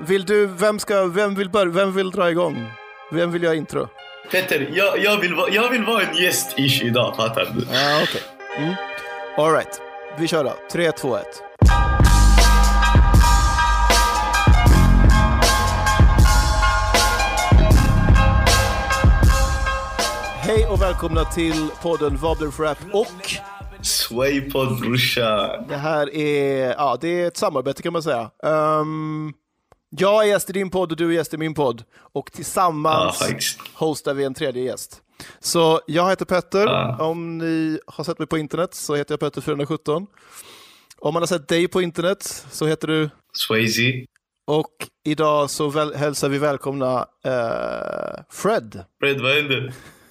Vem vill dra igång? Vem vill göra intro? Petter, jag vill vara en gäst idag, fattar du? Ja, okej. All right. Vi kör då. 3, 2, 1. Hej och välkomna till podden Vad blir för rap och Swaypod, brorsa. Det här är, det är ett samarbete kan man säga. Jag är gäst i din podd och du är gäst i min podd. Och tillsammans hostar vi en tredje gäst. Så jag heter Petter. Om ni har sett mig på internet så heter jag Petter 417. Om man har sett dig på internet så heter du Swayze. Och idag så hälsar vi välkomna Fred. Fred, vad händer?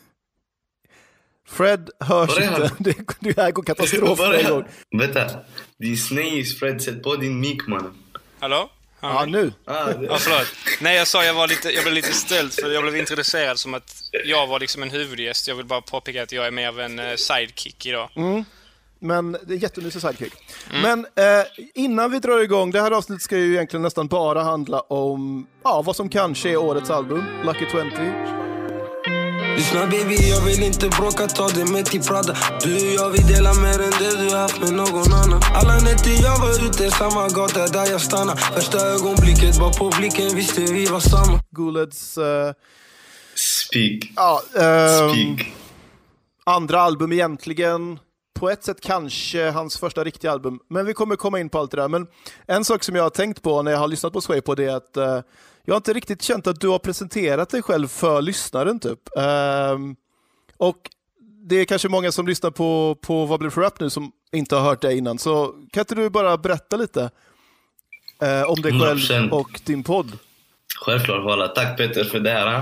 Fred hörs inte. Det här går katastrof en gång. Vänta, din snejis Fred, sätt på din mic, man. Hallå? Ja, nu. Förlåt. Nej, jag blev lite ställd för jag blev introducerad som att jag var liksom en huvudgäst. Jag vill bara påpeka att jag är mer av en sidekick idag. Men det är jättemysig sidekick. Men innan vi drar igång, det här avsnittet ska ju egentligen nästan bara handla om vad som kanske är årets album, Lucky 20. Lyssna baby, jag vill inte bråka, ta det med till Prada. Du och jag, vi delar mer än det du haft med någon annan. Alla nätter jag var ute, samma gata där jag stannar. Första ögonblicket, bara på blicken visste vi var samma. Gulads Speak. Speak. Andra album egentligen. På ett sätt kanske hans första riktiga album. Men vi kommer komma in på allt det där. Men en sak som jag har tänkt på när jag har lyssnat på Swaypod är att jag har inte riktigt känt att du har presenterat dig själv för lyssnaren typ. Och det är kanske många som lyssnar på Vad blir för rap nu som inte har hört dig innan. Så kan inte du bara berätta lite om dig själv 100%. Och din podd? Självklart, voilà. Tack Petter för det här.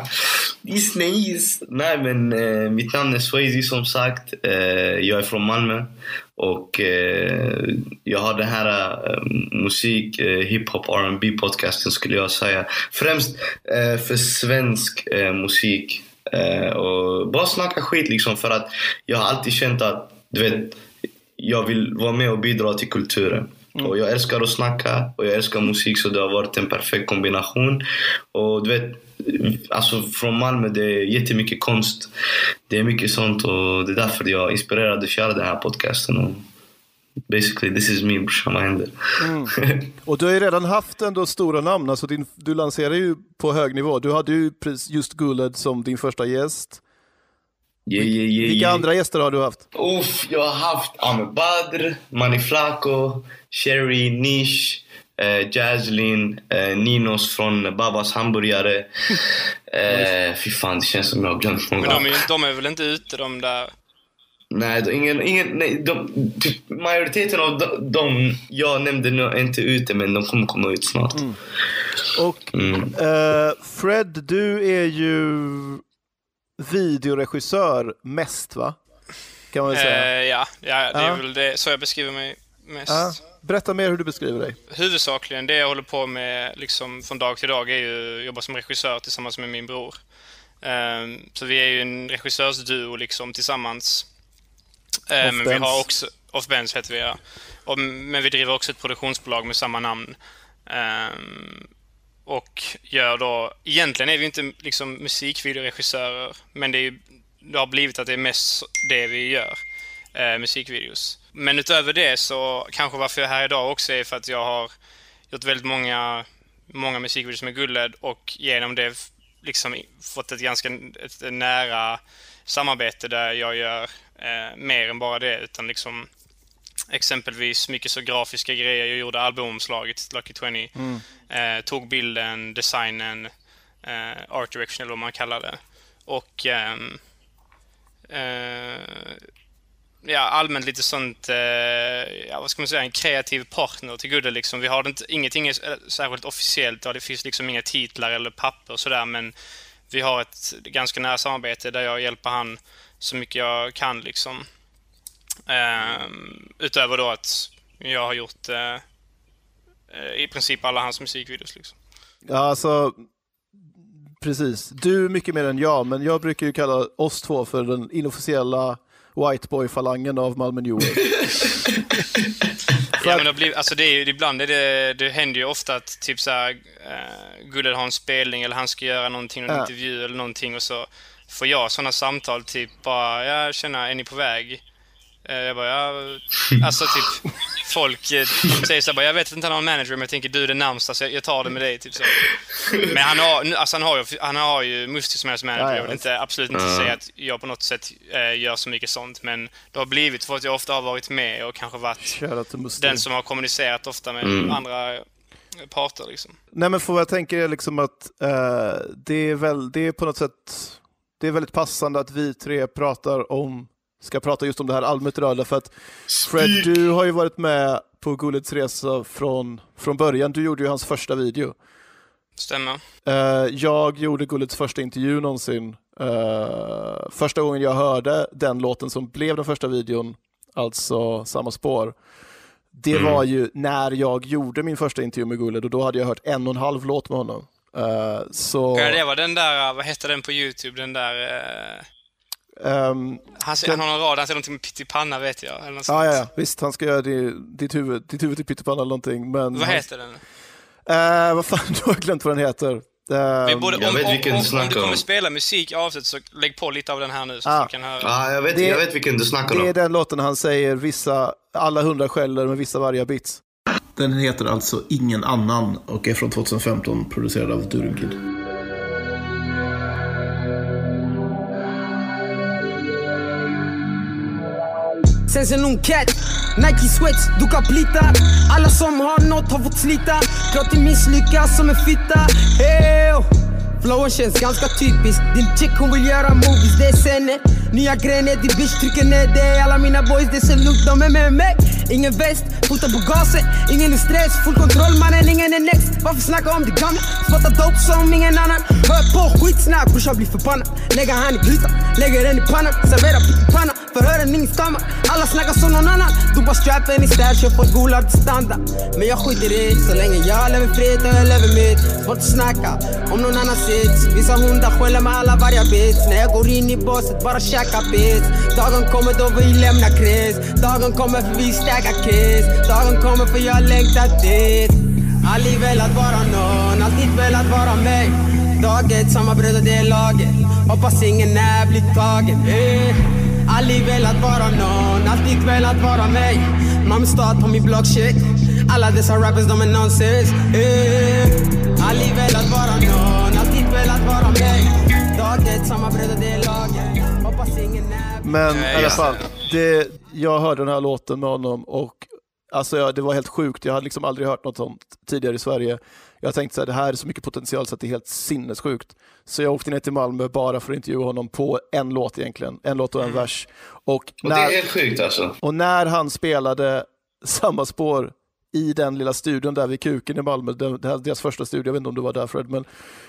Nej, men mitt namn är Swayze som sagt. Jag är från Malmö. Och jag har den här musik, hiphop, R&B podcasten skulle jag säga. Främst för svensk musik. Och bara snacka skit liksom, för att jag har alltid känt att jag vill vara med och bidra till kulturen. Och jag älskar att snacka och jag älskar musik, så det har varit en perfekt kombination. Och alltså från Malmö det är jättemycket konst. Det är mycket sånt och det är därför jag är inspirerad att köra den här podcasten. Och basically this is me, brorsan, vad händer? Och du har ju redan haft ändå stora namn. Alltså du lanserar ju på hög nivå. Du hade ju just Gulad som din första gäst. Vilka andra gäster har du haft? Jag har haft Ame Badr, Manny Flaco, Sherry, Nish, Jazzlin, Ninos från Babas hamburgare. Fy fan, det känns som jag har glömt många. Men de är väl inte ute, de där? Nej, majoriteten av de jag nämnde nu är inte ute, men de kommer komma ut snart. Och Fred, du är ju videoregissör mest, va? Kan man säga. Ja, det är väl det så jag beskriver mig mest. Berätta mer hur du beskriver dig. Huvudsakligen det jag håller på med liksom från dag till dag är ju jobba som regissör tillsammans med min bror. Så vi är ju en regissörsduo liksom tillsammans. Men vi har också Off-Benz heter vi, ja. Men vi driver också ett produktionsbolag med samma namn. Och gör då, egentligen är vi inte liksom musikvideoregissörer, men det har blivit att det är mest det vi gör, musikvideos. Men utöver det så kanske varför jag är här idag också är för att jag har gjort väldigt många musikvideos med Gulad och genom det liksom fått ett nära samarbete där jag gör mer än bara det, utan liksom exempelvis mycket så grafiska grejer. Jag gjorde albumomslaget till Lucky 20. Tog bilden, designen, art direction eller vad man kallar det. Och allmänt lite sånt, vad ska man säga, en kreativ partner till Gulad liksom. Vi har ingenting är särskilt officiellt, det finns liksom inga titlar eller papper och sådär, men vi har ett ganska nära samarbete där jag hjälper han så mycket jag kan liksom. Utöver då att jag har gjort i princip alla hans musikvideos liksom. Ja, alltså precis. Du är mycket mer än jag, men jag brukar ju kalla oss två för den inofficiella Whiteboy-falangen av Malmö New York. Ja, men det är ju, ibland det händer ju ofta att typ såhär Gullet har en spelning eller han ska göra någonting, någon intervju eller någonting, och så får jag sådana samtal typ bara, jag känner, är ni på väg? Jag bara, alltså typ folk säger så här, jag vet inte han har en manager, men jag tänker du är den närmsta så jag tar det med dig typ så. Men han har ju Musti som är manager. Jag vill absolut inte säga att jag på något sätt gör så mycket sånt, men det har blivit för att jag ofta har varit med och kanske varit den som har kommunicerat ofta med andra parter liksom. Nej, men för vad jag tänker är liksom att det är på något sätt, det är väldigt passande att vi tre ska prata just om det här albumet idag, för att Fred, du har ju varit med på Gullets resa från början. Du gjorde ju hans första video. Stämmer. Jag gjorde Gullets första intervju någonsin. Första gången jag hörde den låten som blev den första videon, alltså Samma spår, det var ju när jag gjorde min första intervju med Gullet, och då hade jag hört 1,5 låt med honom. Det var den där, vad hette den på YouTube, den där... han har någon rad, han säger någonting med pyttipanna, vet jag. Eller ja, visst, han ska göra ditt huvud till pyttipanna eller någonting. Men vad heter den? Vad fan, du har glömt vad den heter. Om du kommer spela musik avsett, så lägg på lite av den här nu så att du kan höra. Jag vet vilken du snackar om. Det är den låten han säger alla 100 skäller med vissa varje bits. Den heter alltså Ingen annan och är från 2015, producerad av Durham Kid. Sen ser någon cat, Nike sweats, du kan plita. Alla som har något har fått slita. Klart det misslyckas som en fitta. Hey, flowen känns ganska typisk. Din chick hon vill göra movies, det är senne. Nya grejer, din bitch trycker ner det. Alla mina boys, det ser lugnt, de är med mig. Ingen väst, fotar på gasen. Ingen är stress, full kontroll mannen, ingen är next. Varför snacka om det gamla? Spotta dope som ingen annan. Hör på skitsnack, brorsan blir förbannad. Lägger han i grytan, lägger den i pannan. Servera pyttipanna, förhören ingen stammar. Alla snackar som någon annan. Du bara strappen i stash, jag får golad standard. Men jag skiter i så länge jag lever fritt och jag lever mitt. Svårt att snacka om någon annan sits. Vissa hundar skäller med alla varje bit. När jag går in i båset, bara käka bits. Dagen kommer då vi lämnar kris. Dagen kommer för vi stägar kiss. Dagen kommer för jag längtar dit. Aldrig velat vara någon, alltid velat vara mig. Dag ett, samma bröd och det är laget. Hoppas ingen är blir tagen. Aldrig velat vara någon, alltid velat vara mig. Mamma start på min blockshit. Alla dessa rappers de är nonsens. Aldrig velat vara någon, alltid velat vara mig. Dag ett, samma bröd och det är laget. Hoppas ingen är... Men i alla fall, jag hörde den här låten med honom och alltså, det var helt sjukt. Jag hade liksom aldrig hört något sånt tidigare i Sverige. Jag tänkte att det här är så mycket potential så att det är helt sinnessjukt. Så jag åkte ner till Malmö bara för att intervjua honom på en låt egentligen. En låt och en vers. Och det är helt sjukt alltså. Och när han spelade Samma spår i den lilla studion där vid Kuken i Malmö, deras första studio, jag vet inte om du var där Fred, men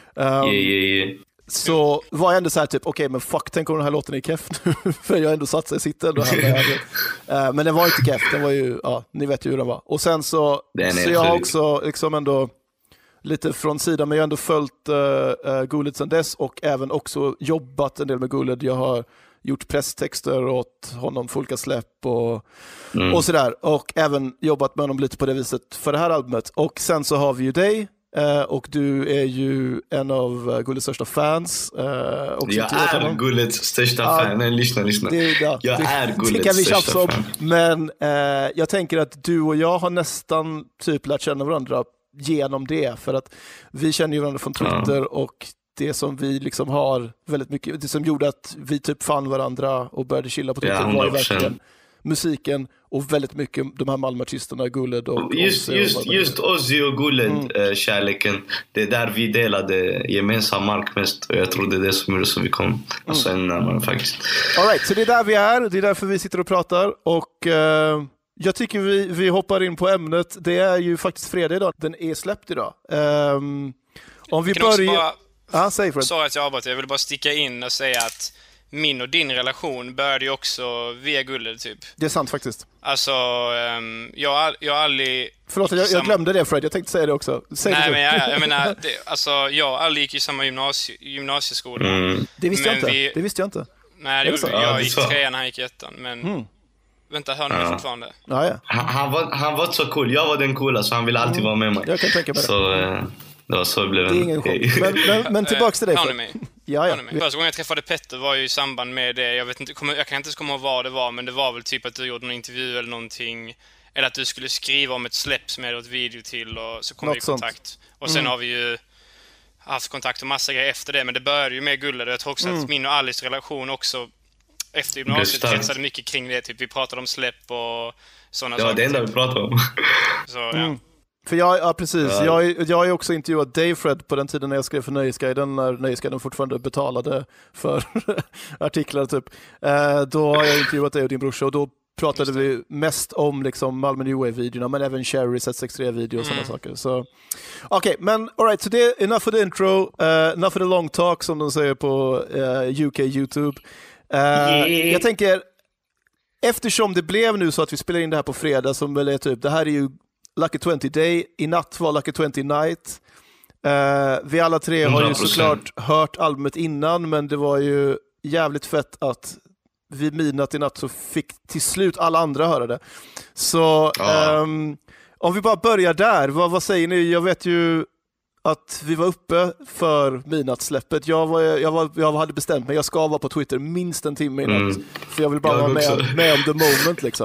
så var jag ändå så här typ, okej, men fuck, tänk om den här låten är keff nu. För jag ändå satt sig i sitten och men den var inte keff, den var ju, ni vet ju hur den var. Och sen så jag har också liksom ändå lite från sidan, men jag har ändå följt Gullet sedan dess och även också jobbat en del med Gullet. Jag har gjort presstexter åt honom, Folka släpp och sådär. Och även jobbat med honom lite på det viset för det här albumet. Och sen så har vi ju dig. Och du är ju en av Gullets största fans. Jag är Gullets största fan. Nej, lyssna. Jag är Gullets största fan. Men jag tänker att du och jag har nästan typ lärt känna varandra genom det. För att vi känner ju varandra från Twitter och det som vi liksom har väldigt mycket, det som gjorde att vi typ fann varandra och började chilla på Twitter var ju verkligen musiken och väldigt mycket de här Malmö-artisterna, Gullet och just Ozzy och Gullet, kärleken. Det är där vi delade gemensam mark mest och jag tror det är det som gjorde så vi kom alltså en annan faktiskt. All right, så det är där vi är, det är därför vi sitter och pratar och jag tycker vi hoppar in på ämnet. Det är ju faktiskt fredag idag, den är släppt idag. Om vi börjar... säg Fred. Sorry att jag avbröt, jag vill bara sticka in och säga att min och din relation började ju också via Gullet typ. Det är sant faktiskt. Alltså, jag aldrig... Förlåt, jag glömde det Fred, jag tänkte säga det också. Men jag menar, jag aldrig gick i samma gymnasieskola. Det visste jag inte. Nej, jag gick 3:an, han gick 1:an. Men Vänta, hör ni mig fortfarande? Ja. Han var så cool. Jag var den coola, så han ville alltid vara med mig. Jag kan tänka mig det. Så det var så det blev. Det är ingen chock. Men tillbaks till dig. Hör ni mig? Ja. Första gången jag träffade Petter var ju i samband med det. Jag kan inte ens komma ihåg vad det var, men det var väl typ att du gjorde någon intervju eller någonting. Eller att du skulle skriva om ett släpp som jag hade ett video till, och så kom vi i kontakt. Och sen har vi ju haft kontakt och massa grejer efter det, men det började ju med Gulled. Jag tror också att min och Alice relation också efter gymnasiet kretsade mycket kring det. Typ vi pratade om släpp och sådana saker. Ja, det enda vi pratade om. Så, ja. För precis. Jag har ju också intervjuat Dave Fred på den tiden när jag skrev för Nöjesguiden, när Nöjesguiden fortfarande betalade för artiklar typ. Då har jag intervjuat dig och din brorsa, och då pratade vi mest om liksom Malmö New Wave-videorna, men även Cherry, Z63-video och sådana saker. Så, okej, men alright, så det är enough for the intro, enough for the long talk som de säger på UK YouTube. Jag tänker, eftersom det blev nu så att vi spelar in det här på fredag, som väl är typ, det här är ju Lucky 20 Day, i natt var Lucky 20 Night. Vi alla tre har ju såklart hört albumet innan, men det var ju jävligt fett att vid midnatt i natt så fick till slut alla andra höra det. Så om vi bara börjar där, vad säger ni? Jag vet ju att vi var uppe för midnattssläppet. Jag hade bestämt mig, jag ska vara på Twitter minst en timme innan, för jag vill bara vara med om the moment liksom.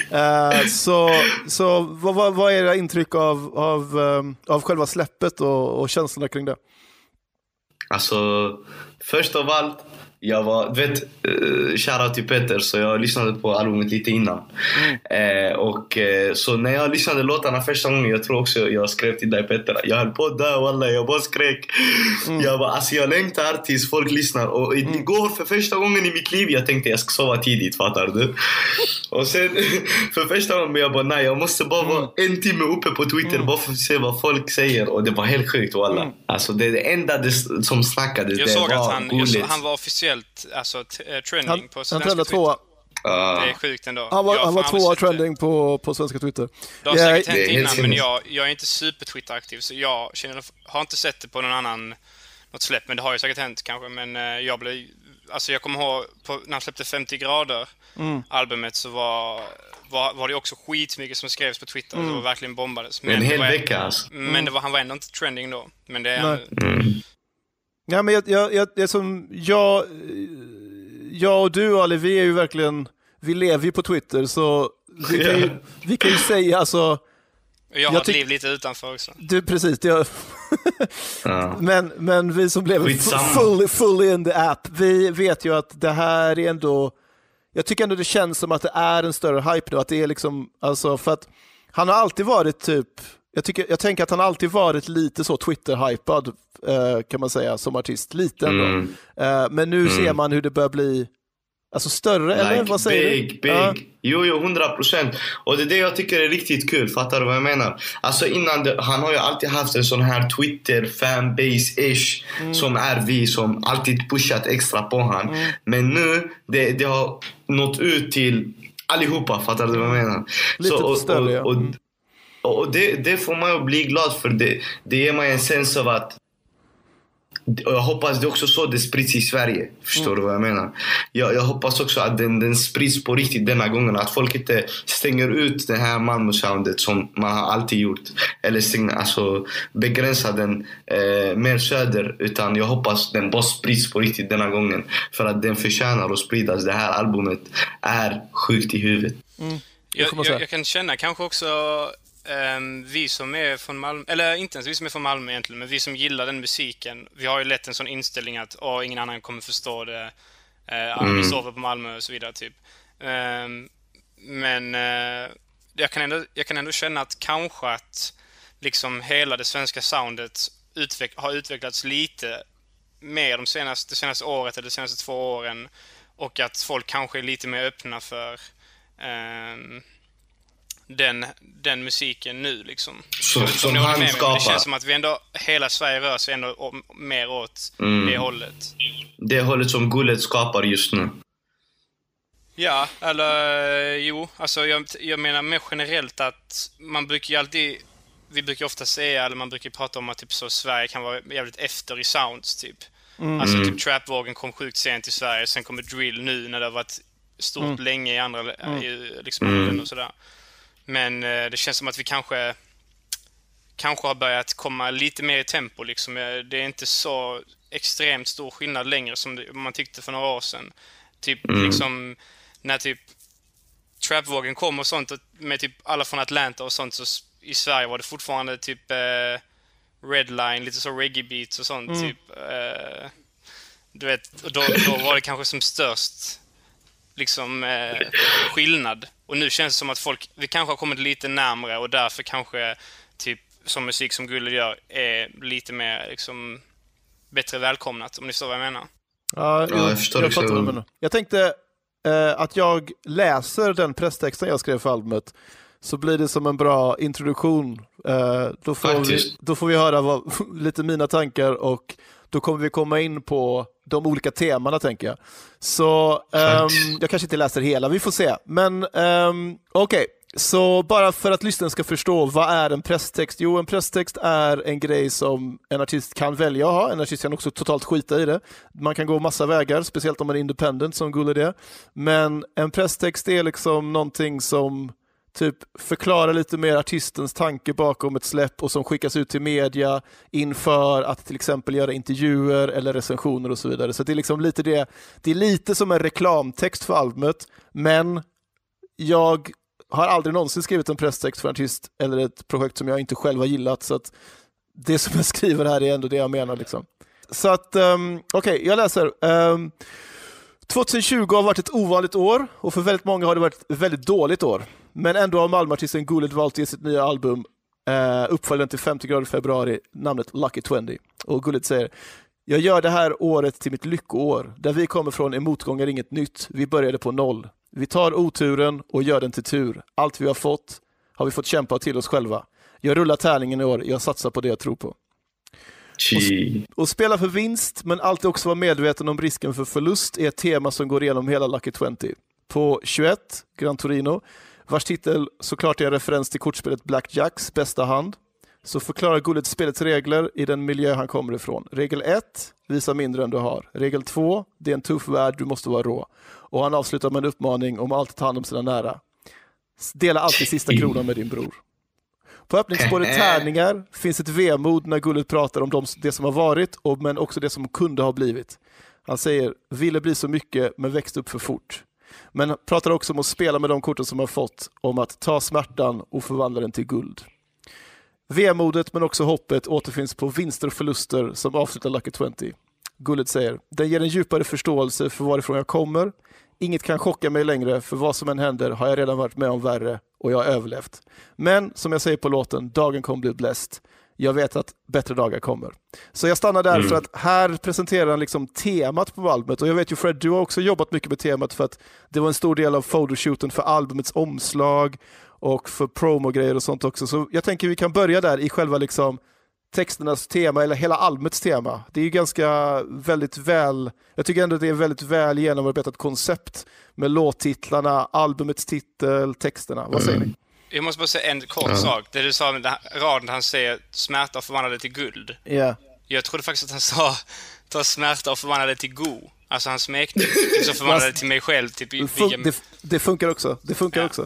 Så vad är era intryck av själva släppet och känslorna kring det? Alltså, först av allt, jag var, shoutout till Petter, så jag lyssnade på albumet lite innan. Så när jag lyssnade låtarna första gången, jag tror också jag skrev till dig Petter, jag höll på där, wallah, jag bara skrek. Jag bara, alltså jag längtar tills folk lyssnar. Och igår för första gången i mitt liv, jag tänkte jag ska sova tidigt, fattar du? Och sen för första gången jag bara, nej, jag måste bara vara en timme uppe på Twitter bara för att se vad folk säger. Och det var helt sjukt, wallah. Alltså det enda som snackades, jag det såg var att han var officiellt trending på svenska Twitter. Tvåa. Det är sjukt ändå. Han var tvåa trending på svenska Twitter. Det har säkert hänt innan, men jag är inte super Twitter-aktiv, så jag har inte sett det på något släpp, men det har ju säkert hänt kanske. Men jag kommer ihåg när han släppte 50 grader albumet, så var det också skitmycket som skrevs på Twitter. Det var verkligen bombades. Men en hel vecka alltså. Men han var ändå inte trending då. Men det är ja, men jag och du, Ali, vi är ju verkligen, vi lever ju på Twitter, så vi kan ju säga alltså. Jag har ett liv lite utanför också. Du, precis. Men vi som lever fully in the app, vi vet ju att det här är ändå, jag tycker ändå det känns som att det är en större hype nu, att det är liksom, alltså, för att han har alltid varit typ, jag tänker att han alltid varit lite så Twitter-hypad, kan man säga, som artist, lite ändå. Men nu ser man hur det börjar bli, alltså större, eller vad säger du? Big. Jo, 100%. Och det är det jag tycker är riktigt kul, fattar du vad jag menar? Alltså han har ju alltid haft en sån här Twitter-fanbase-ish som är vi, som alltid pushat extra på han. Men nu, det har nått ut till allihopa, fattar du vad jag menar? Lite större, och det får man ju bli glad för. Det ger mig en sens av att, och jag hoppas det är också så det sprids i Sverige. Förstår du vad jag menar? Jag hoppas också att den sprids på riktigt denna gången. Att folk inte stänger ut det här Malmö-soundet som man har alltid gjort. Eller begränsa den mer söder. Utan jag hoppas den bara sprids på riktigt denna gången. För att den förtjänar att spridas. Det här albumet är sjukt i huvudet. Jag kan känna kanske också vi som är från Malmö, eller inte ens vi som är från Malmö egentligen, men vi som gillar den musiken, vi har ju lätt en sån inställning att ingen annan kommer förstå det, vi sover på Malmö och så vidare typ. Men jag kan ändå känna att kanske att liksom hela det svenska soundet har utvecklats lite mer det senaste året eller de senaste 2 åren, och att folk kanske är lite mer öppna för den musiken nu liksom. Som han skapar. Det känns som att vi ändå, hela Sverige rör sig ändå mer åt det hållet. Det hållet som Gulled skapar just nu. Ja, eller jo, alltså jag menar mer generellt att vi brukar ofta säga, eller man brukar prata om att typ så Sverige kan vara jävligt efter i sounds typ. Alltså typ trapvågen kom sjukt sent i Sverige, sen kommer drill nu när det har varit stort länge i andra länder och sådär. Men det känns som att vi kanske har börjat komma lite mer i tempo liksom. Det är inte så extremt stor skillnad längre som man tyckte för några år sedan. Typ liksom när typ trapvågen kom och sånt med typ alla från Atlanta och sånt, så i Sverige var det fortfarande typ Redline, lite så reggae beats och sånt typ du vet, och då var det kanske som störst liksom skillnad. Och nu känns det som att vi kanske har kommit lite närmare, och därför kanske typ som musik som Gullet gör är lite mer liksom bättre välkomnat, om ni förstår vad jag menar. Ja, jag fattar det. Jag tänkte att jag läser den presstexten jag skrev för albumet, så blir det som en bra introduktion. Då får vi höra lite mina tankar, och då kommer vi komma in på de olika temana, tänker jag. Så jag kanske inte läser hela, vi får se. Men okej. Så bara för att lyssnaren ska förstå, vad är en presstext? Jo, en presstext är en grej som en artist kan välja att ha. En artist kan också totalt skita i det. Man kan gå massa vägar, speciellt om man är independent som Gullet är. Men en presstext är liksom någonting som typ förklarar lite mer artistens tanke bakom ett släpp, och som skickas ut till media inför att till exempel göra intervjuer eller recensioner och så vidare. Så det är liksom lite det är lite som en reklamtext för albumet, men jag har aldrig någonsin skrivit en presstext för en artist eller ett projekt som jag inte själv har gillat, så att det som jag skriver här är ändå det jag menar liksom. Så att okej, jag läser. 2020 har varit ett ovanligt år, och för väldigt många har det varit ett väldigt dåligt år. Men ändå har Malmö-artisten Gullet valt att ge sitt nya album uppföljaren till 50 grader februari namnet Lucky 20. Och Gullet säger: jag gör det här året till mitt lyckoår. Där vi kommer från är motgångar inget nytt. Vi började på noll. Vi tar oturen och gör den till tur. Allt vi har vi fått kämpa till oss själva. Jag rullar tärningen i år. Jag satsar på det jag tror på. Och spela för vinst, men alltid också vara medveten om risken för förlust, är ett tema som går igenom hela Lucky 20. På 21, Gran Torino, vars titel såklart är en referens till kortspelet Blackjacks bästa hand, så förklarar Gullet spelets regler i den miljö han kommer ifrån. Regel 1, visa mindre än du har. Regel 2, det är en tuff värld, du måste vara rå. Och han avslutar med en uppmaning om att alltid ta hand om sina nära. Dela alltid sista kronan med din bror. På öppningsspåret tärningar finns ett vemod när Gullet pratar om det som har varit, men också det som kunde ha blivit. Han säger: ville bli så mycket men växte upp för fort. Men pratar också om att spela med de korten som har fått, om att ta smärtan och förvandla den till guld. Vemodet men också hoppet återfinns på vinster och förluster som avslutar Lucky 20. Gullet säger: den ger en djupare förståelse för varifrån jag kommer. Inget kan chocka mig längre, för vad som än händer har jag redan varit med om värre och jag har överlevt. Men som jag säger på låten, dagen kommer bli blessed. Jag vet att bättre dagar kommer. Så jag stannar där för att här presenterar han liksom temat på albumet. Och jag vet ju, Fred, du har också jobbat mycket med temat, för att det var en stor del av photoshooten för albumets omslag och för promo-grejer och sånt också. Så jag tänker vi kan börja där i själva liksom texternas tema, eller hela albumets tema. Det är ju jag tycker ändå att det är väldigt väl genomarbetat koncept med låttitlarna, albumets titel, texterna. Vad säger ni? Jag måste bara säga en kort sak. Det du sa med raden han säger smärta och förvandla det till guld. Yeah. Jag trodde faktiskt att han sa ta smärta och förvandla det till go. Alltså han smekte så förvandla det till mig själv. Typ, det funkar också. Det funkar också.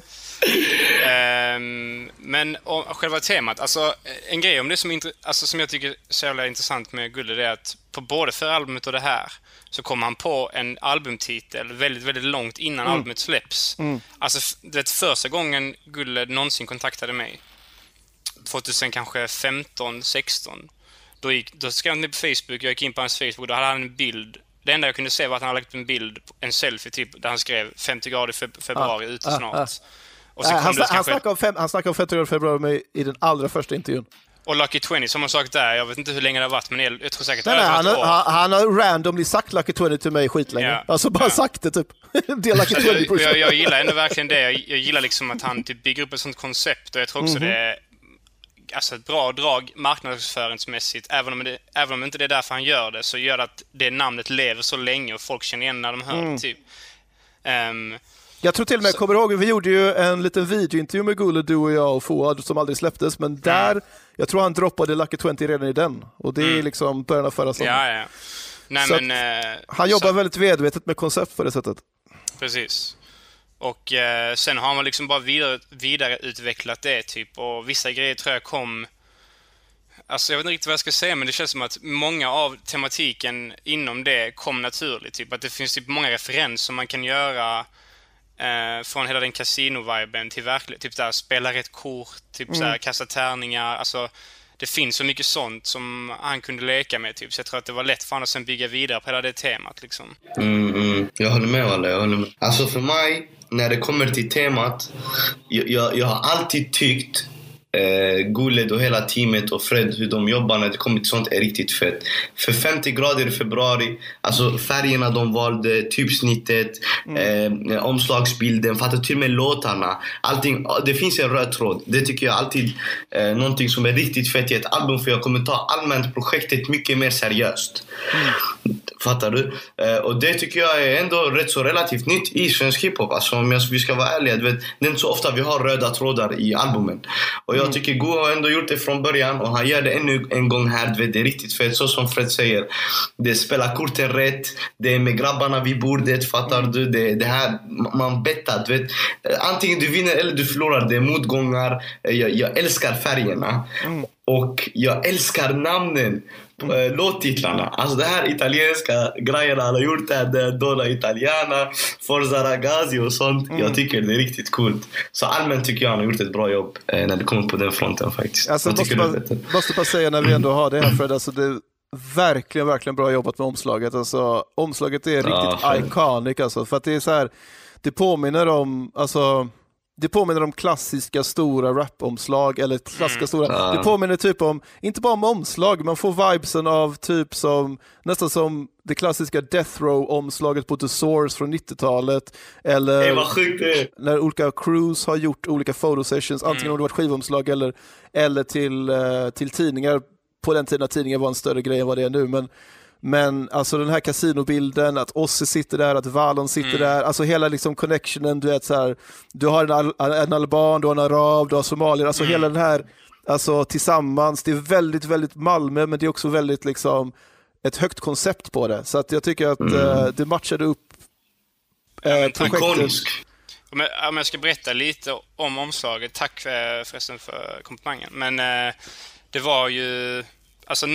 Men själva temat, alltså en grej om det som jag tycker är så jävla intressant med Gullet är att på både för albumet och det här så kom han på en albumtitel väldigt, väldigt långt innan albumet släpps. Alltså det första gången Gullet någonsin kontaktade mig 2015-16 då skrev han på Facebook, jag gick in på hans Facebook, då hade han en bild. Det enda jag kunde se var att han hade lagt en bild, en selfie typ, där han skrev 50 grader februari ute snart. Och så han snackade om 50 grader februari med i den allra första intervjun. Och Lucky 20, som han sagt där, jag vet inte hur länge det har varit, men jag tror säkert han har randomly sagt Lucky 20 till mig skitlänge. Ja. Alltså bara sagt det typ. Det är Lucky 20. Jag gillar ändå verkligen det. Jag gillar liksom att han typ bygger upp ett sånt koncept, och jag tror också det är alltså ett bra drag marknadsföringsmässigt, även om inte det är därför han gör det, så gör det att det namnet lever så länge och folk känner igen när de hör det typ. Jag tror till och med, kommer ihåg, vi gjorde ju en liten videointervju med Gullet, du och jag och Fouad, som aldrig släpptes, men där, jag tror han droppade Lucky 20 redan i den, och det är liksom början av förra sommaren. Ja. Nej, men, han jobbar väldigt medvetet med koncept på det sättet. Precis. Och sen har man liksom bara vidareutvecklat det typ. Och vissa grejer tror jag kom... Alltså jag vet inte riktigt vad jag ska säga, men det känns som att många av tematiken inom det kom naturligt. Typ att det finns typ många referenser som man kan göra från hela den casino-viben till verkligen. Typ där, spela rätt kort, typ så här, kasta tärningar. Alltså det finns så mycket sånt som han kunde leka med typ. Så jag tror att det var lätt för honom att sen bygga vidare på hela det temat liksom. Jag håller med alla, jag håller med. Alltså för mig, när det kommer till temat, jag har alltid tyckt Guled och hela teamet och Fred, hur de jobbar när det kommer till sånt är riktigt fett. För 50 grader i februari, alltså färgerna de valde, typsnittet, omslagsbilden, fattar till och med låtarna, allting, det finns en röd tråd. Det tycker jag alltid någonting som är riktigt fett i ett album, för jag kommer ta allmänt projektet mycket mer seriöst. Fattar du? Och det tycker jag är ändå rätt så relativt nytt i svensk hiphop. Alltså om vi ska vara ärliga, det är inte så ofta vi har röda trådar i albumen. Och jag tycker Go har ändå gjort det från början, och han gör det ännu en gång här. Det är riktigt fett, så som Fred säger. Det spelar korten rätt, det är med grabbarna vid bordet, fattar du? Det här, man bettar, du vet. Antingen du vinner eller du förlorar, det är motgångar. Jag älskar färgerna. Och jag älskar namnen, låttitlarna. Alltså det här italienska grejerna han har gjort där, Donna Italiana, Forza Ragazzi och sånt. Jag tycker det är riktigt coolt. Så allmänt tycker jag han har gjort ett bra jobb när det kommer på den fronten faktiskt. Alltså måste bara säga när vi ändå har det här, Fred, alltså det är verkligen bra jobbat med omslaget. Alltså omslaget är riktigt iconic alltså, för att det är så här, det påminner om klassiska stora rapomslag eller klassiska stora. Det påminner typ om, inte bara om omslag, man får vibesen av typ som nästan som det klassiska Death Row-omslaget på The Source från 90-talet, eller vad sjukt det är. När olika crews har gjort olika photosessions, antingen om det var ett skivomslag eller till tidningar på den tiden när tidningar var en större grej än vad det är nu, men alltså den här kasinobilden, att Ossi sitter där, att Valon sitter där, alltså hela liksom connectionen, du vet så här, du har en alban, du har en arab, du har somalier, alltså hela den här, alltså tillsammans, det är väldigt, väldigt Malmö, men det är också väldigt liksom ett högt koncept på det, så att jag tycker att det matchade upp projektet. Om jag ska berätta lite om omslaget, tack förresten för komplimangen, men det var ju... Alltså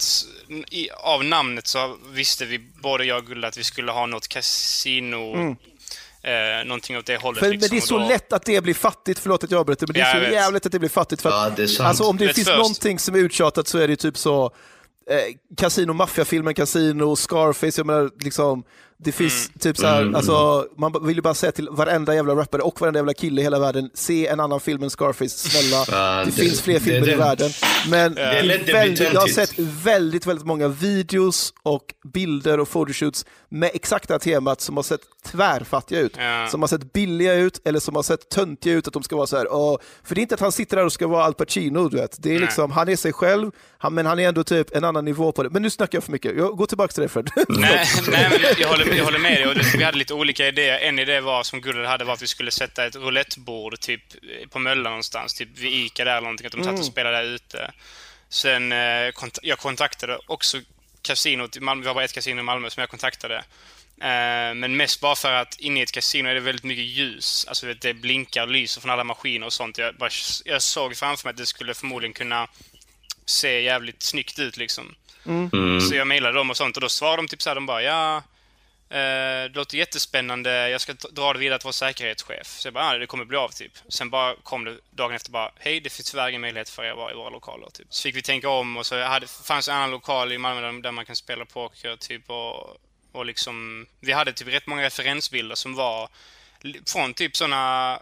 av namnet så visste vi, både jag och Gulla, att vi skulle ha något kasino, någonting åt det hållet. Men det är så lätt att det blir fattigt, förlåt att jag avbryter, men det är så jävligt att det blir fattigt. För att, alltså om det finns någonting som är uttjatat så är det typ så Casino, maffiafilmen Casino, Scarface, jag menar liksom, det finns typ så här, alltså man vill ju bara säga till varenda jävla rappare och varenda jävla kille i hela världen, se en annan film än Scarface, snälla. Det finns fler filmer i världen, men jag har sett väldigt, väldigt många videos och bilder och photoshoots med exakta temat som har sett tvärfattiga ut, som har sett billiga ut eller som har sett töntiga ut, att de ska vara så här, för det är inte att han sitter där och ska vara Al Pacino, du vet. Det är liksom, han är sig själv, men han är ändå typ en annan nivå på det. Men nu snackar jag för mycket. Jag går tillbaka till det, Fred. Nej, men jag håller med dig. Och vi hade lite olika idéer. En idé var, som Gulled hade, var att vi skulle sätta ett roulettebord typ på Mölla någonstans, typ vid Ica där eller någonting, att de satt och spelade där ute. Sen jag kontaktade också kasinot i Malmö. Vi har bara ett kasino i Malmö som jag kontaktade. Men mest bara för att inne i ett kasino är det väldigt mycket ljus. Alltså det blinkar och lyser från alla maskiner och sånt. Jag såg framför mig att det skulle förmodligen kunna se jävligt snyggt ut liksom. Så jag mejlade dem och sånt, och då svarade de typ så här, de bara det låter jättespännande, jag ska dra det vidare till vår säkerhetschef. Så jag bara, det kommer bli av typ. Sen bara kom det dagen efter bara, hej, det finns tyvärr ingen möjlighet för er att vara i våra lokaler typ. Så fick vi tänka om, och så fanns en annan lokal i Malmö där man kan spela poker typ, och liksom, vi hade typ rätt många referensbilder som var från typ såna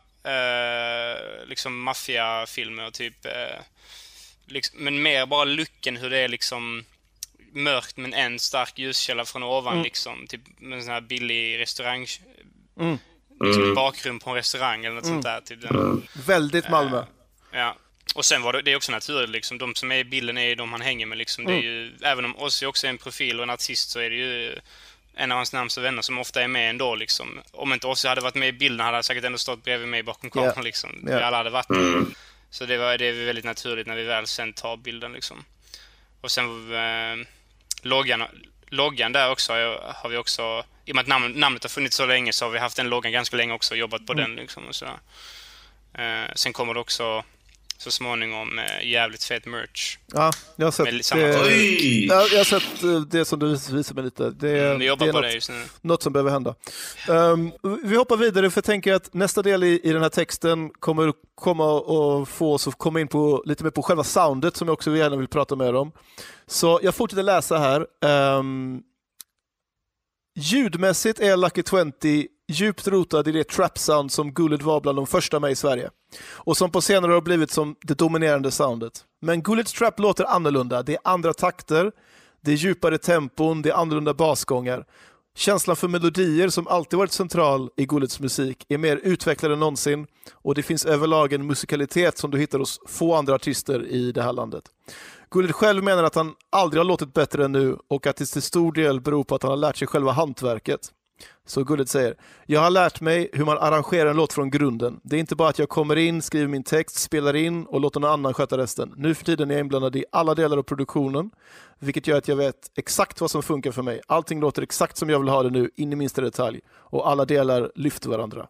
liksom maffiafilmer och typ liksom, men mer bara looken, hur det är liksom mörkt men en stark ljuskälla från ovan liksom, typ med en sån här billig restaurang liksom bakgrund på en restaurang eller något sånt där typ. Väldigt Malmö. Ja. Och sen var det är också naturligt liksom, de som är i bilden är ju de han hänger med liksom. Det är ju, även om Ossi också är en profil och en artist, så är det ju en av hans närmsta vänner som ofta är med ändå liksom. Om inte Ossi hade varit med i bilden hade han säkert ändå stått bredvid mig bakom kameran liksom. Vi alla hade varit så det är väldigt naturligt när vi väl sen tar bilden liksom. Och sen loggan där också har vi också i och med att namnet har funnits så länge så har vi haft den loggan ganska länge också och jobbat på den liksom och sådär. Sen kommer det också så småningom jävligt fet merch. Ja, jag har sett jag har sett det som du visar mig lite. Vi jobbar på det just nu. Något som behöver hända. Vi hoppar vidare för jag tänker att nästa del i den här texten kommer komma och få oss att komma in på lite mer på själva soundet som jag också gärna vill prata mer om. Så jag fortsätter läsa här. Ljudmässigt är Lucky 20 djupt rotad i det trap-sound som Guled var bland de första med i Sverige och som på senare har blivit som det dominerande soundet. Men Guleds trap låter annorlunda. Det är andra takter, det är djupare tempon, det är annorlunda basgångar. Känslan för melodier som alltid varit central i Guleds musik är mer utvecklad än någonsin och det finns överlag en musikalitet som du hittar hos få andra artister i det här landet. Guled själv menar att han aldrig har låtit bättre än nu och att det till stor del beror på att han har lärt sig själva hantverket. Så Guled säger, jag har lärt mig hur man arrangerar en låt från grunden. Det är inte bara att jag kommer in, skriver min text, spelar in och låter någon annan sköta resten. Nu för tiden är jag inblandad i alla delar av produktionen, vilket gör att jag vet exakt vad som funkar för mig. Allting låter exakt som jag vill ha det nu, in i minsta detalj. Och alla delar lyfter varandra.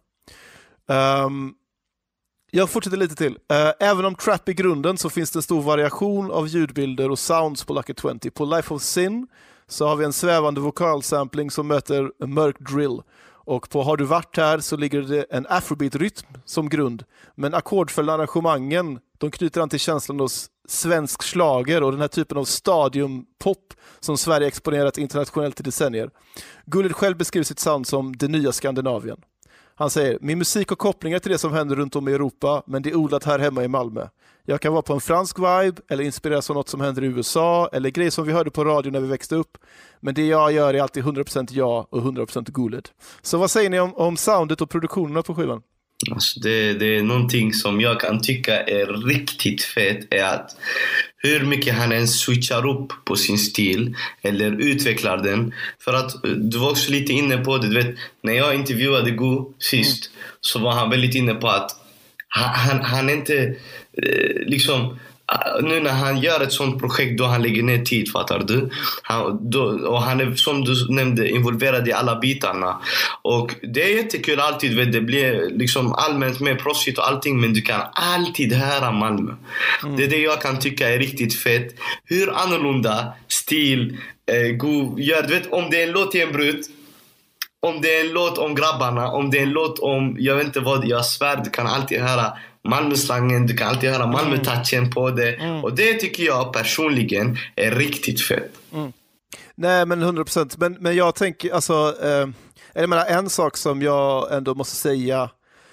Jag fortsätter lite till. Även om trap i grunden så finns det en stor variation av ljudbilder och sounds på Lucky 20. På Life of Sin så har vi en svävande vokalsampling som möter mörk drill. Och på Har du varit här så ligger det en afrobeat-rytm som grund. Men ackordföljande arrangemangen, de knyter an till känslan hos svensk slager och den här typen av stadiumpop som Sverige exponerat internationellt i decennier. Guled själv beskriver sitt sound som det nya Skandinavien. Han säger, min musik har kopplingar till det som händer runt om i Europa, men det är odlat här hemma i Malmö. Jag kan vara på en fransk vibe, eller inspireras av något som händer i USA, eller grejer som vi hörde på radio när vi växte upp. Men det jag gör är alltid 100% jag och 100% Guled. Så vad säger ni om soundet och produktionerna på skivan? Alltså det är någonting som jag kan tycka är riktigt fett är att hur mycket han än switchar upp på sin stil eller utvecklar den. För att du var också lite inne på det, du vet, när jag intervjuade Go sist så var han väldigt inne på att han inte liksom nu när han gör ett sånt projekt då han lägger ner tid, fattar du? Och han är, som du nämnde, involverad i alla bitarna. Och det är jättekul alltid, vet, det blir liksom allmänt mer proffsigt och allting, men du kan alltid höra Malmö. Det är det jag kan tycka är riktigt fett. Hur annorlunda stil gör, du vet, om det är en låt i en brud, om det är en låt om grabbarna, om det är en låt om, jag vet inte vad, jag svär, du kan alltid höra Malmö-slangen, du kan alltid höra Malmö-touchen på det. Och det tycker jag personligen är riktigt fett. Nej, men 100%. Men jag tänker, alltså, jag menar, en sak som jag ändå måste säga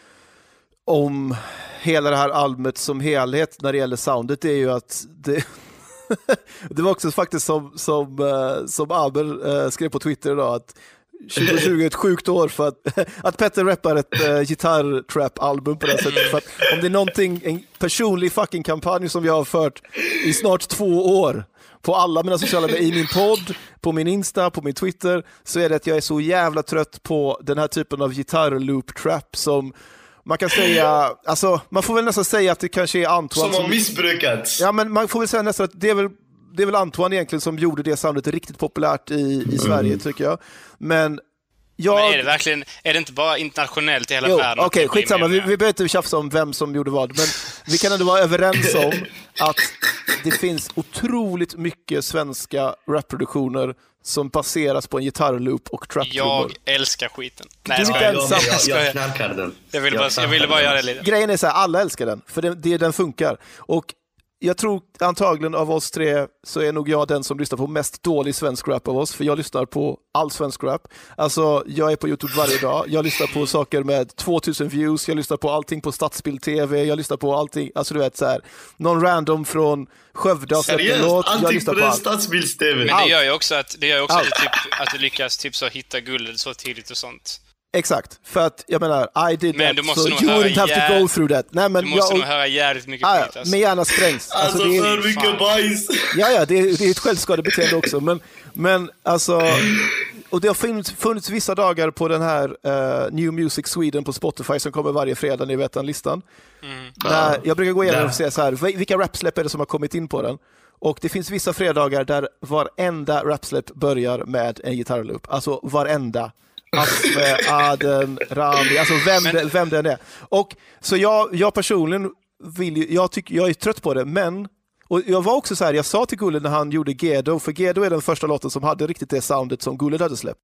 om hela det här albumet som helhet när det gäller soundet är ju att det det var också faktiskt som Aber skrev på Twitter idag att 2020 är ett sjukt år för att Petter rappar ett gitarr-trap-album på det sättet. För att om det är någonting, en personlig fucking kampanj som jag har fört i snart 2 år på alla mina sociala medier, i min podd, på min Insta, på min Twitter, så är det att jag är så jävla trött på den här typen av gitarr-loop-trap som man kan säga, alltså man får väl nästan säga att det kanske är Antoine som har missbrukats. Ja, men man får väl säga nästan att det är väl Antoine egentligen som gjorde det soundet riktigt populärt i Sverige, tycker jag. Men är det verkligen, är det inte bara internationellt i hela världen? Okej, skitsamma. Vi behöver inte tjafsa om vem som gjorde vad. Men vi kan ändå vara överens om att det finns otroligt mycket svenska rapproduktioner som baseras på en gitarrloop och trap-trummor. Jag älskar skiten. Nej, jag knarkar den. Jag ville bara göra det lite. Grejen är så här, alla älskar den. För den funkar. Och jag tror antagligen av oss tre så är nog jag den som lyssnar på mest dålig svensk rap av oss. För jag lyssnar på all svensk rap. Alltså, jag är på YouTube varje dag. Jag lyssnar på saker med 2000 views. Jag lyssnar på allting på Stadsbild TV. Jag lyssnar på allting, alltså du vet så här, någon random från Skövde har släppt en låt. Jag lyssnar på Stadsbild TV. Men det gör ju också att du lyckas typ så hitta guld så tidigt och sånt. Exakt, för att jag menar I did men that, so you wouldn't have to go through that. Nej, men du måste nog höra jävligt mycket skit. Alltså. Med hjärna sprängs. Alltså det är för mycket bajs. Ja, det är ett självskadebeteende också. Men alltså, och det har funnits vissa dagar på den här New Music Sweden på Spotify som kommer varje fredag, ni vet den listan. Jag brukar gå igenom och säga så här, vilka rapsläpp är det som har kommit in på den? Och det finns vissa fredagar där varenda rapsläpp börjar med en gitarrloop. Alltså varenda. Asfe, Aden, Rami, alltså vem den är. Och så jag personligen jag är trött på det, men och jag var också så här, jag sa till Gulled när han gjorde Gedo, för Gedo är den första låten som hade riktigt det soundet som Gulled hade släppt.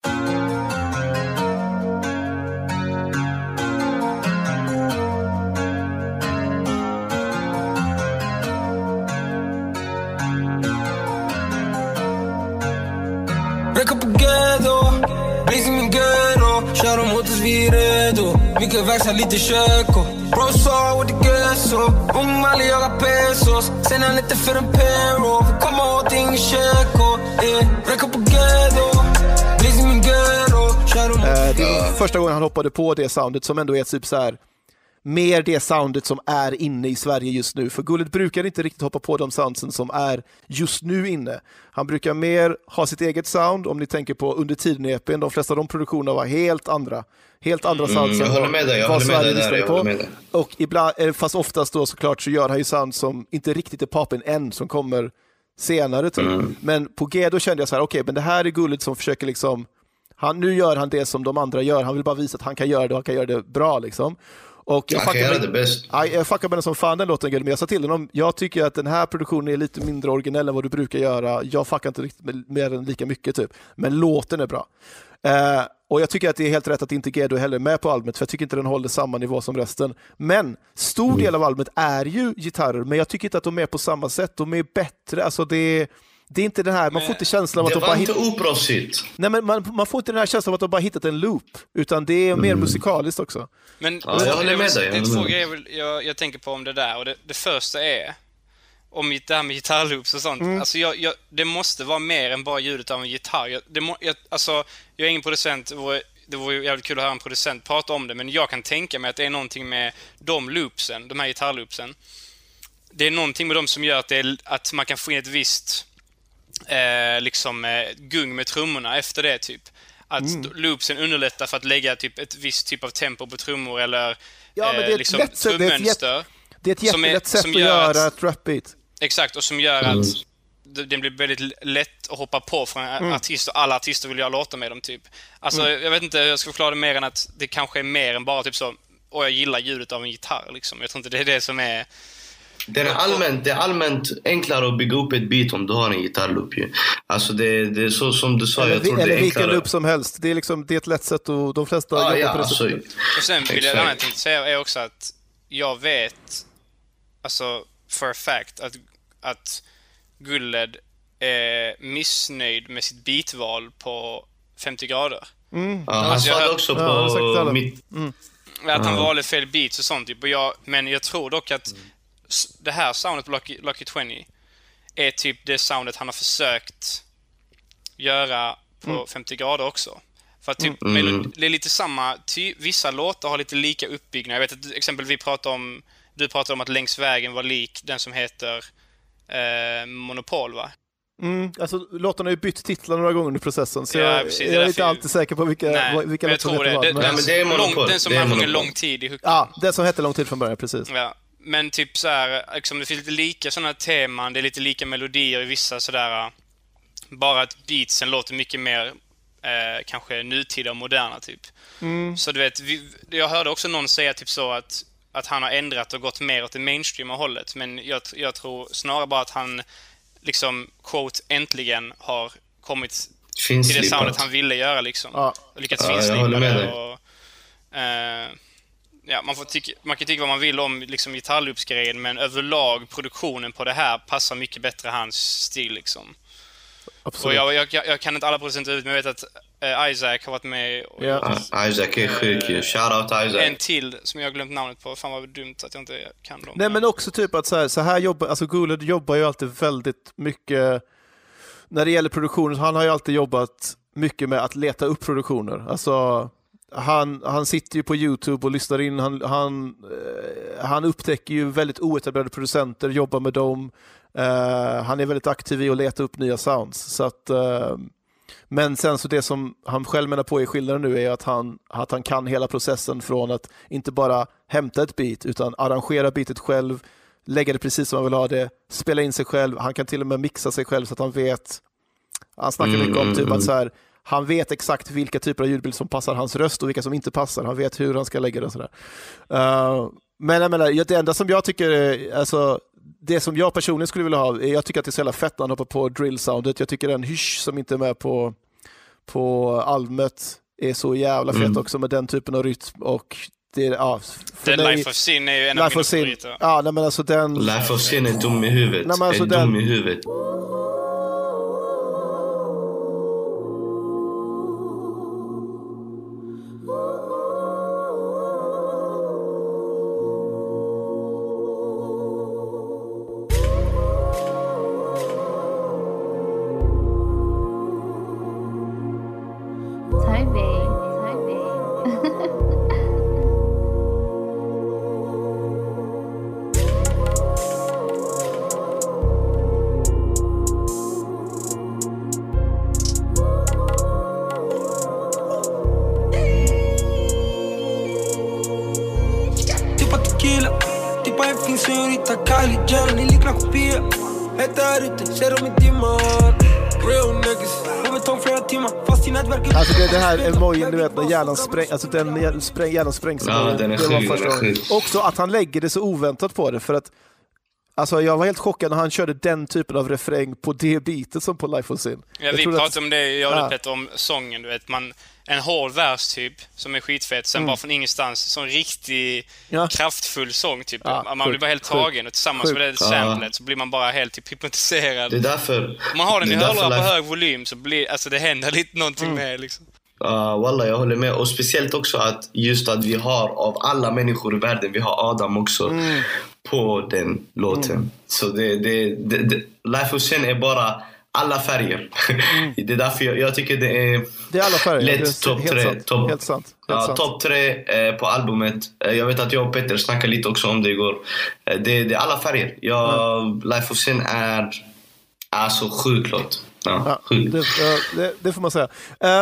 Räcker på Gedo, blazing min Gedo. Kör dem mot oss, vi är redo. Vi kan växa lite kök och bro sa what the gesso. Mali jagar pesos. Sen han lite för en pero. Vi kommer åt ingen kök och räcker på Gedo, blazing min Gedo. Kör dem mot det var första gången han hoppade på det soundet som ändå är typ så här mer det soundet som är inne i Sverige just nu. För Gulled brukar inte riktigt hoppa på de soundsen som är just nu inne. Han brukar mer ha sitt eget sound, om ni tänker på under tiden i EPn. De flesta av de produktionerna var helt andra sounds. Jag håller med dig, jag håller med dig. Och ibland, fast oftast då såklart så gör han ju sound som inte riktigt är poppen än, som kommer senare typ. Men på Gedo kände jag så här, okej, men det här är Gulled som försöker liksom, nu gör han det som de andra gör. Han vill bara visa att han kan göra det och han kan göra det bra liksom. Och jag fuckar med den som fan den låten, men jag sa till honom, jag tycker att den här produktionen är lite mindre originell än vad du brukar göra. Jag fuckar inte riktigt med den lika mycket typ, men låten är bra. Och jag tycker att det är helt rätt att inte Gedo heller är med på albumet, för jag tycker inte den håller samma nivå som resten. Men stor del av albumet är ju gitarrer, men jag tycker inte att de är på samma sätt. De är bättre, alltså det är inte det här, man får inte känslan av att de bara hittat oproffsigt. Nej, men man får inte den här känslan av att de bara hittat en loop, utan det är mer musikaliskt också. Men jag håller med dig. Det är två grejer jag tänker på om det där, och det första är om det här med gitarrloops och sånt. Alltså det måste vara mer än bara ljudet av en gitarr. Jag är ingen producent. Det vore jävligt kul att höra en producent prata om det, men jag kan tänka mig att det är någonting med de loopsen, de här gitarrloopsen. Det är någonting med dem som gör att man kan få in ett visst gung med trummorna efter det typ. Att loopsen underlättar för att lägga typ ett visst typ av tempo på trummor eller men det är liksom trummönster. Det är ett jättelätt sätt att göra ett rap-beat. Exakt, och som gör att det blir väldigt lätt att hoppa på från artister. Alla artister vill göra låtar med dem typ. Alltså jag vet inte, jag ska förklara det mer än att det kanske är mer än bara typ så, jag gillar ljudet av en gitarr liksom. Jag tror inte det är det som är. Det är allmänt enklare att bygga upp ett beat om du har en gitarrloop ju. Alltså det är så som du sa, jag tror det är enklare. Eller vilken loop som helst. Det är liksom, det är ett lätt sätt och de flesta jobbar på det sättet. Och sen vill jag annat inte säga är också att jag vet, alltså for a fact, att Gulled är missnöjd med sitt beatval på 50 grader. Alltså jag hörde också på att han valde fel beats och sånt typ. Men jag tror dock att det här soundet på Lucky 20 är typ det soundet han har försökt göra på 50 grader också. För att typ, det är lite samma, vissa låtar har lite lika uppbyggnad. Jag vet att exempel du pratade om att Längs vägen var lik den som heter Monopol, va? Alltså låtarna har ju bytt titlar några gånger under processen, så precis, jag är inte alltid säker på vilka låtar det var. Den som hade lång tid i hooken. Ja, den som hette lång tid från början, precis. Ja. Men typ så här, liksom, det finns lite lika sådana teman, det är lite lika melodier i vissa sådär, bara att beatsen låter mycket mer kanske nutida och moderna typ. Så du vet, jag hörde också någon säga typ så att han har ändrat och gått mer åt det mainstreama hållet, men jag tror snarare bara att han liksom, quote, äntligen har kommit till det soundet han ville göra liksom. Och lyckats finslipa det och man kan tycka vad man vill om liksom gitarrloopsgrejen, men överlag produktionen på det här passar mycket bättre hans stil liksom. Absolut. Och jag kan inte alla producenter ut, men jag vet att Isaac har varit med och Isaac är sjuk. Shout out Isaac. En till som jag har glömt namnet på. Fan vad dumt att jag inte kan dem. Nej, men också typ att så här jobbar, alltså Gulled jobbar ju alltid väldigt mycket när det gäller produktioner. Han har ju alltid jobbat mycket med att leta upp produktioner. Alltså han sitter ju på YouTube och lyssnar in. Han upptäcker ju väldigt oetablerade producenter, jobbar med dem. Han är väldigt aktiv i att leta upp nya sounds. Så att, men sen så det som han själv menar på i skillnaden nu är att han kan hela processen från att inte bara hämta ett beat utan arrangera beatet själv, lägga det precis som han vill ha det, spela in sig själv. Han kan till och med mixa sig själv så att han vet. Han snackar mycket om typ att så här, han vet exakt vilka typer av ljudbild som passar hans röst och vilka som inte passar. Han vet hur han ska lägga det och sådär. Men jag menar, det enda som jag tycker är, alltså, det som jag personligen skulle vilja ha, jag tycker att det är så jävla fett när han hoppar på drill-soundet. Jag tycker den hysch som inte är med på albumet är så jävla fett också med den typen av rytm. Och det, ja, den Life of Sin är ju en av mina favoriter. Ja, nej, men alltså den... Life of Sin är dum i huvudet. Nej, men alltså dum i huvudet. Alltså det här emojin, du vet, när hjärnan sprängs, alltså hjärnan sprängs. Ja, den är sjuk. Också att han lägger det så oväntat på det, för att alltså jag var helt chockad när han körde den typen av refräng på det beatet som på Life of Sin. Ja, vi pratade om det, jag och Petter, om sången, du vet, en hård vers typ som är skitfett, sen bara från ingenstans sån riktig kraftfull sång typ. Man blir bara helt tagen, och tillsammans med det samplet så blir man bara helt typ hypnotiserad. Det är därför om man har den i hörlurar på hög volym så blir, alltså det händer lite någonting med liksom. Wallah, jag håller med. Och speciellt också att just att vi har av alla människor i världen, vi har Adam också på den låten. Så det Life of Sin är bara alla färger. Det är därför jag tycker det är alla färger. Lätt topp 3. Helt sant. Topp 3 på albumet. Jag vet att jag och Petter snackade lite också om det igår. Det är alla färger. Life of Sin är så sjukt låt. Det får man säga.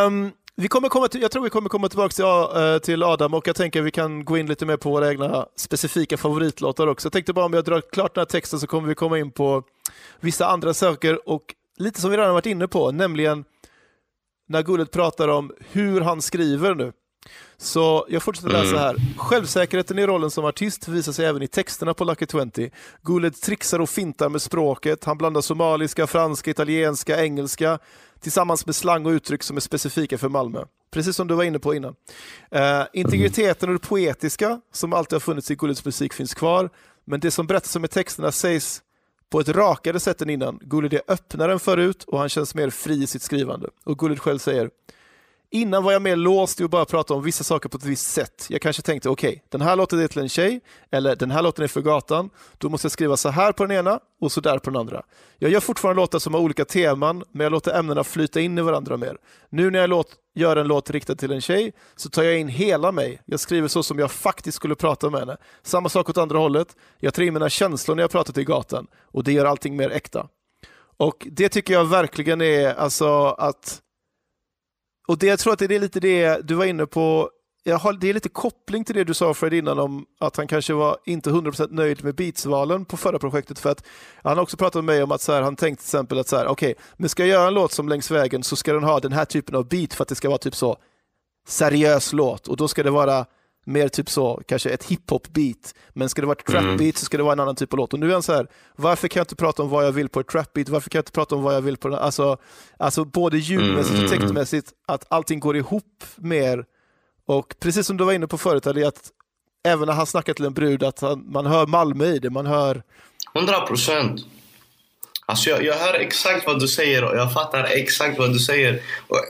Jag tror vi kommer komma tillbaka till Adam, och jag tänker att vi kan gå in lite mer på våra egna specifika favoritlåtar också. Jag tänkte bara, om jag drar klart den här texten så kommer vi komma in på vissa andra saker, och lite som vi redan varit inne på, nämligen när Gullet pratar om hur han skriver nu. Så jag fortsätter läsa här. Självsäkerheten i rollen som artist visar sig även i texterna på Lucky 20. Gullet trixar och fintar med språket. Han blandar somaliska, franska, italienska, engelska tillsammans med slang och uttryck som är specifika för Malmö. Precis som du var inne på innan. Integriteten och det poetiska som alltid har funnits i Gullets musik finns kvar. Men det som berättas om i texterna sägs på ett rakare sätt än innan. Gullet är öppnare än förut och han känns mer fri i sitt skrivande. Och Gullet själv säger: innan var jag mer låst i att bara prata om vissa saker på ett visst sätt. Jag kanske tänkte, okej, den här låten är till en tjej, eller den här låten är för gatan. Då måste jag skriva så här på den ena och så där på den andra. Jag gör fortfarande låtar som har olika teman, men jag låter ämnena flyta in i varandra mer. Nu när jag gör en låt riktad till en tjej så tar jag in hela mig. Jag skriver så som jag faktiskt skulle prata med henne. Samma sak åt andra hållet. Jag tar in mina känslor när jag pratar till gatan, och det gör allting mer äkta. Och det tycker jag verkligen är alltså att... Och det, jag tror att det är lite det du var inne på. Det är lite koppling till det du sa Fred innan om att han kanske var inte 100% nöjd med beatsvalen på förra projektet, för att han har också pratat med mig om att så här, han tänkte till exempel att så här, okej, men ska jag göra en låt som längs vägen så ska den ha den här typen av beat för att det ska vara typ så seriös låt, och då ska det vara mer typ så, kanske ett hiphop-beat, men ska det vara ett trap-beat så ska det vara en annan typ av låt. Och nu är han så här, varför kan jag inte prata om vad jag vill på ett trap-beat? Varför kan jag inte prata om vad jag vill på den? Alltså både ljudmässigt och textmässigt, att allting går ihop mer. Och precis som du var inne på förut, är att även när han snackar till en brud, att man hör Malmö i det, man hör... 100%. Alltså jag hör exakt vad du säger och jag fattar exakt vad du säger.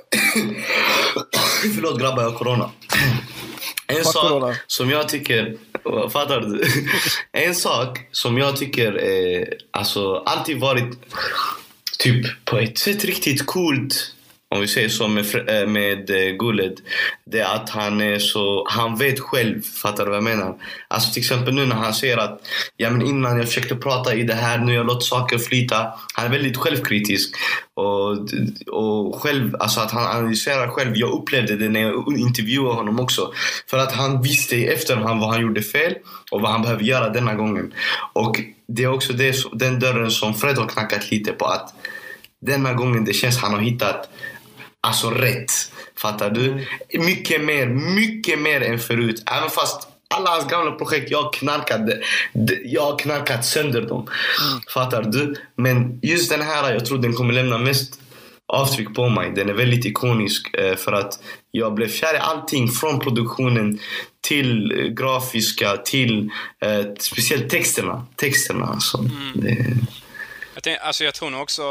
Förlåt grabbar, jag har corona. En sak som jag tycker, fattar du? En sak som jag tycker alltså alltid varit typ på ett sätt riktigt coolt, om vi säger så, med Gullet, det är att han vet själv, fattar du vad jag menar? Alltså till exempel nu när han säger att men innan jag försökte prata i det här, nu jag låter saker flyta. Han är väldigt självkritisk och själv, alltså att han analyserar själv. Jag upplevde det när jag intervjuade honom också, för att han visste i efterhand vad han gjorde fel och vad han behöver göra denna gången. Och det är också den dörren som Fred har knackat lite på, att denna gången det känns han har hittat alltså rätt. Fattar du? Mycket mer än förut. Även fast alla hans gamla projekt, jag har knarkat sönder dem. Fattar du? Men just den här, jag tror den kommer lämna mest avtryck på mig. Den är väldigt ikonisk för att jag blev kär i allting från produktionen till grafiska till speciellt texterna alltså. Jag tror nog också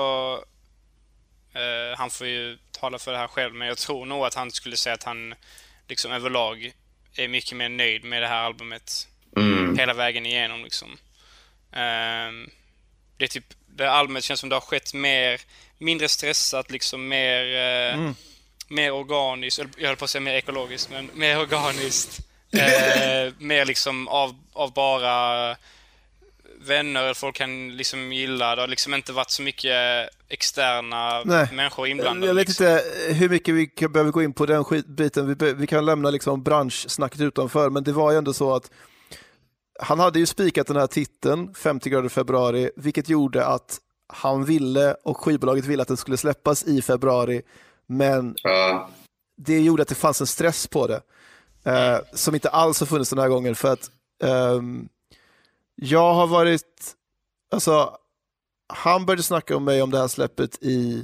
han får ju tala för det här själv, men jag tror nog att han skulle säga att han liksom överlag är mycket mer nöjd med det här albumet hela vägen igenom liksom. Det är typ, det albumet känns som det har skett mindre stressat liksom, mer organiskt, jag höll på att säga mer ekologiskt, men mer organiskt. Mer liksom av bara vänner, folk kan liksom gilla. Det har liksom inte varit så mycket externa människor inblandade. Jag vet inte hur mycket vi behöver gå in på den biten. Vi kan lämna liksom branschsnacket utanför, men det var ju ändå så att han hade ju spikat den här titeln 50 grader februari, vilket gjorde att han ville och skivbolaget ville att den skulle släppas i februari, men det gjorde att det fanns en stress på det som inte alls har funnits den här gången, för att jag har varit, alltså han började snacka om mig om det här släppet i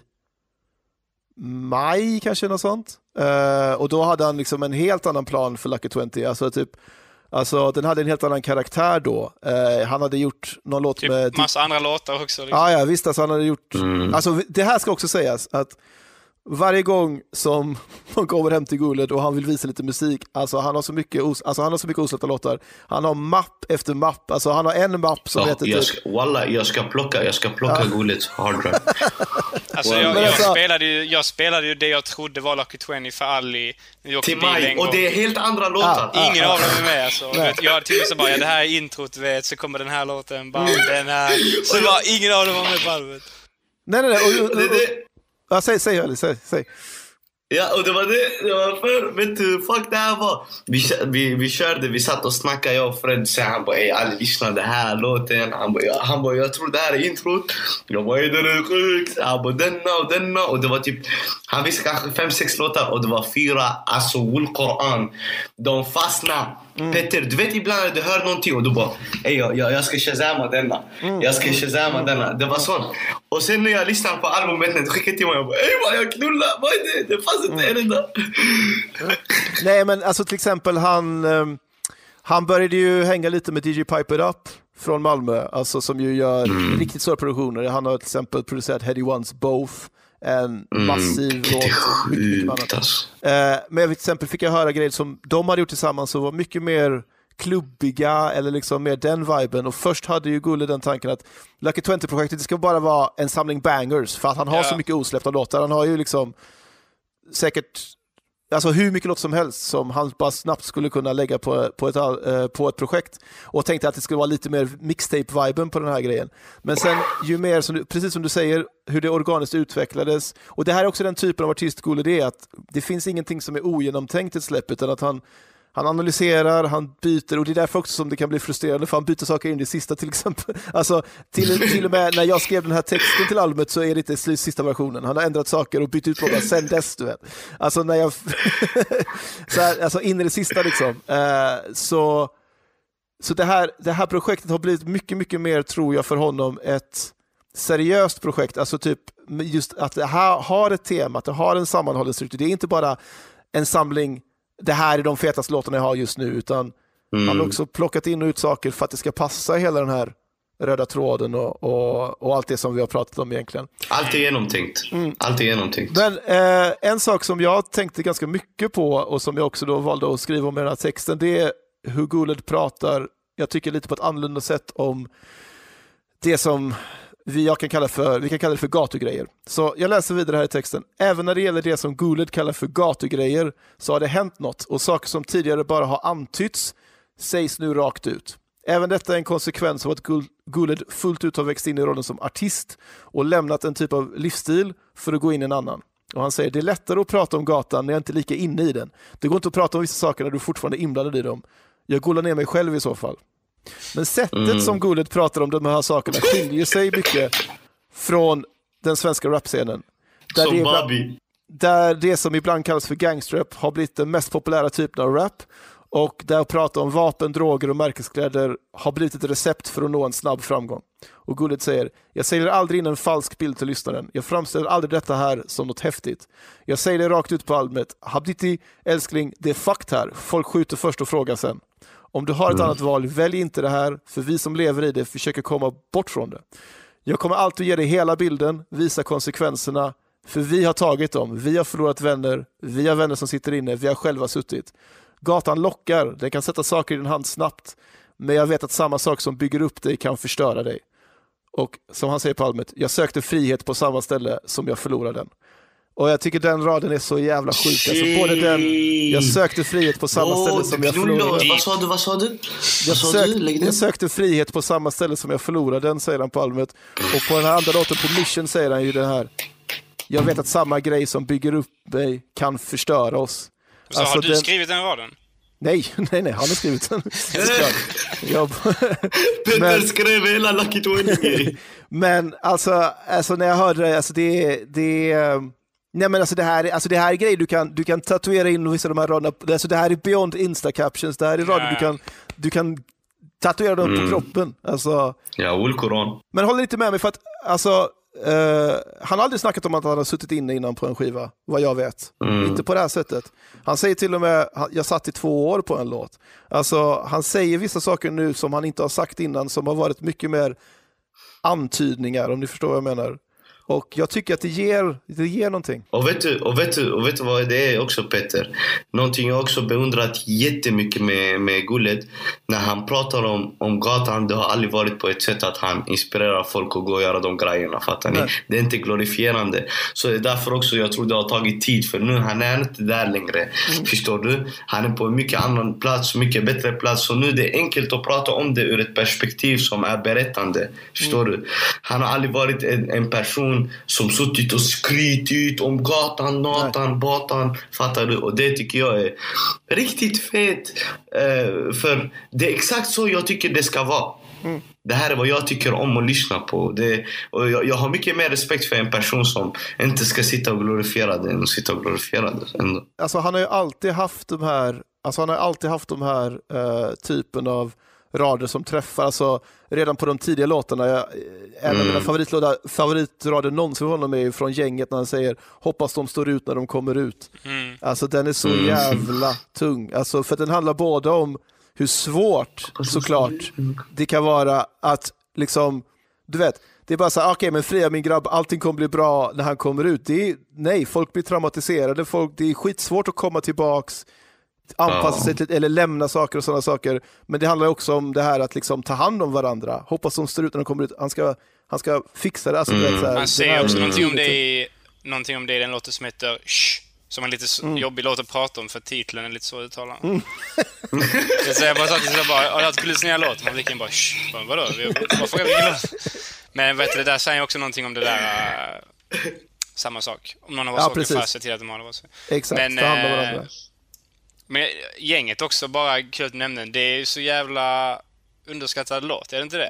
maj kanske, något sånt, och då hade han liksom en helt annan plan för Lucky 20, alltså den hade en helt annan karaktär då. Han hade gjort någon låt typ med massa andra låtar också liksom. Ja, visst, alltså han hade gjort alltså det här ska också sägas att varje gång som man kommer hem till Guled och han vill visa lite musik, alltså han har så mycket osläppta låtar. Han har mapp efter mapp. Alltså han har en mapp som heter jag ska plocka Guleds hard drive. Alltså jag spelade ju det jag trodde var Lucky 20 för Ali till mig, och det är helt andra låtar. Ingen av dem är med alltså. Jag tyckte så bara, det här är introt, vet, så kommer den här låten, bara den här. Så bara ingen av dem var med på albumet. Nej. Ja, säg. Ja, och det var för, vet du, fuck det här var. Vi körde, vi satt och snackade, jag och Fred, så han bara, alla lyssnar det här låten. Han bara, jag tror det här är introt. Jag bara, den är sjukt. Han bara, denna. Och det var typ, han visste kanske 5-6 låtar, och det var 4, alltså Wul-Quran. De fastnade. Peter, du vet ibland när du hör någonting och du bara, jag ska shazama denna. Det var sånt. Och sen när jag lyssnade på albumet, när du skickade till mig, jag bara, jag knullar, vad är det? Det fanns inte en enda. Nej, men alltså till exempel han började ju hänga lite med DJ Pipe It Up från Malmö, alltså som ju gör riktigt stora produktioner. Han har till exempel producerat Heady Ones Both, en massiv låt. Men till exempel fick jag höra grejer som de hade gjort tillsammans som var mycket mer klubbiga, eller liksom mer den viben. Och först hade ju Gulle den tanken att Lucky 20-projektet ska bara vara en samling bangers, för att han har så mycket osläppta låtar. Han har ju liksom säkert alltså hur mycket låt som helst som han bara snabbt skulle kunna lägga på ett projekt, och tänkte att det skulle vara lite mer mixtape-viben på den här grejen. Men sen ju mer, precis som du säger, hur det organiskt utvecklades, och det här är också den typen av artistskola, det är att det finns ingenting som är ogenomtänkt i ett släpp, utan att han analyserar, han byter, och det är därför också som det kan bli frustrerande, för han byter saker in i sista till exempel. Alltså till och med när jag skrev den här texten till albumet så är det inte sista versionen. Han har ändrat saker och bytt ut låtar sen dess, du vet. Alltså när jag så här, alltså in i det sista liksom. Så det här projektet har blivit mycket, mycket mer, tror jag, för honom ett seriöst projekt. Alltså typ just att det här har ett tema, att det har en sammanhållen struktur. Det är inte bara en samling, det här är de fetaste låtarna jag har just nu, utan han har också plockat in och ut saker för att det ska passa hela den här röda tråden och allt det som vi har pratat om egentligen. Allt är genomtänkt. Men en sak som jag tänkte ganska mycket på, och som jag också då valde att skriva om i den här texten, det är hur Guled pratar, jag tycker lite på ett annorlunda sätt, om det som vi kan kalla det för gatugrejer. Så jag läser vidare här i texten. Även när det gäller det som Guled kallar för gatugrejer så har det hänt något, och saker som tidigare bara har antytts sägs nu rakt ut. Även detta är en konsekvens av att Guled fullt ut har växt in i rollen som artist och lämnat en typ av livsstil för att gå in i en annan. Och han säger, det är lättare att prata om gatan när jag inte är lika inne i den. Det går inte att prata om vissa saker när du fortfarande är inblandad i dem. Jag gullar ner mig själv i så fall. Men sättet som Guled pratar om de här sakerna skiljer sig mycket från den svenska rapscenen. Som Bobby. där det som ibland kallas för gangstrap har blivit den mest populära typen av rap, och där att prata om vapen, droger och märkeskläder har blivit ett recept för att nå en snabb framgång. Och Gullet säger: jag säljer aldrig in en falsk bild till lyssnaren. Jag framställer aldrig detta här som något häftigt. Jag säger det rakt ut på albumet. Habditi, älskling, det är fakt här. Folk skjuter först och frågar sen. Om du har ett annat val, välj inte det här, för vi som lever i det försöker komma bort från det. Jag kommer alltid ge dig hela bilden, visa konsekvenserna, för vi har tagit dem. Vi har förlorat vänner, vi har vänner som sitter inne, vi har själva suttit. Gatan lockar, den kan sätta saker i din hand snabbt, men jag vet att samma sak som bygger upp dig kan förstöra dig. Och som han säger på albumet, jag sökte frihet på samma ställe som jag förlorade den. Och jag tycker den raden är så jävla sjuk. Alltså både den, jag sökte frihet på samma ställe som jag förlorade den. Vad sa du? Jag sökte frihet på samma ställe som jag förlorade den, säger han på albumet. Och på den här andra låten, på Mission, säger han ju det här: jag vet att samma grej som bygger upp mig kan förstöra oss. Så alltså, har du skrivit den raden? Nej, han har skrivit den. Peter skrev hela Lucky 20. Men alltså när jag hörde det, alltså nej, men alltså det här är grejer du kan tatuera in vissa av de här raderna. Alltså det här är beyond Insta-captions. Det här är rader du kan tatuera dem på kroppen. Alltså, Koran. Men håll inte med mig, för att alltså, han har aldrig snackat om att han har suttit inne innan på en skiva, vad jag vet. Inte på det här sättet. Han säger till och med, jag satt i 2 år på en låt. Alltså, han säger vissa saker nu som han inte har sagt innan, som har varit mycket mer antydningar, om ni förstår vad jag menar. Och jag tycker att det ger någonting. Och vet du vad det är också, Peter? Någonting jag också beundrat jättemycket med Gullet. När han pratar om gatan, det har aldrig varit på ett sätt att han inspirerar folk att gå och göra de grejerna, fattar ni? Det är inte glorifierande. Så det är därför också jag tror det har tagit tid. För nu han är inte där längre. Förstår du? Han är på en mycket annan plats, mycket bättre plats. Så nu det är enkelt att prata om det ur ett perspektiv som är berättande. Förstår du? Han har aldrig varit en person som suttit och skrytit om gatan, natan, batan, fattar du? Och det tycker jag är riktigt fet, för det är exakt så jag tycker det ska vara. Det här är vad jag tycker om att lyssna på det, och jag har mycket mer respekt för en person som inte ska sitta och glorifiera det än att sitta och glorifiera det ändå. Alltså han har ju alltid haft de här typen av rader som träffar, alltså redan på de tidiga låtarna. En av mina favoritrader någonsin för honom är från Gänget, när han säger: hoppas de står ut när de kommer ut. Alltså den är så jävla tung, alltså, för att den handlar både om hur svårt, såklart, det kan vara att liksom, du vet, det är bara så här: okej, men fria min grabb, allting kommer bli bra när han kommer ut. Nej, folk blir traumatiserade, det är skitsvårt att komma tillbaks, anpassa sig till, eller lämna saker och sådana saker. Men det handlar också om det här att liksom ta hand om varandra. Hoppas de står ut när de kommer ut. Han ska fixa det. Alltså, han säger också någonting om det i den låten som heter Shh, som är lite jobbig låt att prata om, för titeln är lite så uttalad. Så jag bara satt och bara, jag skulle snälla låt, man vilken bara Shh, vadå? Varför vilken låt? Men vet du, det där säger också någonting om det där, samma sak. Om någon har varit saker för sig till att de har varit så. Exakt, men, ta hand om varandra. Men Gänget också, bara kul att nämna, det är så jävla underskattad låt, är det inte det?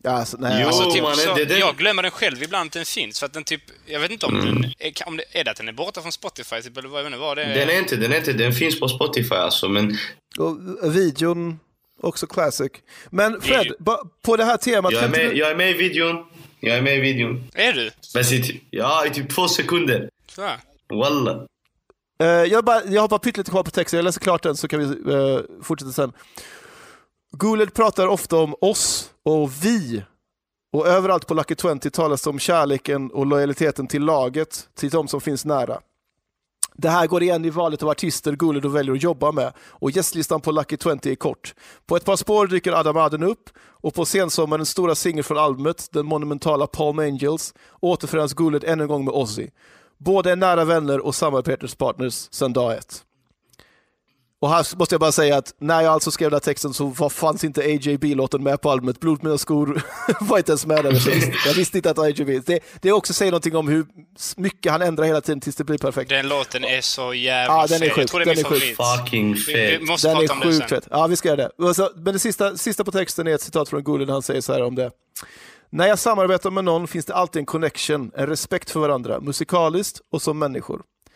Jag glömmer den själv ibland att den finns, för att den typ, jag vet inte om den är det att den är borta från Spotify typ, eller vad det är. Den är inte, den finns på Spotify alltså, men och videon också classic. Men Fred, på det här temat, jag är med i videon. Är du? Ja, i typ 2 sekunder. Så. Wallah. Jag har bara pyttelite kvar på texten. Jag läser klart den så kan vi fortsätta sen. Gullet pratar ofta om oss och vi. Och överallt på Lucky 20 talas det om kärleken och lojaliteten till laget, till de som finns nära. Det här går igen i valet av artister Gullet väljer att jobba med. Och gästlistan på Lucky 20 är kort. På ett par spår dyker Adam Aden upp. Och på sensommarens stora singel från albumet, den monumentala Palm Angels, återförenas Gullet än en gång med Ozzy. Båda är nära vänner och samarbetspartners sedan dag 1. Och här måste jag bara säga att när jag alltså skrev den här texten så fanns inte AJB-låten med på albumet. Blod på mina skor var inte ens med där. Jag visste inte att det var AJB. Det också säger någonting om hur mycket han ändrar hela tiden tills det blir perfekt. Den låten är så jävla den är sjuk. Jag tror det är min favorit. Fucking fet. Vi måste prata om det sen. Fet. Ja, vi ska göra det. Men det sista på texten är ett citat från Gullet. Han säger så här om det: när jag samarbetar med någon finns det alltid en connection, en respekt för varandra, musikaliskt och som människor.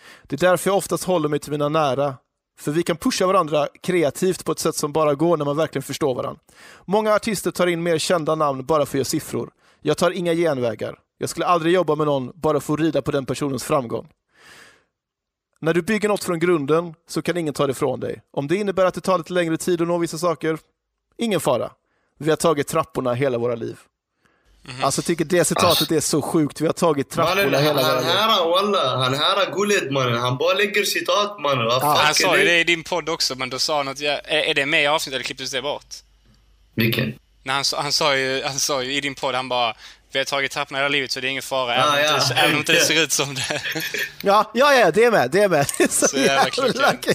Det är därför jag oftast håller mig till mina nära. För vi kan pusha varandra kreativt på ett sätt som bara går när man verkligen förstår varandra. Många artister tar in mer kända namn bara för att göra siffror. Jag tar inga genvägar. Jag skulle aldrig jobba med någon bara för att rida på den personens framgång. När du bygger något från grunden så kan ingen ta det från dig. Om det innebär att det tar lite längre tid att nå vissa saker, ingen fara. Vi har tagit trapporna hela våra liv. Alltså jag tycker det citatet är så sjukt. Vi har tagit trapporna hela våra liv. Han här Guled, mannen. Han bara lägger citat, mannen. Han sa ju det i din podd också, men då sa han att är det med i avsnittet eller klipptes det bort? Vilken? Nej, han sa ju i din podd, han bara, vi har tagit trapporna hela livet så det är ingen fara, även om inte det ser ut som det. Ja, det är med. Det är med. Så jävla klockan.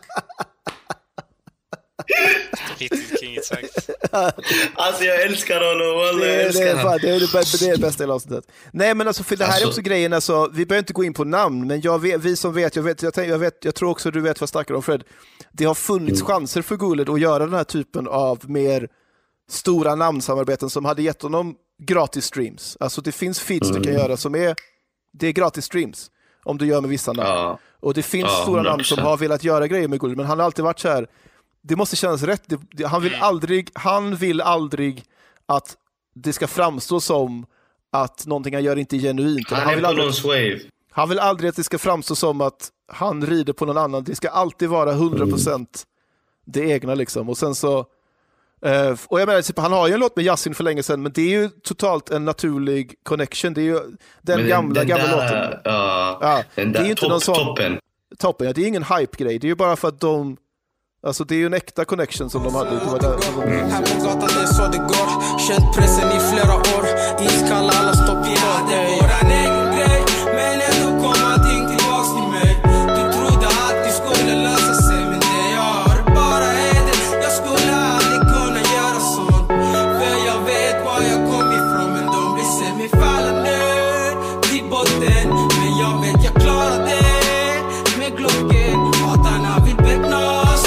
Riktigt kinget sagt. Alltså jag älskar honom. Det är det bästa i avsnittet. Nej, men alltså, för det här är också grejen. Alltså, vi behöver inte gå in på namn, men jag tror också du vet vad snackar om, Fred. Det har funnits chanser för Guled att göra den här typen av mer stora namnsamarbeten som hade gett honom gratis streams. Alltså det finns feeds du kan göra som det är gratis streams om du gör med vissa namn. Och det finns stora namn som har velat göra grejer med Guled, men han har alltid varit så här. Det måste kännas rätt. Han vill aldrig att det ska framstå som att någonting han gör inte är genuint. Han vill aldrig att det ska framstå som att han rider på någon annan. Det ska alltid vara 100% det egna liksom. Och sen så och jag menar, typ, han har ju en låt med Yasin för länge sedan, men det är ju totalt en naturlig connection. Det är ju den gamla låten. Den det är ju inte någon sån toppen. Ja, det är ingen hype-grej. Det är ju bara för att alltså det är ju en äkta connection som de hade. Det var där, här på gatan det är så det går. Känt pressen i flera år. Iskalla alla stopp i det. Våran egen grej. Men ändå kom allting tillbaks till mig. Du trodde att det skulle lösa sig, men det gör bara är det. Jag skulle aldrig kunna göra sånt. För jag vet var jag kom ifrån. Men de blir se mig falla ner till botten. Men jag vet jag klarar det. Med glocken. Hatarna vill beckna.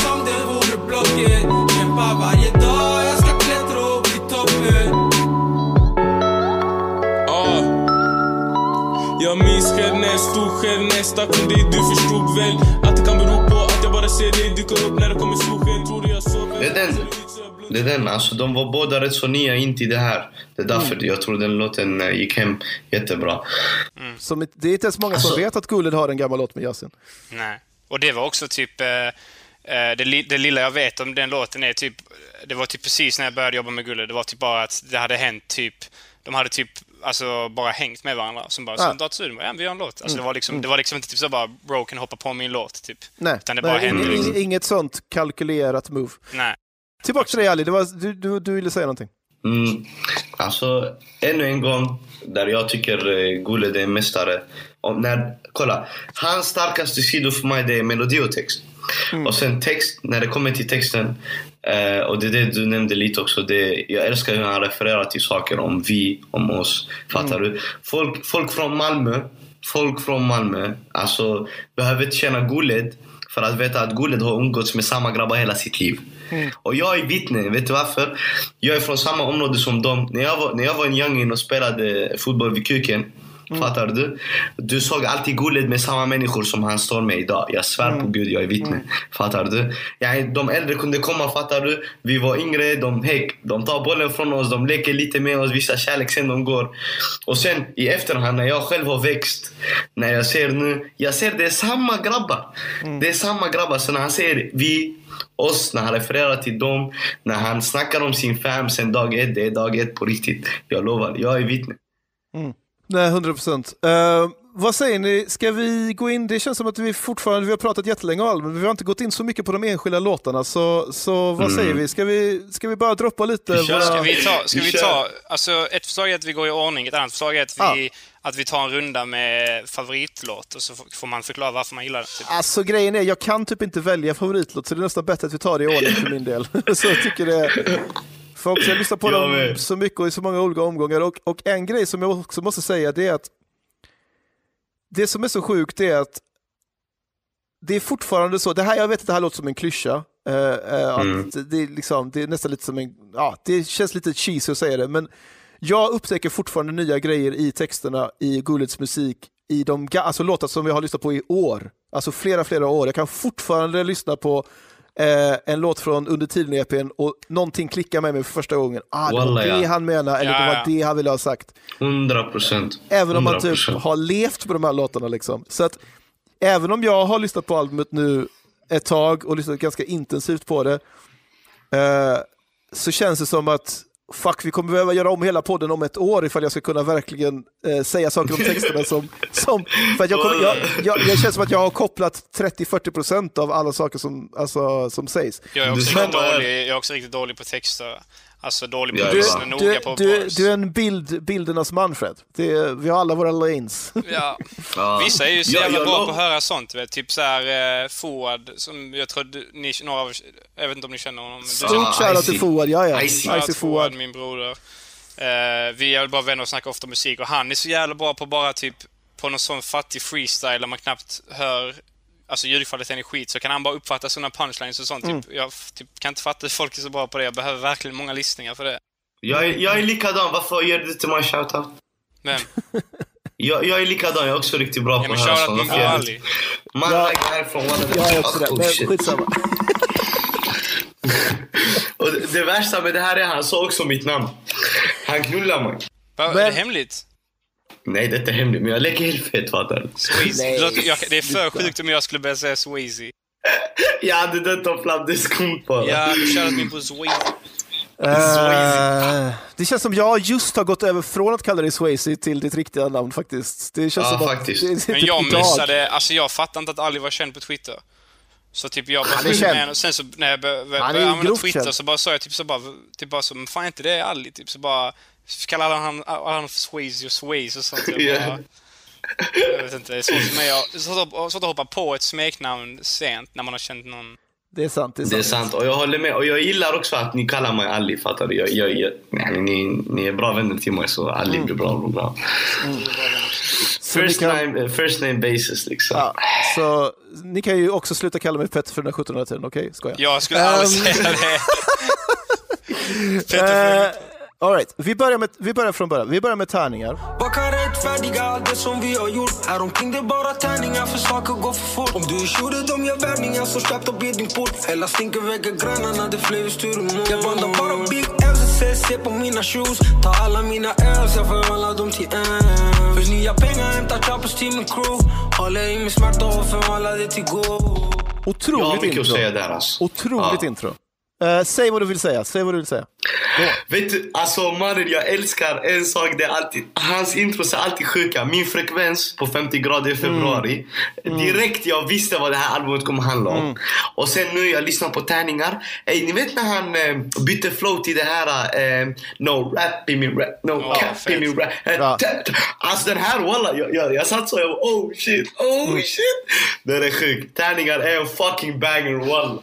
Kämpa varje dag, jag ska klättra upp i toppen. Jag minns själv när jag stod själv, när jag stack från dig. Du förstod väl att det kan bero på att jag bara ser dig dyka upp när det kommer solsken. Tror du jag såg det är den, alltså de var båda rätt så nya in till det här. Det är därför jag tror den låten gick hem jättebra. Som, det är inte ens många som vet att Guled har en gammal låt med Yasin. Nej, och det var också typ det lilla jag vet om den låten är typ, det var typ precis när jag började jobba med Guled. Det var typ bara att det hade hänt typ, de hade typ alltså bara hängt med varandra som bara vi gör en låt. Alltså det var liksom inte typ så bara bro kan hoppa på min låt typ. Nej, utan det bara hände liksom. Inget sånt kalkylerat move. Nej. Tillbaka till dig Ali, du ville säga någonting. Alltså ännu en gång där jag tycker Guled är en mästare. Kolla, hans starkaste sidor för mig det är melodi och text. Och sen text, när det kommer till texten och det är det du nämnde lite också, jag älskar hur han refererar till saker om vi, om oss, fattar du? Folk från Malmö alltså behöver inte känna Guled för att veta att Guled har umgåtts med samma grabbar hela sitt liv. Och jag är vittne, vet du varför? Jag är från samma område som dem. När jag var en youngin och spelade fotboll vid kuken, fattar du? Du såg alltid Guled med samma människor som han står med idag. Jag svär på Gud, jag är vittne. Fattar du? De äldre kunde komma, fattar du? Vi var yngre, de tar bollen från oss, de leker lite med oss, visar kärlek sen de går. Och sen i efterhand när jag själv har växt, när jag ser det är samma grabbar. Det är samma grabbar, så när han säger vi, oss, när han refererar till dem, när han snackar om sin fam sen dag ett, det är dag ett på riktigt. Jag lovar, jag är vittne. Nej, 100%. Vad säger ni? Ska vi gå in? Det känns som att vi har pratat jättelänge om albumet. Vi har inte gått in så mycket på de enskilda låtarna. Så vad säger vi? Ska vi bara droppa lite? Ska vi ta alltså ett förslag är att vi går i ordning. Ett annat förslag är att vi tar en runda med favoritlåt och så får man förklara varför man gillar det. Typ. Alltså grejen är, jag kan typ inte välja favoritlåt, så det är nästan bättre att vi tar det i ordning för min del. Så jag tycker det. För också jag lyssnar på dem så mycket och i så många olika omgångar. Och en grej som jag också måste säga, det är att det som är så sjukt är att det är fortfarande så. Det här, jag vet att det här låter som en klyscha. Att det är nästan lite som en... Ja, det känns lite cheesy att säga det. Men jag upptäcker fortfarande nya grejer i texterna, i Guleds musik, i de alltså låtar som vi har lyssnat på i år. Alltså flera år. Jag kan fortfarande lyssna på en låt från under tiden i EPn och någonting klickar med mig för första gången. Det var det han menar, eller det var det han ville ha sagt. 100%. Även om man typ har levt på de här låtarna liksom. Så att även om jag har lyssnat på albumet nu ett tag och lyssnat ganska intensivt på det, så känns det som att vi kommer behöva göra om hela podden om ett år ifall jag ska kunna verkligen säga saker om texterna som för att jag känns som att jag har kopplat 30-40% av alla saker som sägs. Jag är också riktigt dålig på texter. Alltså dålig på lyssna noga på bars. Du är en bildernas man, Fred. Vi har alla våra lanes. Ja. Vissa är ju så jävla bra på att höra sånt. Vet? Typ så här Fouad, som jag tror jag vet inte om ni känner honom. Stort shoutout till Fouad, ja. Icy Fouad, min broder. Vi är bara vänner och snackar ofta musik. Och han är så jävla bra på bara typ på någon sån fattig freestyle där man knappt hör alltså ljudkvaliteten är skit, så kan han bara uppfatta sådana punchlines och sånt. Jag kan inte fatta att folk är så bra på det. Jag behöver verkligen många lyssningar för det. Jag är likadan. Varför gör du till mig shoutout? Vem? Jag är likadan. Jag är också riktigt bra på att höra sånt. Man lägger härifrån. Jag är också det. Men skitsamma. Och det värsta med det här är han sa också mitt namn. Han knullar mig. Är det hemligt? Nej, det är inte hemligt, men jag lägger helt fett, fattar. Det är för sjukt om jag skulle börja säga Swayze. Jag hade den topplat, det är skumt på. Ja, du kör min på Swayze. Det känns som jag just har gått över från att kalla dig Swayze till ditt riktiga namn faktiskt. Det känns som faktiskt. Men jag missade, alltså jag fattar inte att Ali var känd på Twitter. Så typ jag bara och sen så när jag började använda Twitter så bara sa jag typ bara som fan inte det är Ali typ så bara kallar han för Swayze och Swayze och sånt. Jag vet inte, det är svårt för mig att hoppa på ett smeknamn sent när man har känt någon. Det är sant. Det är sant, och jag håller med. Och jag gillar också att ni kallar mig Ali, fattar du? Ni är bra vänner till mig, så Ali blir bra. First name basis liksom. Ja, så ni kan ju också sluta kalla mig Petter för den 1700-tiden, okej? Skojar. Jag skulle aldrig säga det. Petter all right. Vi börjar från början. Vi börjar med tärningar. Vad kan rättfärdiga allt det som vi har gjort? Här omkring det är bara tärningar, för saker går för fort. Om du är tjurig, de gör värvningar, så släpp och blir din port. Hela stinker väger grannarna, det flyger styr emot. Jag bandar bara big L's, se på mina shoes. Ta alla mina L's, jag förvandlar dem till M's. För nya pengar, hämtar trappers till min crew. Håller i min smärta och förvandlar det till go. Otroligt intro. Att säga där, alltså. Otroligt intro. Säg vad du vill säga. Vet du, alltså mannen, jag älskar en sak. Det är alltid, hans intros är alltid sjuka. Min frekvens på 50 grader i februari. Direkt jag visste vad det här albumet kommer handla om. Och sen nu jag lyssnar på tärningar. Ni vet när han bytte flow till det här no rap in min rap, no cap in min rap. Alltså den här, walla, jag satt så, jag var, oh shit. Det är sjukt. Tärningar är en fucking banger, walla.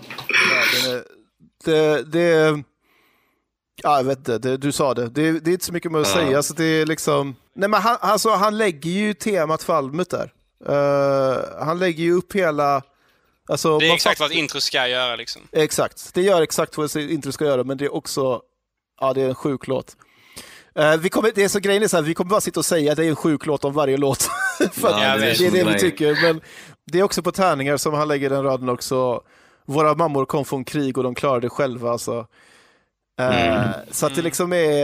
Jag vet inte, du sa det. Det är inte så mycket med att säga. Alltså det är liksom... Nej, men han lägger ju temat för albumet där. Han lägger ju upp hela... Alltså, det är exakt vad ett intro ska göra liksom. Exakt, det gör exakt vad ett intro ska göra. Men det är också... Ja, det är en sjuk låt. Det är så grejen är så här, vi kommer bara sitta och säga att det är en sjuk låt om varje låt. För det är det vi tycker. Men det är också på tärningar som han lägger den raden också. Våra mammor kom från krig och de klarade det själva. Alltså. Så att det liksom är...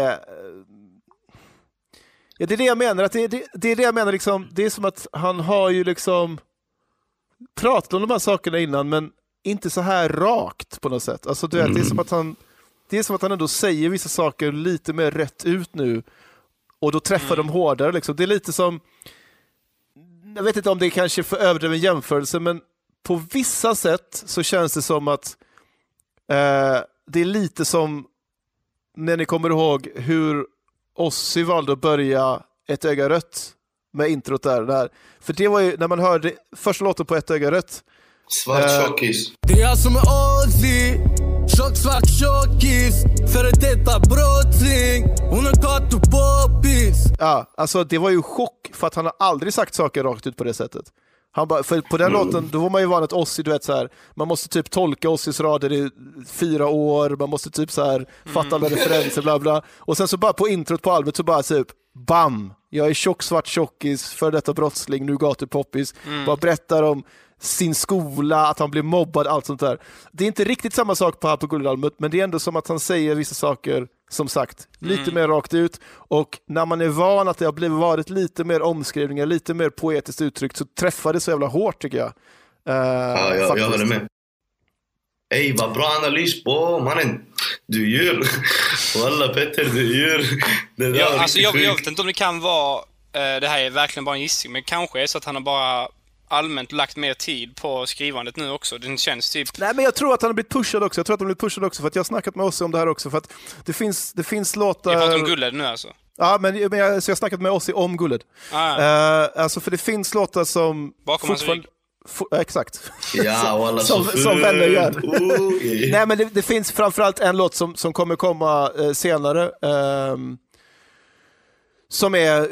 Ja, det är det jag menar. Att det är det jag menar liksom, det är som att han har ju liksom pratat om de här sakerna innan, men inte så här rakt på något sätt. Alltså, det är som att han ändå säger vissa saker lite mer rätt ut nu. Och då träffar de hårdare. Liksom. Det är lite som... Jag vet inte om det är kanske för överdriven jämförelse, men på vissa sätt så känns det som att det är lite som när ni kommer ihåg hur Ozzy valde att börja Ett öga rött med introt där. För det var ju när man hörde första låten på Ett öga rött. Svart tjockis. Det är som Ozzy, svart tjockis, för ett detta brottsling. Hon har katt och poppis. Ja, alltså det var ju chock för att han har aldrig sagt saker rakt ut på det sättet. Han bara, för på den låten, då var man ju van att Ozzy, du vet så här, man måste typ tolka Ozzys rader i 4 år, man måste typ så här fatta alla referenser, bla bla. Och sen så bara på introt på albumet så bara typ bam! Jag är svart tjockis, för detta brottsling, nu gatupoppis. Bara berättar om sin skola, att han blir mobbad, allt sånt där. Det är inte riktigt samma sak på Gullet-albumet, men det är ändå som att han säger vissa saker, som sagt, lite mer rakt ut. Och när man är van att det har varit lite mer omskrivningar, lite mer poetiskt uttryckt, så träffar det så jävla hårt, tycker jag. Jag håller med. Ey, vad bra analys på, mannen. Du gör. Walla Petter, du gör. Jag vet inte om det kan vara, det här är verkligen bara en gissning, men kanske är så att han har bara allmänt lagt mer tid på skrivandet nu också. Den känns typ... Nej, men jag tror att han har blivit pushad också. För att jag har snackat med Ossi om det här också. För att det finns låtar... Jag pratar om Gullet nu alltså. Ja, men jag har snackat med Ossi om Gullet. Alltså, för det finns låtar som... Bakom hans rygg. Exakt. Ja, walla, som vänner gör. Nej, men det finns framförallt en låt som kommer komma senare. Som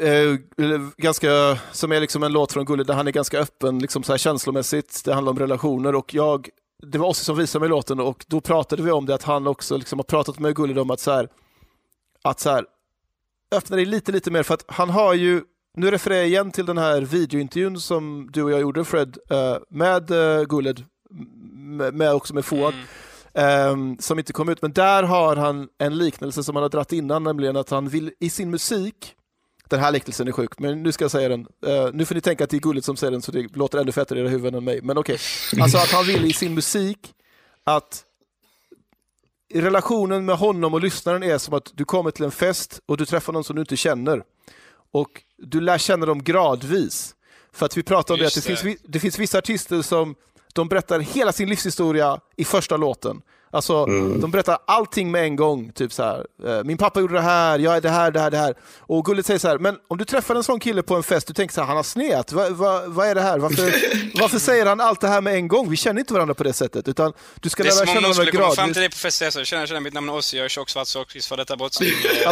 är liksom en låt från Gullet där han är ganska öppen liksom så här känslomässigt. Det handlar om relationer, och det var Ossi som visade mig låten, och då pratade vi om det, att han också liksom har pratat med Gullet om att så här öppna dig lite mer, för att han har ju, nu refererar jag igen till den här videointervjun som du och jag gjorde, Fred, med Gullet, också med Fouad, som inte kom ut, men där har han en liknelse som han har dratt innan, nämligen att han vill i sin musik, den här liknelsen är sjuk, men nu ska jag säga den. Nu får ni tänka att det är Gullet som säger den, så det låter ännu fetare i era huvuden än mig. Men okej. Alltså att han vill i sin musik att relationen med honom och lyssnaren är som att du kommer till en fest och du träffar någon som du inte känner. Och du lär känna dem gradvis. För att vi pratar om det, att det finns vissa artister som de berättar hela sin livshistoria i första låten. Alltså, de berättar allting med en gång. Typ så här, min pappa gjorde det här, jag är det här. Och Gullet säger så här, men om du träffar en sån kille på en fest, du tänker så här, han har snett. Vad är det här? Varför säger han allt det här med en gång? Vi känner inte varandra på det sättet. Utan du ska lära känna varandra gradvis. Det är som om någon skulle komma fram till dig på fest och säga, känner mitt namn är Ossi, jag är tjock, svart, för detta brottsling.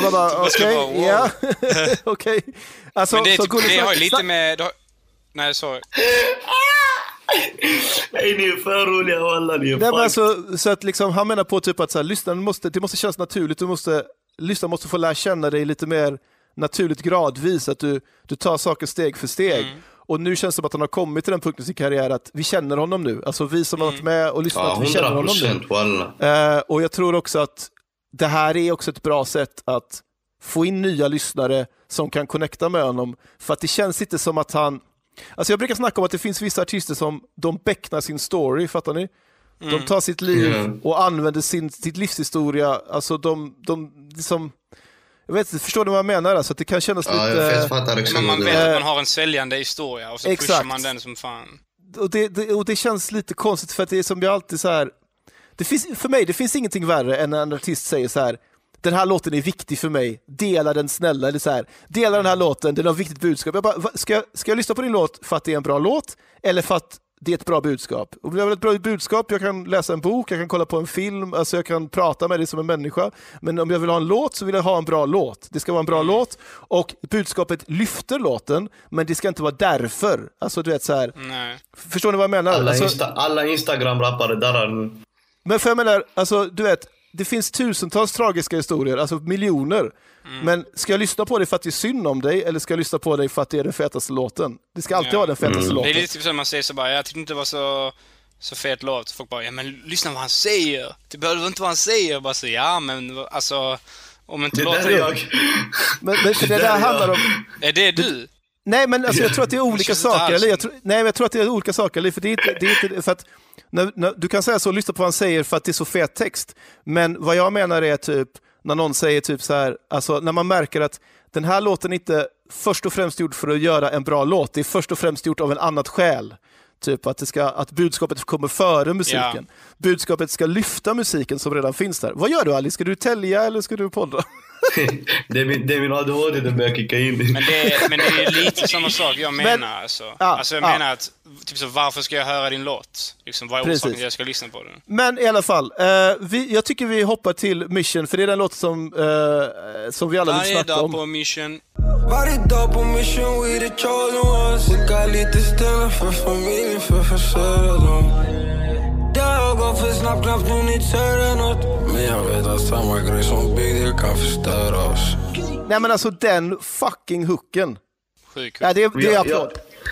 Okej. Alltså, men det har ju lite med... Nej, sorry. Nej, ni är för roliga, alla ni är fan. Alltså, så att liksom, han menar på typ att så här, det måste kännas naturligt. Lyssnaren måste få lära känna dig lite mer naturligt gradvis. Att du tar saker steg för steg. Och nu känns det som att han har kommit till den punkten i sin karriär att vi känner honom nu. Alltså vi som har varit med och lyssnat, vi känner honom nu. Och jag tror också att det här är också ett bra sätt att få in nya lyssnare som kan connecta med honom. För att det känns inte som att han... Alltså jag brukar snacka om att det finns vissa artister som de becknar sin story, fattar ni? De tar sitt liv och använder sitt livshistoria. Alltså de liksom... Jag vet inte, förstår du vad jag menar? Alltså att det kan kännas lite... Man vet att man har en säljande historia och så pushar man den som fan. Och det känns lite konstigt, för att det är som jag alltid så här... För mig, det finns ingenting värre än när en artist säger så här: den här låten är viktig för mig, dela den snälla, eller så här, dela den här låten, den har ett viktigt budskap. Jag bara, ska jag lyssna på din låt för att det är en bra låt, eller för att det är ett bra budskap? Om jag vill ha ett bra budskap, jag kan läsa en bok, jag kan kolla på en film, alltså jag kan prata med dig som en människa. Men om jag vill ha en låt, så vill jag ha en bra låt. Det ska vara en bra låt, och budskapet lyfter låten, men det ska inte vara därför. Alltså du vet så här. Nej. Förstår ni vad jag menar? Alla Instagram-rappare där. Men för jag menar, alltså du vet, det finns tusentals tragiska historier, alltså miljoner. Men ska jag lyssna på dig för att det är synd om dig, eller ska jag lyssna på dig för att det är den fetaste låten? Det ska alltid vara den fetaste låten. Det är lite typ som man säger så bara, jag tyckte inte det var så fet låt. Folk bara, ja men lyssna vad han säger. Det behöver inte vad han säger. Bara så, ja men alltså, om inte låter jag. Men för det där handlar om... Är det du? Nej, men alltså, jag tror att det är olika saker. Jag tror att det är olika saker. För det är inte för att när du kan säga så, lyssna på vad han säger för att det är så fet text. Men vad jag menar är typ när någon säger typ så här, alltså när man märker att den här låten inte först och främst gjord för att göra en bra låt, det är först och främst gjort av en annat skäl. Typ att budskapet kommer före musiken. Ja. Budskapet ska lyfta musiken som redan finns där. Vad gör du, Ali? Ska du tälja eller ska du podda? det är min ADHD, det börjar kicka in. Men det är lite samma sak jag menar. Jag menar att typ så, varför ska jag höra din låt? Liksom, vad är orsaken till att jag ska lyssna på den? Men i alla fall, jag tycker vi hoppar till Mission, för det är den låt som vi alla vill snacka om. Varje dag på Mission. Varje dag på Mission, we the chosen ones. Skicka lite ställa för familjen, för försörja dem. Det har gått för snabbt, knappt hunnit säga något. Men jag vet att samma grej som byggde kan förstöra oss. Nej men alltså den fucking hooken. Sjuk. Ja, det är applåd.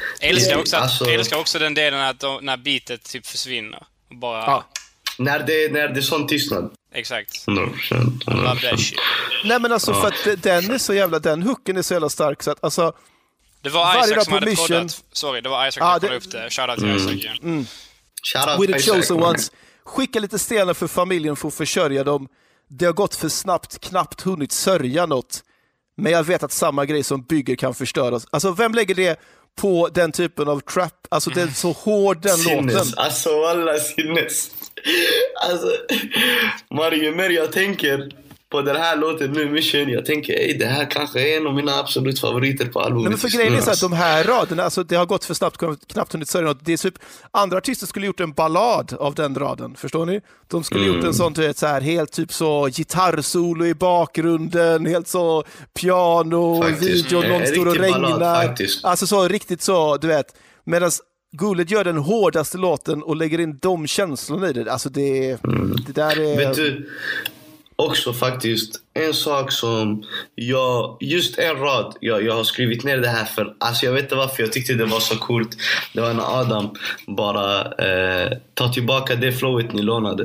Älskar också den delen när beatet typ försvinner. Och bara... Ja. När det är sån tystnad. Exakt. 100%. Love that shit. Nej men alltså för att den hooken är så jävla stark så att alltså... Det var Isaac som hade mission... poddat. Sorry, det var Isaac som kollade upp det. Shoutout till Isaac igen. Shoutout With the Isaac. chosen ones. Skicka lite stenar för familjen för att försörja dem. Det har gått för snabbt, knappt hunnit sörja något. Men jag vet att samma grej som bygger kan förstöras. Alltså vem lägger det på den typen av trap? Alltså det är så hård den låten. Alltså alla sinnes. Alltså Mario mer jag tänker på den här låten nu Mission. Jag tänker det här kanske är en av mina absolut favoriter på albumet. Nej, men för grejen är så att de här raderna, alltså det har gått för snabbt, knappt hunnit sörja något. Det är typ, andra artister skulle gjort en ballad av den raden, förstår ni? De skulle gjort en sån, så här, helt typ så gitarrsolo i bakgrunden, helt så piano, video, någon står och regnar. Alltså så riktigt så, du vet. Medan Guled gör den hårdaste låten och lägger in de känslorna i det. Alltså det där är... Vet du, också faktiskt en sak som just en rad jag har skrivit ner det här för, alltså jag vet inte varför jag tyckte det var så coolt. Det var när Adam bara ta tillbaka det flowet ni lånade.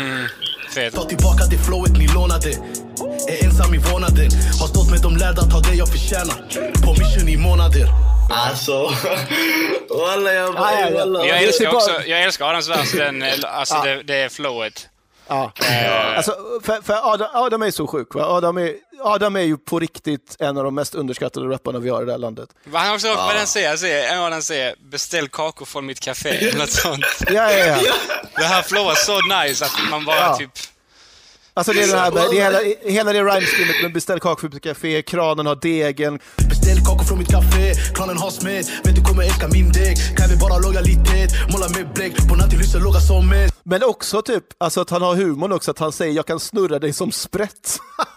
Ta tillbaka det flowet ni lånade. Är ensam i vånaden. Har stått med de lärda, ta det jag förtjänar. På mission i månader. Alltså walla Jag älskar Adams vers, det är flowet. Ja. Alltså, för Adam är så sjuk, va? Adam är ju på riktigt en av de mest underskattade rapparna vi har i det här landet. Vad han också vad den säger, beställ kakor från mitt café eller något sånt. Ja. Det här flowar så nice att man bara typ... Alltså det är det här med, hela det rhymeskinnet med beställ kakor från mitt café, kranen har degen. Beställ kakor från mitt café, kranen har smet. Vet du kommer älska min deg. Kan vi bara lojalitet, måla med bläck. På natten lyser låga som med. Men också typ, alltså att han har humorn också, att han säger jag kan snurra dig som sprätt.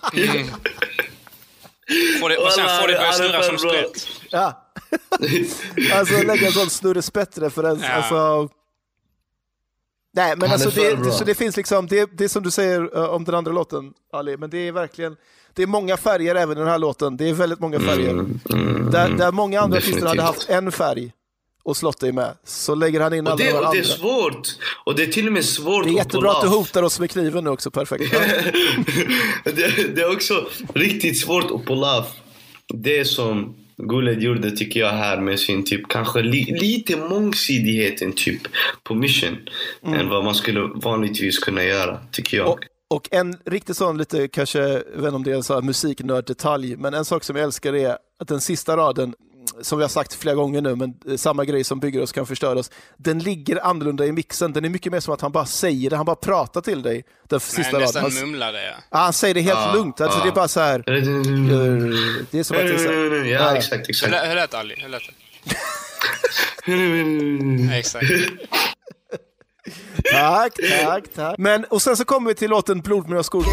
Och sen får det börja snurra som sprätt. Ja. Alltså lägga en sån snurrespett-referens. Ja. Alltså... Nej, men alltså det finns liksom, det är som du säger om den andra låten, Ali, men det är verkligen, det är många färger även i den här låten. Det är väldigt många färger. Där många andra artister hade haft en färg och slått dig med, så lägger han in alla de andra. Det är svårt. Och det är till och med svårt. Det är jättebra att du hotar oss med kniven nu också, perfekt. Det är också riktigt svårt att pull off. Det som Guled gjorde tycker jag här med sin typ kanske lite mångsidigheten typ på mission än vad man skulle vanligtvis kunna göra, tycker jag. Och en riktigt sån lite, kanske, jag vet inte om det är en sån musiknörddetalj, men en sak som jag älskar är att den sista raden, som vi har sagt flera gånger nu, men samma grej som bygger oss kan förstöra oss, den ligger annorlunda i mixen. Den är mycket mer som att han bara säger det, han bara pratar till dig. Den sista raden. Han mumlar det, ja. Han säger det helt lugnt, alltså det är bara så här. Det är som att det är så här. Ja, exakt. Hur lät Ali? Hur lät det? Exakt. Tack. Men, och sen så kommer vi till låten Blod med skog.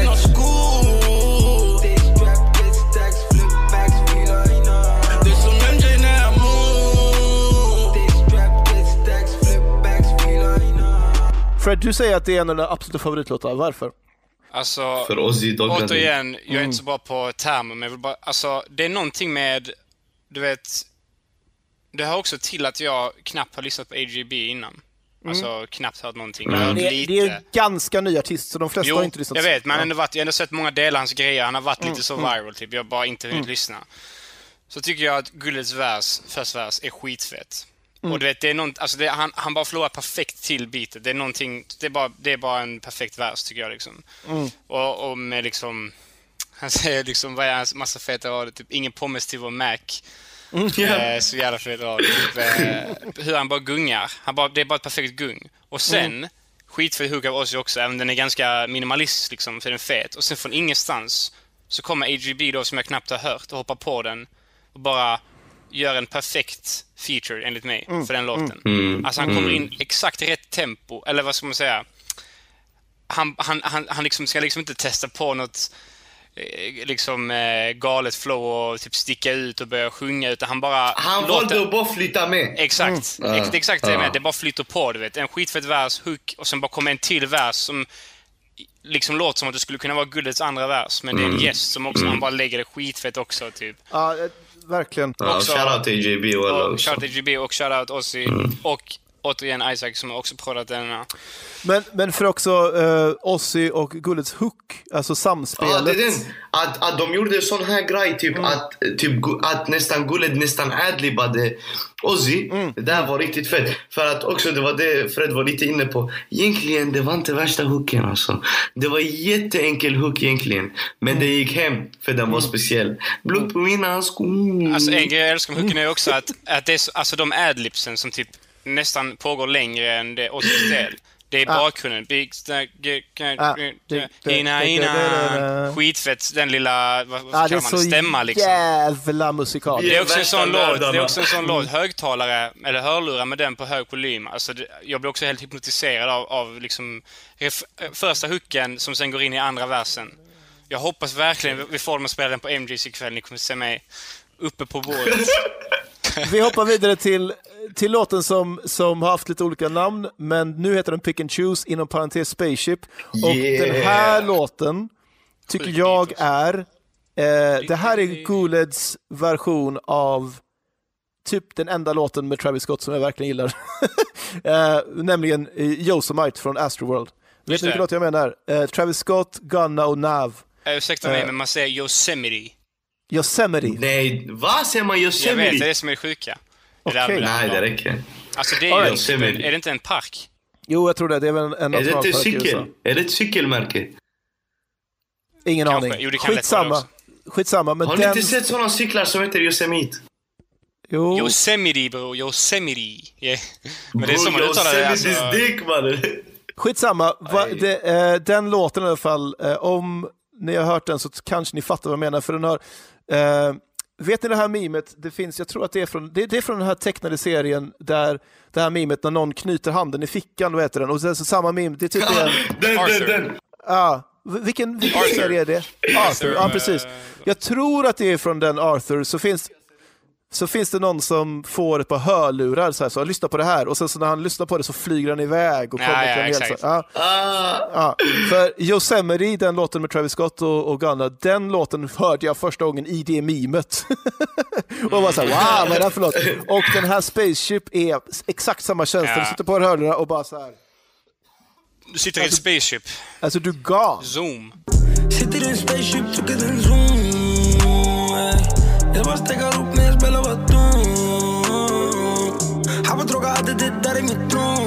Fred, du säger att det är en av dina absoluta favoritlåtar. Varför? Alltså, för oss återigen, jag är inte så bra på termer, men jag vill bara, alltså, det är någonting med, du vet, det hör också till att jag knappt har lyssnat på AGB innan. Alltså knappt hört någonting. Det är ju en ganska ny artist, så de flesta har inte lyssnat. Jag vet, men jag har ändå sett många delar av hans grejer. Han har varit lite så viral, typ. Jag har bara inte hunnit lyssna. Så tycker jag att Gullets första vers är skitfett. Och du vet, det är någon, alltså han bara förlorar perfekt till beatet. Det är någonting, det är bara en perfekt vers, tycker jag liksom. Och med liksom, han säger liksom, vad är hans massa feta rader, typ ingen pommes till vår Mac. Så jävla fet rader, typ, hur han bara gungar. Det är bara ett perfekt gung. Och sen skitfett hook av Ozzy också, även den är ganska minimalist liksom, för den är fet. Och sen från ingenstans så kommer AGB då, som jag knappt har hört, och hoppar på den och bara gör en perfekt feature enligt mig för den låten. Alltså han kommer in exakt rätt tempo, eller vad ska man säga, han liksom ska liksom inte testa på något liksom galet flow och typ sticka ut och börja sjunga, utan han valde att bara flytta med. Exakt. Exakt det med. Det bara flyter på, du vet. En skitfett vers, hook, och sen bara kommer en till vers som liksom låter som att det skulle kunna vara Gullets andra vers, men det är en gäst som också, han bara lägger det skitfett också, typ. Ja, verkligen. Ja, shoutout till JB och shoutout till JB och shoutout Ozzy och återigen Isaac som har också proddat den. Men för också Ozzy och Gullets hook, alltså samspelet. Ja, det är den. Att de gjorde sån här grej, typ att nästan Gullet nästan adlibbade Ozzy. Det där var riktigt fett. För att också, det var det Fred var lite inne på. Egentligen, det var inte värsta hooken alltså. Det var jätteenkel hook egentligen. Men det gick hem, för den var speciell. Blod på mina skor. Alltså en grej jag älskar med hooken är också att det är, alltså de adlibsen som typ nästan pågår längre än det Ozzys del. Det är bakgrunden. Big stack, skitfett, den lilla, vad kallar man, stämma liksom. Jävla musikal. Det är också en sån låt, högtalare eller hörlurar med den på hög volym. Alltså jag blir också helt hypnotiserad av liksom första hooken som sen går in i andra versen. Jag hoppas verkligen vi får dem att spela den på MJs ikväll. Ni kommer se mig uppe på bordet. Vi hoppar vidare till låten som har haft lite olika namn, men nu heter den Pick and Choose inom parentes Spaceship. Och den här låten tycker jag är det här är Guleds version av typ den enda låten med Travis Scott som jag verkligen gillar. Nämligen Yosemite från Astroworld. Vet ni vilken låt jag menar? Travis Scott, Gunna och Nav. Ursäkta mig, men man säger Yosemite. Nej, vad säger man Yosemite? Jag vet, det är det som är det sjuka. Okay. Nej, det räcker. Alltså det är är det inte en park? Jo, jag tror det. Det är väl en nationalpark. Är det ett cykelmärke? Ingen aning. Jo, det kan Skitsamma. Men har ni inte sett sådana cyklar som heter Yosemite? Jo. Yosemite, bro. Yosemite. Yeah. Men det är som man uttalar det. Yosemite's dick, man. Skitsamma. Den låten i alla fall, om ni har hört den så kanske ni fattar vad jag menar. För den har... vet ni det här memet? Det finns, jag tror att det är från den här tecknade serien där det här memet när någon knyter handen i fickan, vad heter den? Och så samma meme, det är typ den. Vilken serie är det? Arthur, ja precis. Jag tror att det är från den Arthur. Så finns det någon som får ett par hörlurar så lyssna på det här, och sen så när han lyssnar på det så flyger han iväg och kommer till för Yosemite, den låten med Travis Scott och Gunna, den låten hörde jag första gången i det memet. Och bara så här, wow, vad är det här för låt? Och den här Spaceship är exakt samma känsla. Du sitter på hörlurar och bara så här. Du sitter i en spaceship. Alltså du gav. Zoom. Sitter i en spaceship, trycker den zoom. Jag bara stegar upp när jag spelar baton. Har droga hade det där i mitt tron.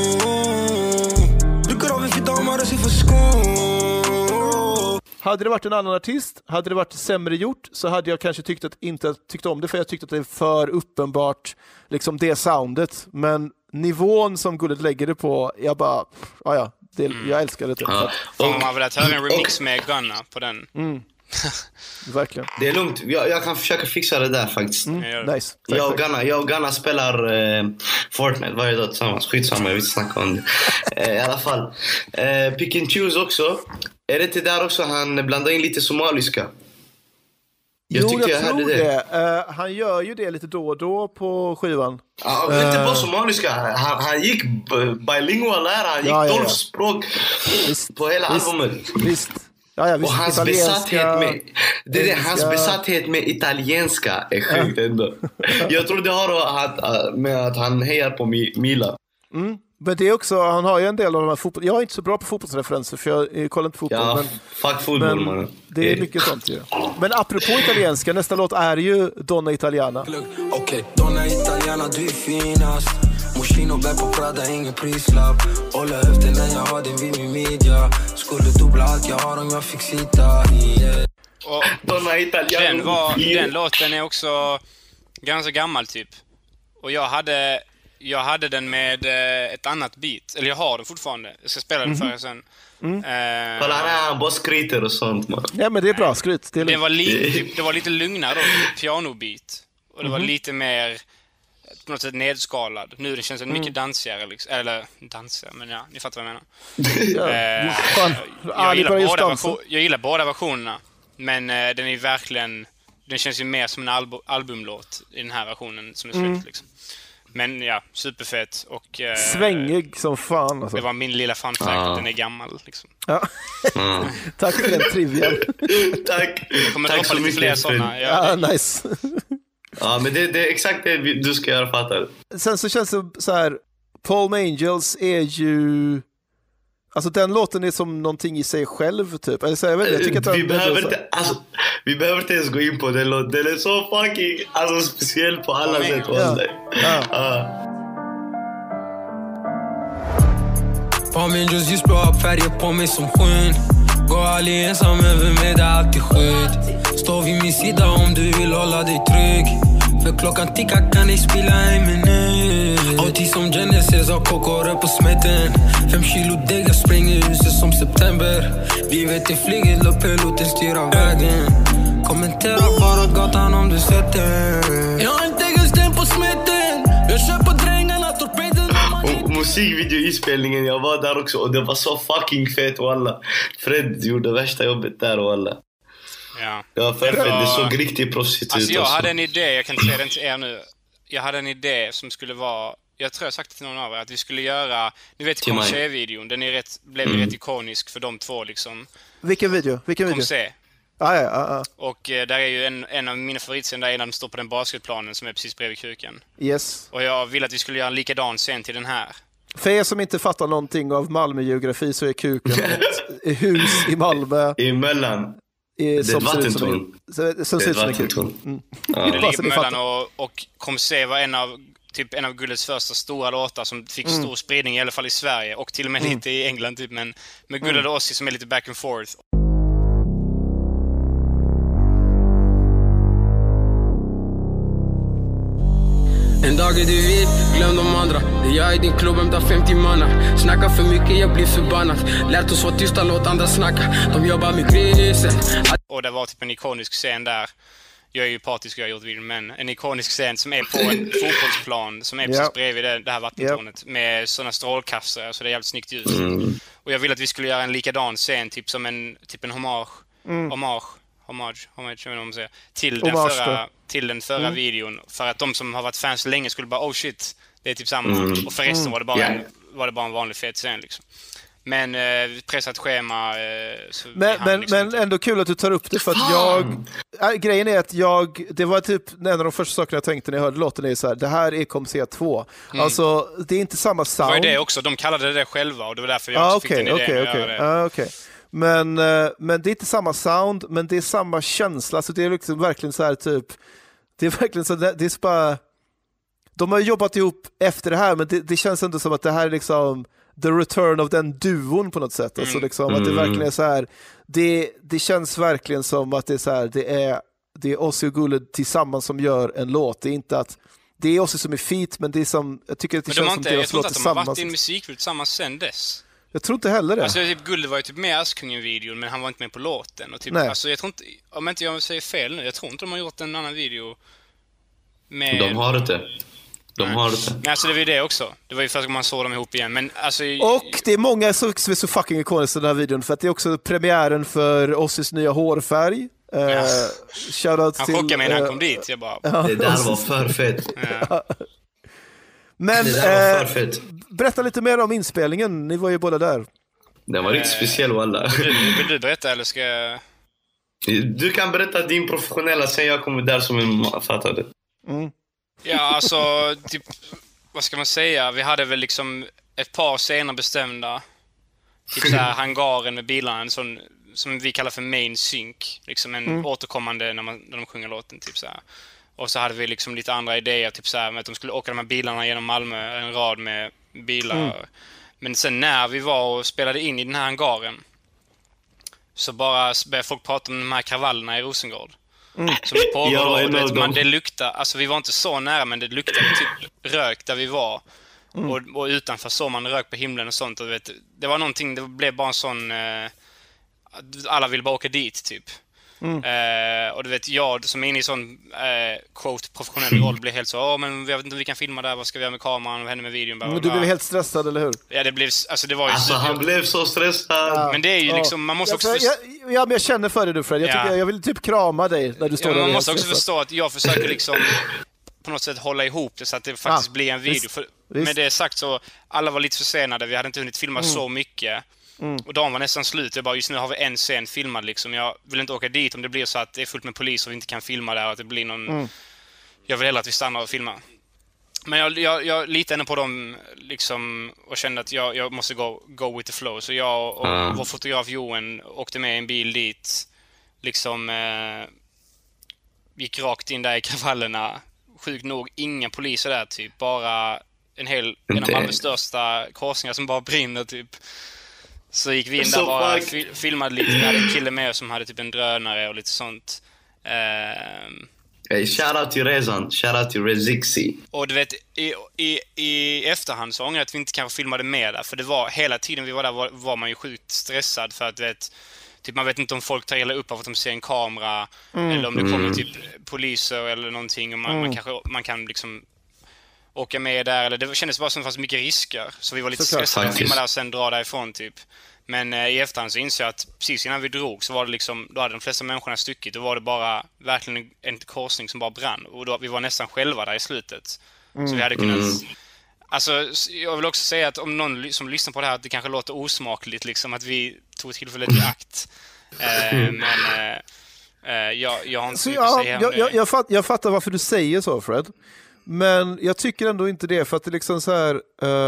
Brukar av en fitta om man röstar för skål. Hade det varit en annan artist, hade det varit sämre gjort, så hade jag kanske inte tyckt om det, för jag tyckte att det är för uppenbart liksom det soundet. Men nivån som Gullet lägger det på, jag bara, jag älskar det. Och man har velat höra en remix med Gunna på den. Verkligen. Det är lugnt, jag kan försöka fixa det där faktiskt. Nice. Jag och Gunna spelar Fortnite varje dag tillsammans. Skitsamma, jag vill snacka om det. I alla fall Pick and Choose också. Är det inte där också han blandar in lite somaliska? Jag tror det. Han gör ju det lite då och då på skivan. Inte bara somaliska. Han gick bilingual här. Han gick 12 språk på hela albumet. Visst. Och hans besatthet med italienska är sjukt ändå. Jag tror det har med att han hejar på Milan. Men det är också, han har ju en del av de här fotboll. Jag är inte så bra på fotbollsreferenser för jag kollar inte fotboll. Fuck fotboll, man. Det är mycket sånt ju. Men apropå italienska, nästa låt är ju Donna Italiana. Okej, Donna Italiana, du är finast. Moschino, bär på Prada, ingen prislapp. Hålla efter när jag har den vid min midja. Skulle dubbla allt jag har om jag fick sitta. Och den låten är också ganska gammal typ. Och jag hade den med ett annat beat. Eller jag har den fortfarande. Jag ska spela den för er sen. Kolla han bara skryter och sånt, man. Ja, men det är bra skryt. Det var lite lugnare då, pianobeat. Och det var lite mer på något sätt nedskalad. Nu det känns det mycket dansigare liksom. Eller dansigare, men ja, ni fattar vad jag menar. Jag gillar båda versionerna. Men den är verkligen, den känns ju mer som en albumlåt i den här versionen som är slut liksom. Men ja, superfett. Och, svängig som fan. Alltså. Det var min lilla fun fact, den är gammal. Liksom. Ja. Tack för den trivian. Tack. Jag kommer Tack droppa så lite mycket, fler Fred. sådana. Ja, nice. Ja, men det är exakt det du ska göra, fattar. Sen så känns det så här, Palm Angels är ju... Alltså den låten är som någonting i sig själv typ. Alltså, jag tycker att vi behöver inte ens gå in på den låten. Den är så fucking speciell på alla sätt. Palm Angels ljus blå färger på mig som skyn. Går aldrig ensam över mig, det är alltid skydd. Står vid min sida om du vill hålla dig trygg. För klockan tickar kan ej spilla en minut. Autis som Genesis har kokore på smeten. 5 kilo deg, jag spränger huset som september. Vi vet det flyget, låt piloten styra vägen. Kommentera bara gatan om du sätter. Jag har en tegelsten på smeten. Jag kör på drängarna, torpeden. Och musikvideoinspelningen, jag var där också. Och det var så fucking fett, walla. Fred gjorde värsta jobbet där, walla. Ja. Ja, perfekt. Det såg riktigt proffsigt alltså, ut. Jag hade en idé, jag kan säga den till er nu. Jag hade en idé som skulle vara... Jag tror jag sagt det till någon av er, att vi skulle göra... Ni vet Comsé-videon, den är blev rätt ikonisk för de två liksom. Vilken video? Comsé. Ja. Och där är ju en av mina favoritscener där de står på den basketplanen som är precis bredvid kuken. Yes. Och jag vill att vi skulle göra en likadan scen till den här. För er som inte fattar någonting av Malmö-geografi så är kuken ett hus i Malmö. Emellan. Det är ett vattentorn. Som ser ut som en kuk. Det ligger mellan och Comsé var en av Gullets första stora låtar som fick stor spridning, i alla fall i Sverige och till och med lite i England typ, men med Gulled och Ozzy som är lite back and forth. En dag är du vit, glöm de andra. Det är jag i din klubb, hämtar 50 mannar. Snackar för mycket, jag blir förbannad. Lärt oss vara tysta, låt andra snacka. De jobbar med grisen. Och det var typ en ikonisk scen där. Jag är ju partisk, jag har gjort videon, men en ikonisk scen som är på en fotbollsplan som är precis bredvid det här vattentornet med sådana strålkastare, så det är jävligt snyggt ljus. Och jag ville att vi skulle göra en likadan scen, typ som en hommage, jag vet inte vad man säger, till den förra videon, för att de som har varit fans länge skulle bara, oh shit, det är typ samma. Och förresten var det bara en vanlig fet scen liksom. Men pressat schema. Men ändå kul att du tar upp det, för att grejen är att det var typ en av de första sakerna jag tänkte när jag hörde låten är så här, det här är Comsé 2. Alltså det är inte samma sound. Det var det också, de kallade det själva och det var därför jag fick den idén. Okej. Men det är inte samma sound, men det är samma känsla, så det är liksom verkligen så här typ, det är verkligen så, det är så bara, de har jobbat ihop efter det här, men det känns ändå som att det här är liksom the return of den duon på något sätt. Alltså liksom, att det verkligen är så här, det känns verkligen som att det är så här, det är Ozzy och Gulled tillsammans som gör en låt. Det är inte att det är Ozzy som är feat, men det är som, jag tycker att det känns som deras låt tillsammans. Jag tror inte att de har varit i en musikvideo tillsammans sen dess. Jag tror inte heller det. Alltså typ Gulled var ju typ med i Askungen-videon, men han var inte med på låten. Och typ, alltså, jag tror inte, om inte jag säger fel nu, jag tror inte de har gjort en annan video med... De har det. Men alltså det var ju det också. Det var ju första gången man såg dem ihop igen. Men alltså... Och det är många som är så fucking ikoniska i den här videon, för att det är också premiären för Ozzys nya hårfärg. Shoutout han till... chockade mig när han kom dit. Jag bara... Det där var för fett. Men det där var för fett. Berätta lite mer om inspelningen. Ni var ju båda där. Den var riktigt speciell, alla. Vill du berätta eller ska jag... Du kan berätta din professionella, sen jag kommer där som en fattade. Ja, alltså, typ, vad ska man säga? Vi hade väl liksom ett par scener bestämda. Typ så här hangaren med bilarna, som vi kallar för main sync. Liksom en återkommande när de sjunger låten, typ så här. Och så hade vi liksom lite andra idéer, typ så här, med att de skulle åka de här bilarna genom Malmö, en rad med bilar. Men sen när vi var och spelade in i den här hangaren, så bara började folk prata om de här kravallerna i Rosengård. Som pågår det luktar, alltså vi var inte så nära, men det luktade typ rök där vi var. Och utanför såg man rök på himlen och sånt, och det var någonting, det blev bara en sån alla vill bara åka dit typ. Och du vet, jag som är inne i sån quote professionell roll blir helt så, men jag vet inte om vi kan filma där, vad ska vi göra med kameran, vad händer med videon? Men du blev helt stressad, eller hur? Ja, det blev, alltså det var ju han blev så stressad. Men det är ju liksom, man måste också men jag känner för dig, du Fred. Jag vill typ krama dig när du står där. Man måste också förstå att jag försöker liksom på något sätt hålla ihop det så att det faktiskt blir en video. Med det sagt så, alla var lite försenade, vi hade inte hunnit filma så mycket. Och dagen var nästan slut. Jag bara, just nu har vi en scen filmad liksom. Jag vill inte åka dit om det blir så att det är fullt med poliser och vi inte kan filma där, att det blir någon... Jag vill hellre att vi stannar och filmar. Men jag litade ändå på dem liksom, och kände att jag måste go with the flow. Så jag och vår fotograf Johan åkte med en bil dit. Liksom gick rakt in där i kravallerna. Sjukt nog, inga poliser där typ. Bara en av Malmös största korsningar som bara brinner typ. Så gick vi in där bara filmade lite. Vi hade en kille med som hade typ en drönare och lite sånt. Shoutout till Rezan, shoutout till Rezixi. Och du vet, i efterhand så ångrar jag att vi inte kanske filmade med där. För det var, hela tiden vi var där var man ju sjukt stressad. För att vet, typ, man vet inte om folk tar illa upp av att de ser en kamera. Eller om det kommer typ poliser eller någonting. Och man kan liksom åka med där. Eller det kändes bara som att det fanns mycket risker. Så vi var lite stressade att filma där och sen dra därifrån typ. Men i efterhand så inser jag att precis innan vi drog så var det liksom, då hade de flesta människorna stuckit. Då var det bara verkligen en korsning som bara brann. Och då, vi var nästan själva där i slutet. Så vi hade kunnat... Alltså, jag vill också säga att om någon som lyssnar på det här, att det kanske låter osmakligt liksom, att vi tog tillfället i akt. Jag har inte så mycket att säga om det. Jag fattar varför du säger så, Fred. Men jag tycker ändå inte det, för att det liksom så här...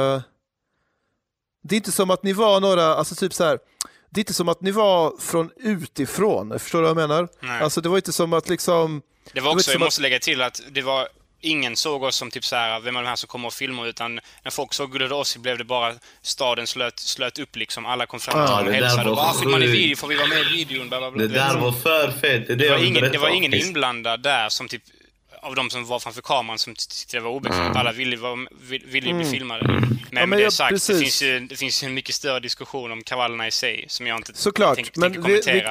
Det är inte som att ni var några, alltså typ så här, det är inte som att ni var från utifrån, förstår du vad jag menar? Nej. Alltså det var inte som att liksom... Det var också, jag måste lägga till att det var, ingen såg oss som typ så här, vem är de här som kommer och filmar, utan när folk såg Good oss blev det bara, staden slöt upp liksom, alla kom fram och hälsade och bara, filmar ni video, får vi vara med i videon, bla bla bla. Det där var för fett. Det var ingen inblandad där som typ av de som var framför kameran som tyckte det var obekvämt. Alla ville bli filmade. Men med det sagt, det finns ju en mycket större diskussion om kravallerna i sig som jag inte tänkte kommentera.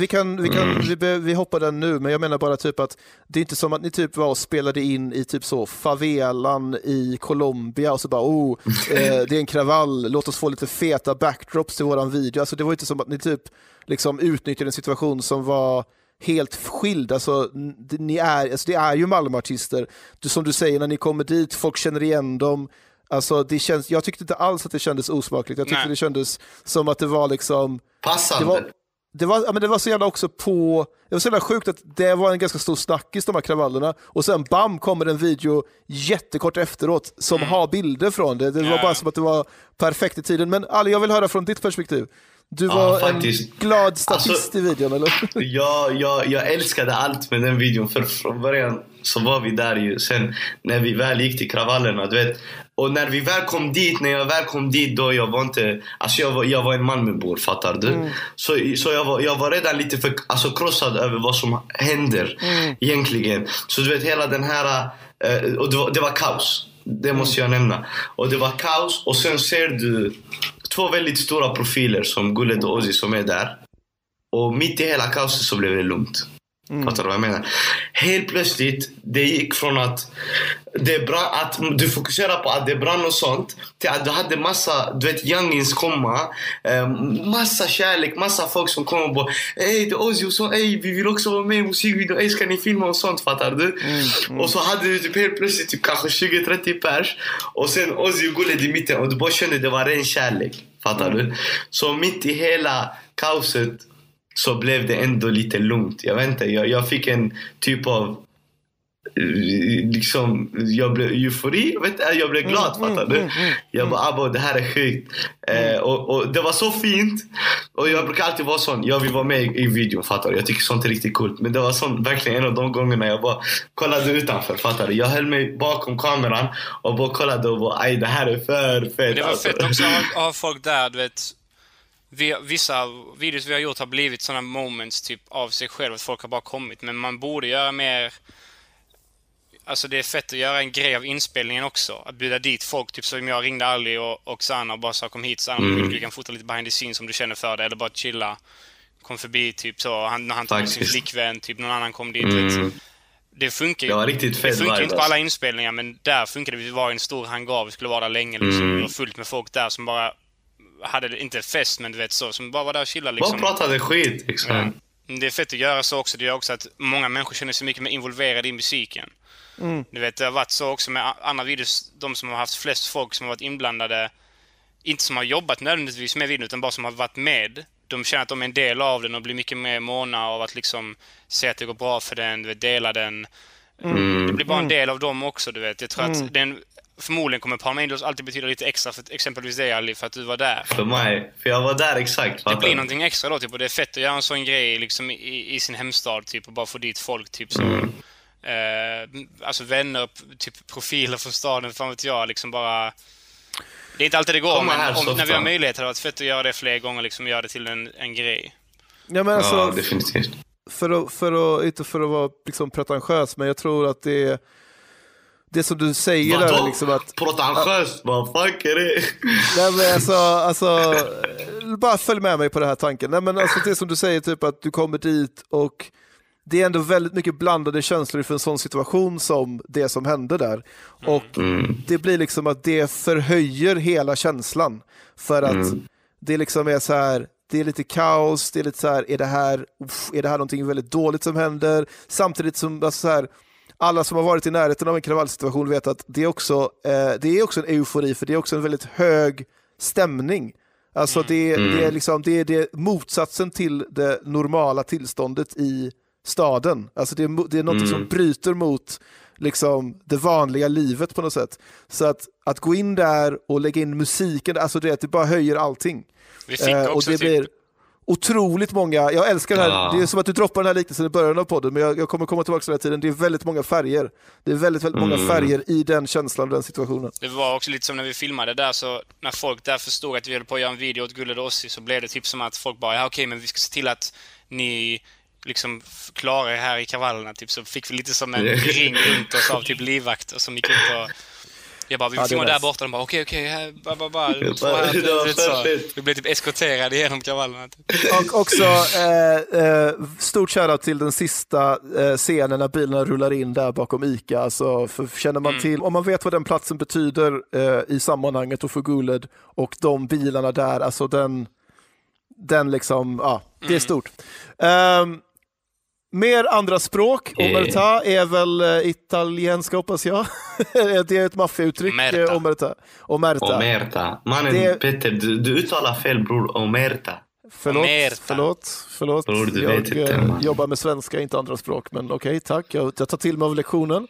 Vi hoppar den nu, men jag menar bara typ att det är inte som att ni typ var och spelade in i typ så favelan i Colombia och så bara, det är en kravall, låt oss få lite feta backdrops till våran video. Alltså det var inte som att ni typ liksom utnyttjade en situation som var helt skild. Alltså, det är ju Malmö-artister. Som du säger, när ni kommer dit, folk känner igen dem. Alltså, jag tyckte inte alls att det kändes osmakligt. Jag tyckte det kändes som att det var liksom... Passande. Det var så jävla också på... Det var så jävla sjukt att det var en ganska stor snackis, de här kravallerna. Och sen bam, kommer en video jättekort efteråt som har bilder från det. Det var bara som att det var perfekt i tiden. Men Ali, jag vill höra från ditt perspektiv. Du var en glad statist i videon, eller? Jag älskade allt med den videon. För från början så var vi där ju. Sen när vi väl gick till kravallerna, du vet. Och när jag väl kom dit då, jag var inte... Alltså jag var en Malmöbor, fattar du? Så jag var redan lite för krossad över vad som händer egentligen. Så du vet, hela den här... och det var kaos. Det måste jag nämna. Och det var kaos. Och sen ser du 2 väldigt stora profiler som Gullet och Ozzy som är där. Och mitt i hela kaoset så blev det lugnt. Fattar du vad jag menar? Helt plötsligt, det gick från att det är bra att du fokuserar på att det brann och sånt, till att du hade massa, du vet, youngins komma, massa kärlek, massa folk som kommer och bara, det är Ozzy och så, vi vill också vara med i musikvideo, ska ni filma och sånt, fattar du? Och så hade du typ helt plötsligt typ kanske 20-30 pers, och sen Ozzy och Gullet i mitten, och du bara kände det var ren kärlek, fattar du? Så mitt i hela kaoset så blev det ändå lite lugnt. Jag vet inte, jag fick en typ av liksom, jag blev eufori, jag blev glad, fattar du? Jag bara, det här är sjukt. Och det var så fint. Och jag brukar alltid vara sån, jag vill vara med i videon, fattar du? Jag tycker sånt är riktigt coolt. Men det var sån, verkligen en av de gångerna jag bara kollade utanför, fattar du? Jag höll mig bakom kameran och bara kollade och bara, det här är för fett. Det var fett också att ha folk där, du vet. Vissa videos vi har gjort har blivit sådana moments typ av sig själv, att folk har bara kommit, men man borde göra mer. Alltså det är fett att göra en grej av inspelningen också, att bjuda dit folk typ som jag ringde Ali och Sanna och bara sa kom hit Sanna, du kan fota lite behind the scenes om du känner för det, eller bara chilla, kom förbi typ så, när han tog med sin flickvän typ, någon annan kom dit det funkar ju. Det var riktigt fett. Det funkar inte på alla inspelningar, men där funkar det. Vi var i en stor hangar, vi skulle vara där länge liksom. Det var fullt med folk där som bara hade inte fest, men du vet så, som bara var där och chillade liksom. Bara pratade skit liksom. Det är fett att göra så också. Det gör också att många människor känner sig mycket mer involverade i musiken. Du vet, det har varit så också med andra videos. De som har haft flest folk som har varit inblandade, inte som har jobbat nödvändigtvis med videon, utan bara som har varit med. De känner att de är en del av den och blir mycket mer måna av att liksom se att det går bra för den, du vet, dela den. Det blir bara en del av dem också, du vet. Jag tror att den förmodligen kommer Palm Angels alltid betyda lite extra för exempelvis dig, Ali, för att du var där. För mig, för jag var där exakt. Det blir någonting extra då, typ, och det är fett att göra en sån grej liksom i sin hemstad, typ, och bara få dit folk, typ, så. Alltså vänner, typ profiler från staden, fan vet jag, liksom bara. Det är inte alltid det går, men när vi har möjlighet hade det varit fett att göra det fler gånger, liksom göra det till en grej. Ja, men alltså, ja, definitivt. Inte för att vara liksom pretentiös, men jag tror att det som du säger där liksom att pretentiös, vad fuck är det? Nej, men alltså bara följ med mig på den här tanken. Nej, men alltså det som du säger, typ att du kommer dit och det är ändå väldigt mycket blandade känslor för en sån situation som det som hände där. Och det blir liksom att det förhöjer hela känslan. För att det liksom är så här, det är lite kaos, det är lite så här, är det här någonting väldigt dåligt som händer? Samtidigt som alltså så här, alla som har varit i närheten av en kravallsituation vet att det är också en eufori, för det är också en väldigt hög stämning. Alltså det är liksom, det är motsatsen till det normala tillståndet i staden. Alltså det är något som bryter mot liksom det vanliga livet på något sätt. Så att gå in där och lägga in musiken, alltså det bara höjer allting. Vi fick också och det blir otroligt många, jag älskar det här, det är som att du droppar den här liknelsen i början av podden, men jag kommer komma tillbaka till den här tiden. Det är väldigt många färger. Det är väldigt, väldigt många färger i den känslan, den situationen. Det var också lite som när vi filmade där, så när folk där förstod att vi höll på att göra en video åt Gulled och Ossi, så blev det typ som att folk bara, ja okej, men vi ska se till att ni liksom klarar er här i kravallerna, typ, så fick vi lite som en ring runt oss av typ livvakter som gick runt och jag bara, vi filmar där borta, de bara okej, vi blev typ eskorterade genom kravallerna. Och också stort shoutout till den sista scenen när bilarna rullar in där bakom Ica. Alltså, för känner man till, om man vet vad den platsen betyder i sammanhanget och för Gulled och de bilarna där, alltså den liksom, ja, det är stort. Mer andra språk. Omerta är väl italienska, hoppas jag. Det är ett maffiauttryck. Omerta. Mannen, Peter, du uttalar fel, bror. Omerta. Förlåt. Bror, du vet inte, jag jobbar med svenska, inte andra språk. Men okej, tack. Jag tar till mig av lektionen.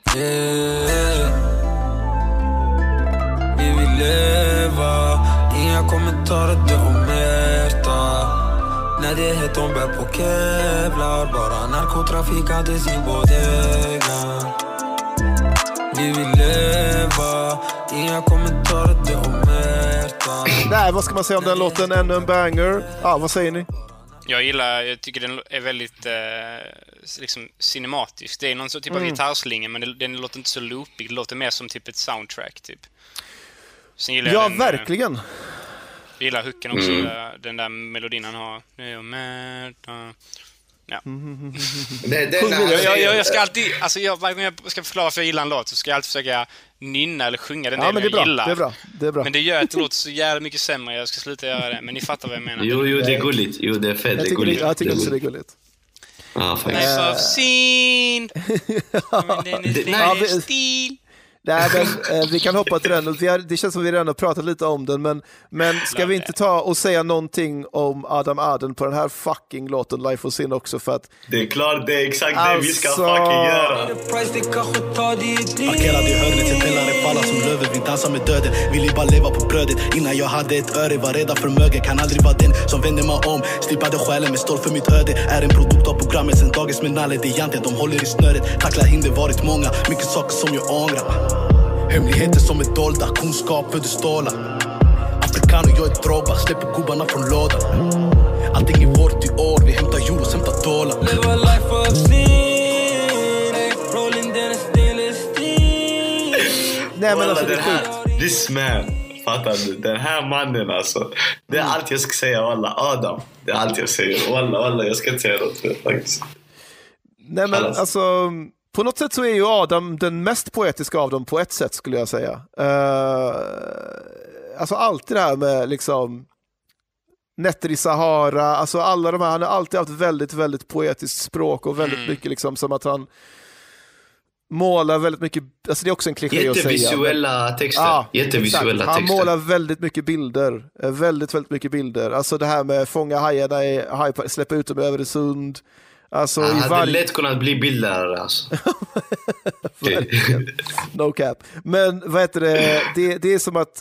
Vi vill leva. Inga kommentarer, det omerta. När det är hett, de bär på kevlar. Bara narkotrafik hade sin bodega. Vi vill leva. Inga kommentarer, det omerta. Nej, vad ska man säga om den låten? Ännu en banger. Vad säger ni? Jag tycker den är väldigt liksom cinematisk. Det är någon typ av gitarrslinga, men den låter inte så loopig. Det låter mer som typ ett soundtrack typ. Sen gillar jag den, verkligen. Jag gillar hooken också, den där melodin han har. Ja. Jag ska alltid, alltså varje gång jag ska förklara för jag gillar en låt så ska jag alltid försöka nynna eller sjunga den delen jag gillar. Det är bra. Men det gör att det låter så jävla mycket sämre. Jag ska sluta göra det, men ni fattar vad jag menar. Jo, det är gulligt. Jo, det är fett. Jag tycker också det är gulligt. Faktiskt. I've seen. Stil. Nej, men vi kan hoppa till den. Det känns som vi redan har pratat lite om den, men ska vi inte ta och säga någonting om Adam Aden på den här fucking låten Life of Sin också, för att det är klart, det är exakt det vi ska fucking göra. Parkerade i hörnet, jag tällade falla som löver. Vi dansar med döden, vill bara leva på brödet. Innan jag hade ett öre, var redan förmögen. Kan aldrig vara den som vänder mig om. Slipade själen med stål för mitt öde. Är en produkt av programmet sen dagens med nalle. Det är janten, de håller i snöret. Tacklar hinder varit många, mycket saker som jag ångrar. Hemligheter som är dolda, kunskap för du stålar. Afrikan och jag är droga, släpper gubbarna från lådan. Allting är vårt i år, vi hämtar euros, hämtar dollar. Live a life of sin, rolling down a stainless steel. Nej, men alltså det är sjukt. This man, fattar du? Den här mannen alltså. Det är allt jag ska säga, alla Adam. Det är allt jag säger, alla jag ska inte säga något faktiskt. Nej, men alltså på något sätt så är ju Adam den mest poetiska av dem på ett sätt, skulle jag säga. Alltså alltid det här med liksom Nätter i Sahara, alltså alla de här, han har alltid haft väldigt, väldigt poetiskt språk och väldigt mycket liksom som att han målar väldigt mycket, alltså det är också en kliché att säga. Jättevisuella texter. Ja, jättevisuella han texter. målar väldigt mycket bilder. Väldigt, väldigt mycket bilder. Alltså det här med fånga hajarna, släppa ut dem över Öresund. Alltså han hade lätt kunnat bli bildare alltså. No cap. Men vad heter det? Det är som att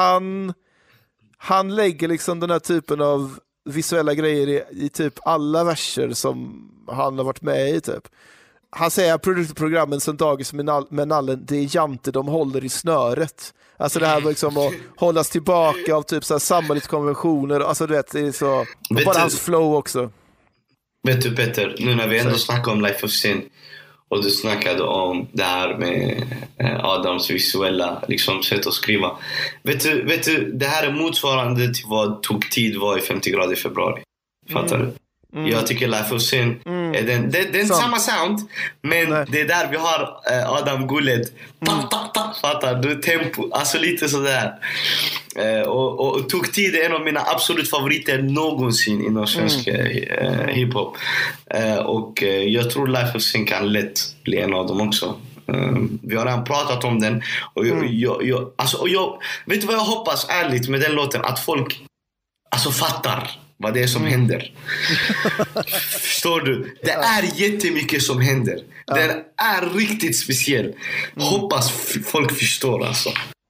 han lägger liksom den här typen av visuella grejer i typ alla verser som han har varit med i typ. Han säger att produktprogrammen som dagis med nallen, det är jante de håller i snöret. Alltså det här liksom att hållas tillbaka av typ så här samhällskonventioner. Alltså du vet, det är så. Och bara hans flow också. Vet du Peter, nu när vi ändå snackar om Life of Sin och du snackade om det här med Adams visuella liksom, sätt att skriva. Vet du, det här är motsvarande till vad tog tid var i 50 grader i februari. Fattar du? Jag tycker Life of Sin är det är inte samma sound, men det är där vi har Adam Guled. Fattar du? Tempo, alltså lite sådär. Och tog tid är en av mina absolut favoriter någonsin inom svensk hiphop. Och jag tror Life of Sin kan lätt bli en av dem också. Vi har redan pratat om den och jag vet du vad jag hoppas ärligt med den låten, att folk alltså fattar vad det är som händer. Förstår du? Det är jättemycket som händer. Den är riktigt speciell. Hoppas folk förstår alltså.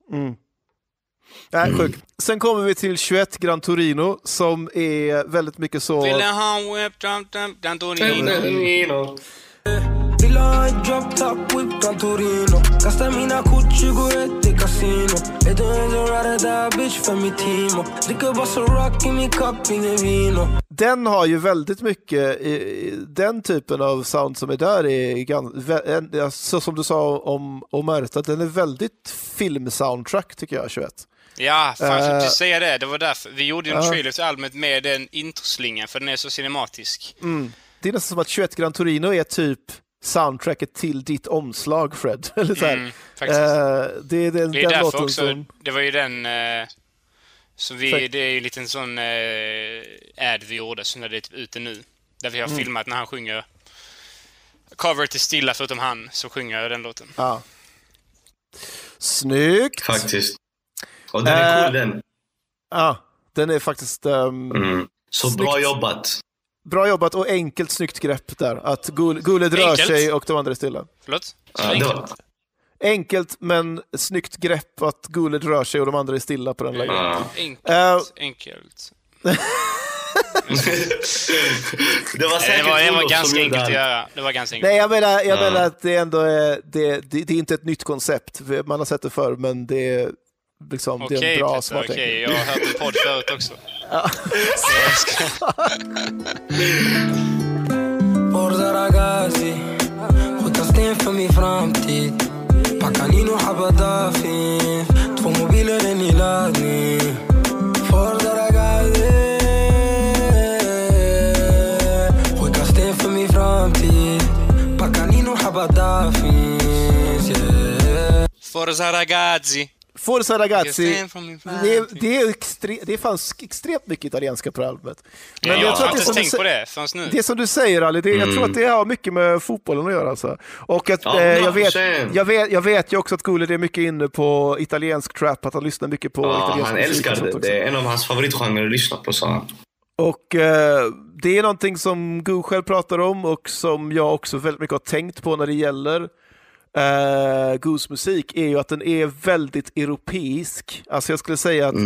Sjukt. Sen kommer vi till 21 Gran Torino som är väldigt mycket så. Vill ha en whip, Gran Torino. Vill ha en drop top whip Gran Torino. Kasta mina kort 21 i casino. Är du en rara där bitch för mitt team? Dricker bara så rock i min kopp, ingen vino. Den har ju väldigt mycket den typen av sound som är där är så som du sa om Omerta, den är väldigt filmsoundtrack tycker jag, 21. Ja, fan jag skulle säga det. Det var därför vi gjorde en trailer till albumet med den introslingan, för den är så cinematisk. Det är nästan som att 21 Gran Torino är typ soundtracket till ditt omslag, Fred. Eller så här. Det är den därför låten också, som... det var ju den som vi, det är ju en liten sån ad vi gjorde som är typ ute nu. Där vi har filmat när han sjunger cover till Stilla, förutom han som sjunger den låten. Ja. Snyggt! Faktiskt. Och den är cool den. Ja, den är faktiskt... Så snyggt. Bra jobbat. Bra jobbat och enkelt snyggt grepp där. Att Guled rör sig och de andra är stilla. Förlåt? Enkelt men snyggt grepp att Guled rör sig och de andra är stilla på den lägen. Enkelt. Det var säkert det var ganska enkelt att göra. Det var ganska enkelt. Nej, jag menar att det ändå är det är inte ett nytt koncept. Man har sett det förr, men det är liksom det är en bra smart. Okej, jag har hört en podd förut också. Forza ragazzi, skjuta sten för min framtid. Pacanino Habadafi, 2 mobiler in i laddning. Forza ragazzi, skjuta sten för min framtid. Pacanino Habadafi, Forza ragazzi. Forza ragazzi. Det är fan extremt mycket italienska på albumet. Men jag tror har att inte tänkt på det förrän nu. Det som du säger, Ali, jag tror att det har mycket med fotbollen att göra alltså. Och att jag vet ju också att Guled är mycket inne på italiensk trap, att han lyssnar mycket på italiensk han älskar det. Det är en av hans favoritgenrer att lyssna på, sa han. Och det är någonting som Gu själv pratar om och som jag också väldigt mycket har tänkt på när det gäller Gus musik, är ju att den är väldigt europeisk. Alltså jag skulle säga att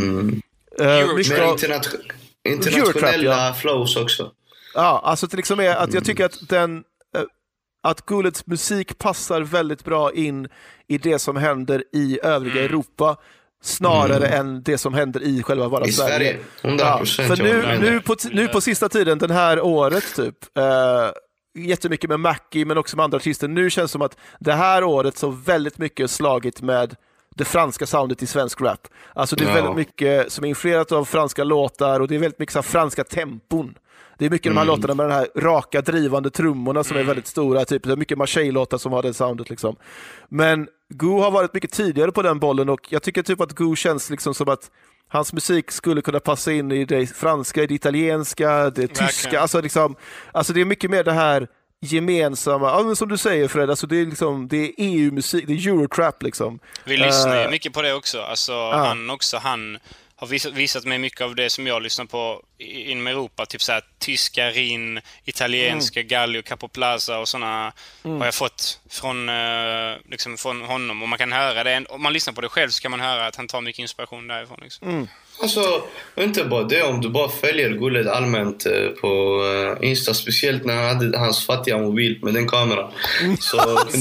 internationella flows också. Ja, alltså det liksom är att jag tycker att att Guleds musik passar väldigt bra in i det som händer i övriga Europa snarare än det som händer i själva bara Sverige. 100%. För nu på sista tiden, den här året typ, jättemycket med Mackie men också med andra artister. Nu känns det som att det här året så väldigt mycket slagit med det franska soundet i svensk rap. Alltså det är väldigt mycket som är influerat av franska låtar och det är väldigt mycket så franska tempon. Det är mycket de här låtarna med den här raka drivande trummorna som är väldigt stora. Typ. Det är mycket Marseille-låtar som har det soundet liksom. Men Goo har varit mycket tidigare på den bollen och jag tycker typ att Goo känns liksom som att hans musik skulle kunna passa in i det franska, i det italienska, det tyska. Alltså det är mycket mer det här gemensamma, som du säger Fred, alltså det är EU-musik, det är Eurotrap liksom. Vi lyssnar ju mycket på det också. Alltså han har visat mig mycket av det som jag lyssnar på inom Europa, typ så här tyska Rin, italienska Galli och Capo Plaza och såna har jag fått från honom, och man kan höra det. Om man lyssnar på det själv så kan man höra att han tar mycket inspiration därifrån liksom. Alltså, inte bara det, om du bara följer Gullet allmänt på Insta, speciellt när han hade hans fattiga mobil med den kameran. Så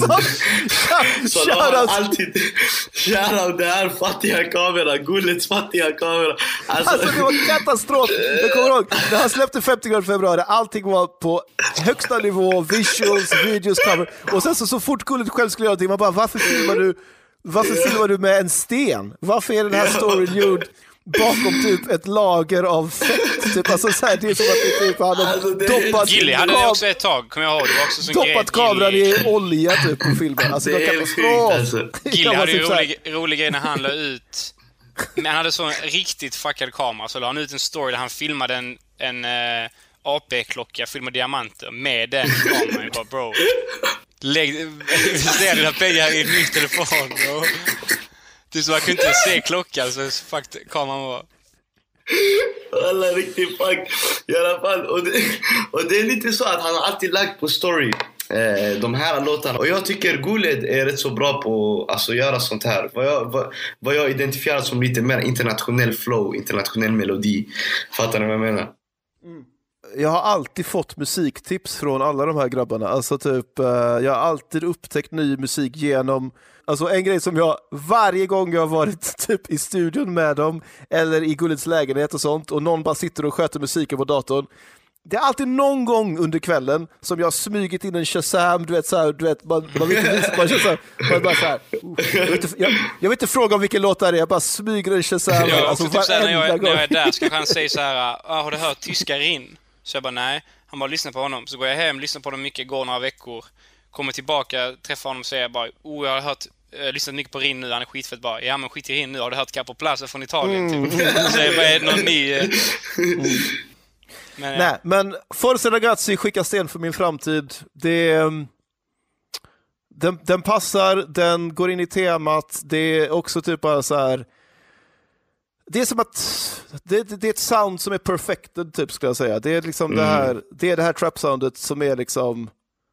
la han alltid kära det här fattiga kamera, Gullets fattiga kamera. Alltså det var katastrof. Jag kommer ihåg, när han släppte 50 grader februari, allting var på högsta nivå, visuals, videos, cover. Och sen så fort Gullet själv skulle göra det, man bara, varför filmar du med en sten? Varför är den här storyn gjord bakom typ ett lager av fett? Typ, alltså så här, det är som att det typ hade doppat Gilly hade det också ett tag, kommer jag ihåg. Det var också doppat kameran i olja typ på filmen. Alltså det är katastrof. Alltså. Gilly hade ju rolig grej när han la ut. Men han hade så en riktigt fuckad kamera, så la han ut en story där han filmade en AP-klocka fylld med diamanter med den kameran. Jag bara, bro, investera dina pengar i en ny telefon, bro. Det är så man kunde inte se klockan, så fuck kameran var. Alla riktigt fuck i alla fall. Och det är lite så att han har alltid lagt på story de här låtarna. Och jag tycker Gullet är rätt så bra på att göra sånt här. Vad jag identifierar som lite mer internationell flow, internationell melodi. Fattar ni vad jag menar? Jag har alltid fått musiktips från alla de här grabbarna. Alltså typ, jag har alltid upptäckt ny musik genom... Alltså en grej som jag varje gång jag har varit typ i studion med dem eller i Gullets lägenhet och sånt, och någon bara sitter och sköter musiken på datorn. Det är alltid någon gång under kvällen som jag har smugit in en Shazam, man vill inte visa på Shazam. Man bara så här, jag vill inte fråga om vilken låt det är, jag bara smyger en Shazam. Ja, alltså, typ när jag är där ska han säga så här, har du hört tyska Rin? Så jag bara, nej. Han bara, lyssna på honom. Så går jag hem, lyssnar på dem mycket, går några veckor. Kommer tillbaka, träffar honom och säger bara, jag har hört, lyssnat mycket på Rin nu, han är skitfett bara. Ja, men skit i Rin nu, har du hört Capo Plaza från Italien? Typ. Så jag bara, är det någon ny... Nej, men Forza Ragazzi skickar sten för min framtid. Den passar, den går in i temat. Det är också typ bara så här. Det är som att det är ett sound som är perfected typ, skulle jag säga. Det är liksom det här trap soundet som är liksom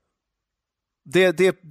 det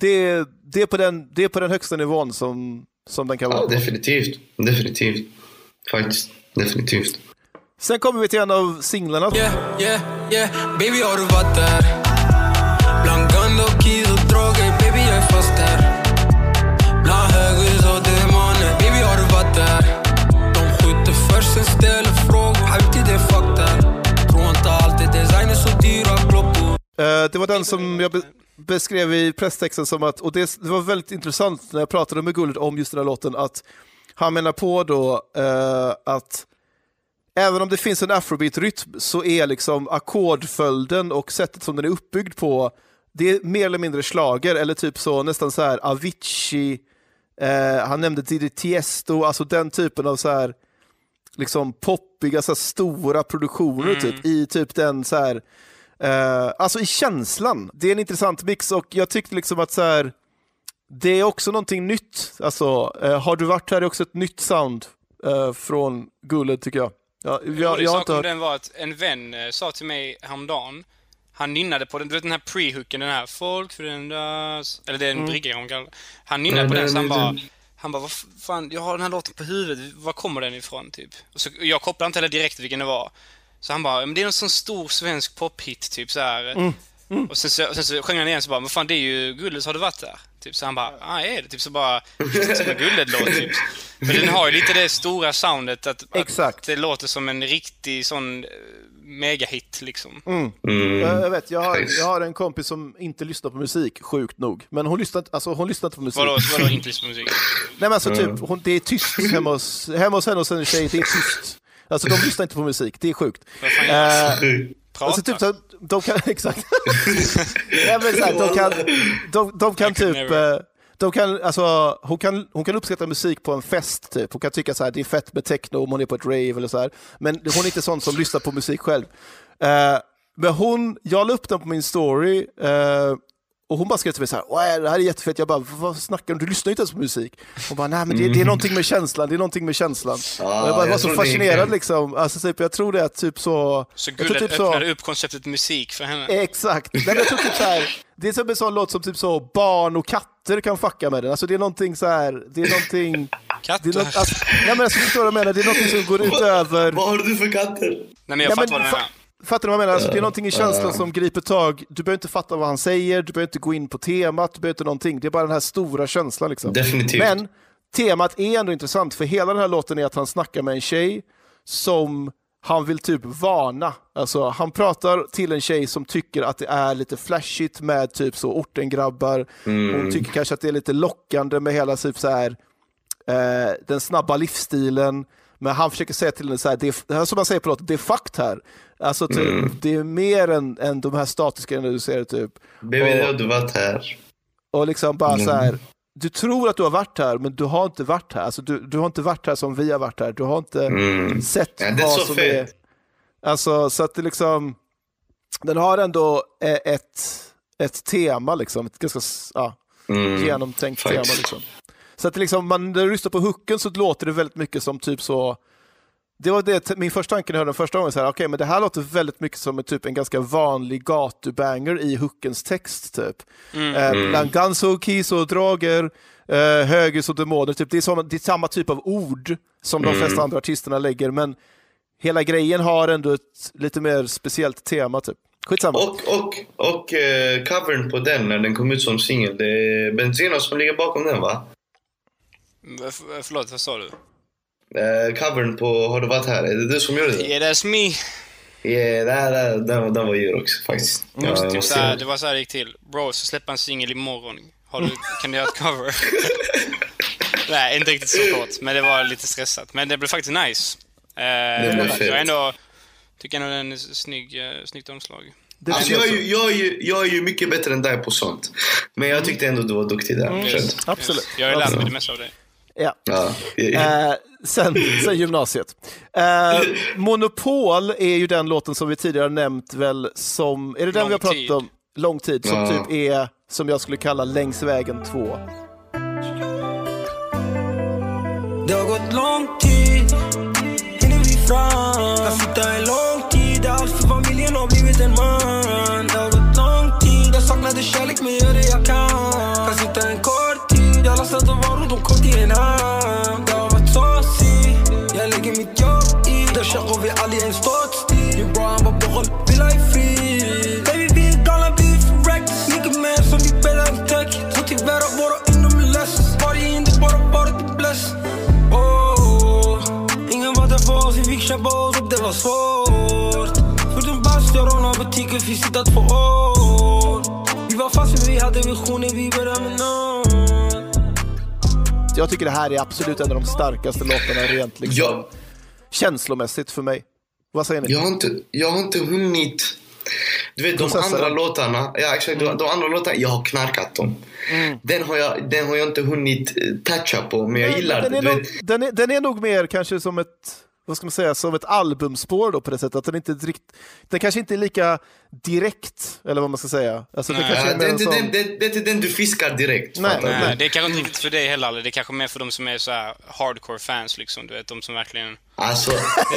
är på den högsta nivån som den kan vara. Definitivt. Faktiskt, definitivt. Sen kommer vi till en av singlarna. Yeah. Baby, har du varit där? Bland gun och keys och droger. Baby, jag är fast där. Bland höghus och demoner. Baby, har du varit där? De skjuter först, sen ställer frågor. Alltid det fuck där. Tror inte alltid designer så dyra klockor. Det var den som jag beskrev i presstexten som att, och det var väldigt intressant när jag pratade med Gullet om just den här låten, att han menar på då att även om det finns en afrobeat-rytm så är liksom ackordföljden och sättet som den är uppbyggd på, det är mer eller mindre slager, eller typ så nästan så här Avicii, han nämnde tidigt Tiesto, alltså den typen av så här liksom poppiga så här stora produktioner typ, i typ den så här alltså i känslan. Det är en intressant mix, och jag tyckte liksom att så här, det är också någonting nytt. Alltså, har du varit här, är också ett nytt sound från Gullet, tycker jag. Jag inte hört. Den var att en vän sa till mig häromdagen, han nynnade på den, du vet den här pre-hooken, den här folk förändras, eller det är en brygga hon kallar. Han nynnade på den, så han bara, vad fan, jag har den här låten på huvudet, var kommer den ifrån typ? Och så, jag kopplade inte heller direkt vilken det var. Så han bara, men det är en sån stor svensk pophit typ så här. Och sen så sjöng han igen, så bara, men fan, det är ju Gullet, har du varit där? Typ, så han bara, är det? Typ så bara, som en Gullet-låt typ. För den har ju lite det stora soundet att det låter som en riktig sån megahit liksom. Jag vet, jag har en kompis som inte lyssnar på musik, sjukt nog. Men hon lyssnar inte på musik. Vadå inte lyssnar på musik? Nej, men alltså typ, det är tyst hemma hos henne och en tjej, det är tyst. Alltså de lyssnar inte på musik, det är sjukt. Alltså typ de kan exakt. Ja, men så här, de kan typ hon kan uppskatta musik på en fest typ. Hon kan tycka så här, det är fett med techno om hon är på ett rave eller så här. Men hon är inte sån som lyssnar på musik själv. Men jag la upp den på min story och hon bara skrev till mig så här, det här är jättefett. Jag bara, vad snackar du lyssnar inte ens på musik. Hon bara, nej men det är någonting med känslan. Det är någonting med känslan. Och jag var så fascinerad liksom. Alltså, typ, jag tror det är typ så... Så Gullet typ öppnade upp konceptet musik för henne. Exakt. Men jag tror typ så här, det är som en sån låt som typ så barn och katter kan fucka med den. Alltså det är någonting så här, det är någonting... Katter? Nej men alltså, förstår du vad jag menar? Det är någonting som går utöver... Vad har du för katter? Nej men jag fattar vad du menar. Fattar du vad jag menar? Alltså, det är någonting i känslan som griper tag. Du behöver inte fatta vad han säger, du behöver inte gå in på temat, du behöver inte någonting. Det är bara den här stora känslan liksom. Definitivt. Men temat är ändå intressant, för hela den här låten är att han snackar med en tjej som han vill typ varna. Alltså han pratar till en tjej som tycker att det är lite flashigt med typ så ortengrabbar. Hon tycker kanske att det är lite lockande med hela typ så här den snabba livsstilen. Men han försöker säga till henne så här, det är som man säger på låten, det är fakt här. Alltså typ, det är mer än de här statiska grejerna du ser typ. Baby, har du varit här? Och liksom bara så här, du tror att du har varit här, men du har inte varit här. Alltså du har inte varit här som vi har varit här. Du har inte sett vad som är. Alltså så att det liksom, den har ändå ett tema liksom, ett ganska genomtänkt tema liksom. Så att liksom, när du lyssnar på hooken så låter det väldigt mycket som typ så. Det var det min första tanke när jag hörde den första gången. Okej, men det här låter väldigt mycket som typ en ganska vanlig gatubanger i hookens text. Typ. Bland guns och keys och droger, högers och demoner. Typ. Det är samma typ av ord som de flesta andra artisterna lägger. Men hela grejen har ändå ett lite mer speciellt tema. Typ. Skitsamma. Och covern på den när den kom ut som singel. Det är Benzino som ligger bakom den, va? Förlåt, vad sa du? Covern på Har du varit här? Är det du som gjorde det? Yeah, that's me. Yeah, den var djur också faktiskt. Det var så här det gick till. Bro, så släpper en singel imorgon. Kan du göra ett cover? Nej, inte riktigt så kort. Men det var lite stressat. Men det blev faktiskt nice. Jag tycker ändå den är snyggt omslag. Alltså, jag är ju mycket bättre än dig på sånt. Men jag tyckte ändå du var duktig där. Absolut. Jag har lärt mig det mesta av dig. Ja. Sen gymnasiet. Monopol är ju den låten som vi tidigare nämnt väl som, är det den vi har pratat om lång tid, som typ är, som jag skulle kalla Längs vägen 2. Det har gått lång tid, hinner vi fram. Jag sitter en lång tid, allt för familjen har blivit en man. Det har gått lång tid, jag saknade kärlek men gör det jag kan. Jag sitter en kort tid, jag lastat och var runt om kort i en hand. Det har varit så sick, jag lägger mitt jobb i. Där kör vi aldrig en stått stil. Min bra han var behåll, vi la i fri. Baby vi är galna, vi är för wreck. Mycket mer som vi bäddar en tech. Så till värra våra inom är less. Varje in det bara till bless. Ingen var där för oss, vi fick köpa oss upp, det var svårt. För den bästa jag rånar butiken, vi sitter 2 år. Vi var fast men vi hade visioner, vi började med nåt. Jag tycker det här är absolut en av de starkaste låtarna rent liksom, känslomässigt för mig. Vad säger ni? Jag har inte hunnit. Du vet, de andra låtarna, de andra låtarna, jag har knarkat dem. Den har jag inte hunnit toucha på, men jag gillar den är nog mer kanske som ett, vad ska man säga, som ett albumspår då, på det sättet att den kanske inte är lika direkt, eller vad man ska säga. Alltså, det är inte den du fiskar direkt. Nej, det är kanske inte riktigt för dig heller. Det är kanske mer för de som är så här hardcore fans liksom, du vet, de som verkligen. Alltså,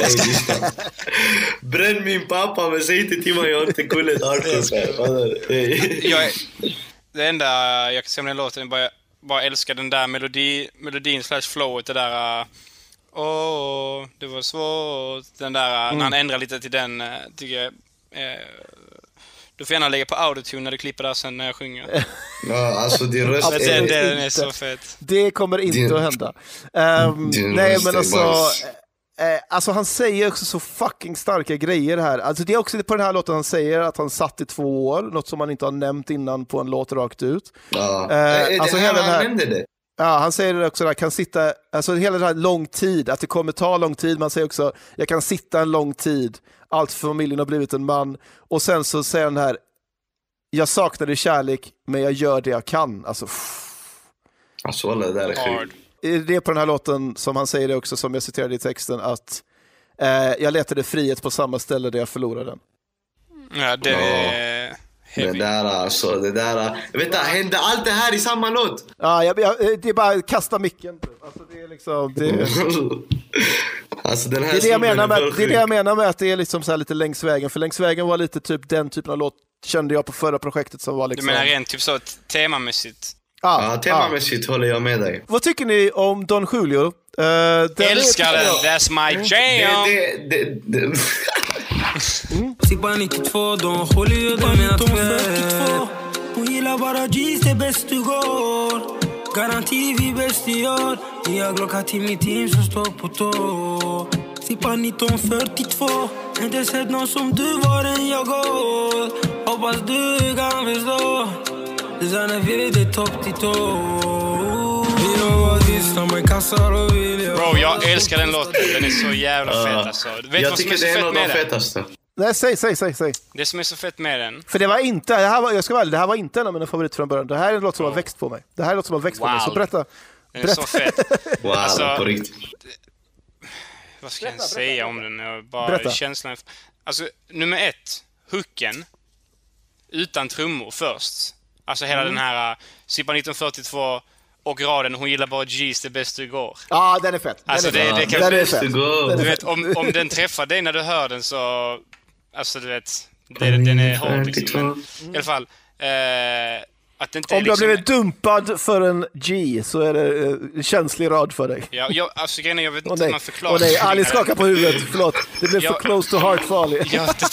bränn min pappa, men säg inte till mig jag inte kullet hardcore. Det enda jag kan säga om den låten är bara älskar den där melodin / flowet, det där det var svårt, den där när han ändrar lite till den, tycker jag, du får gärna lägga på autotune när du klipper där sen när jag sjunger. Ja, alltså din röst den är så fett. Det kommer inte att hända. Nej, men alltså han säger också så fucking starka grejer här. Alltså det är också på den här låten han säger att han satt i 2 år, något som man inte har nämnt innan på en låt rakt ut. Alltså hela den här, han nämnde det. Ja, han säger det också, kan sitta, alltså hela den här lång tid, att det kommer ta lång tid. Man säger också, jag kan sitta en lång tid, allt för familjen har blivit en man. Och sen så säger han här, jag saknade kärlek men jag gör det jag kan. Alltså, Alltså det där är sjukt. Det är på den här låten som han säger det också, som jag citerade i texten, att jag letade frihet på samma ställe där jag förlorade den. Ja, det är heavy. Det där, jag vet inte, hände allt det här i samma låt? Ja, det är bara kasta micken. Alltså det är liksom... Alltså den här det är det jag menar med att det är liksom så här lite längs vägen. För längs vägen var lite typ den typen av låt kände jag på förra projektet som var liksom... Du menar rent typ så temamässigt? Ja, temamässigt håller jag med dig. Vad tycker ni om Don Julio? Älskar den, that's my jam! Sippa 92, Don Julio, det menar tvätt. Hon gillar bara G's, det är bäst du går. Garanti vi bäst i år. Jag glockar till mitt team som står på tå. Sippa 1942. Inte sett någon som du var en jag går. Hoppas du kan förstå. Designer vill det topp till tå. Bro, jag älskar den låten. Den är så jävla fet alltså. Vet jag vad tycker som är det är så en fett av de med den? fetaste. Nej, säg. Det som är så fett med den. För det var inte, det här var inte en av mina favoriter från början. Det här är en låt som har växt på mig. På mig. Så berätta. Den är så fett. Wow, alltså, på riktigt. Vad ska jag säga om den? Bara känslan. Alltså, nummer 1. Hooken. Utan trummor först. Alltså hela den här Sippa 1942 och raden hon gillar bara G's, det bästa du går. Ja, den är fett. Alltså det kan den är fett. Du vet, om den träffar dig när du hör den så... Alltså du vet, den är hård liksom. Men, i alla fall, att det inte om är du har liksom... blivit dumpad för en G så är det en känslig rad för dig. Ja, alltså grejen är, jag vet inte hur man förklarar... Nej, Ali skakar på huvudet, förlåt. Det blev för close to heart farligt. Jag vet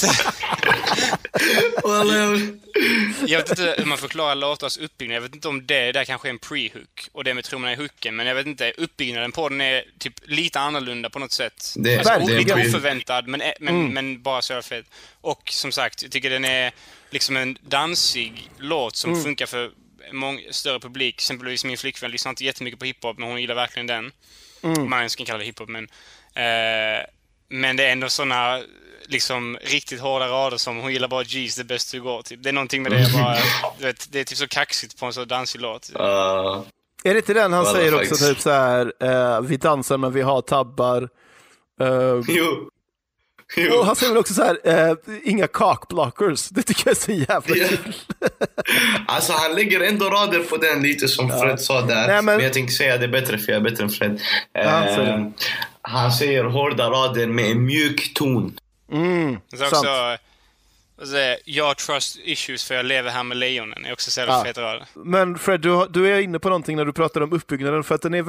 inte hur man förklarar låtars uppbyggnad. Jag vet inte om det där kanske är en pre-hook och det med trummorna i hooken, men jag vet inte, uppbyggnaden på den är typ lite annorlunda på något sätt. Lite oförväntad, men bara så fett. Och som sagt, jag tycker den är liksom en dansig låt som funkar för en större publik. Exempelvis min flickvän lyssnar inte jättemycket på hiphop, men hon gillar verkligen den. Man ska kalla det hiphop, men det är ändå såna liksom riktigt hårda rader som hon gillar bara G's, det bästa du går. Typ. Det är någonting med det bara, du vet, det är typ så kaxigt på en så dansig låt. Är det inte den han säger också typ så här, vi dansar men vi har tabbar. Jo. Och han säger väl också så här, inga cockblockers. Det tycker jag är så jävla kul. Alltså han lägger ändå rader på den lite som Fred sa där. Nej, men jag tänkte säga det bättre för jag är bättre än Fred. Han säger hårda rader med en mjuk ton. Det är också, jag har trust issues för jag lever här med lejonen. Det är också så jävla fet rad. Men Fred, du är inne på någonting när du pratar om uppbyggnaden, för att den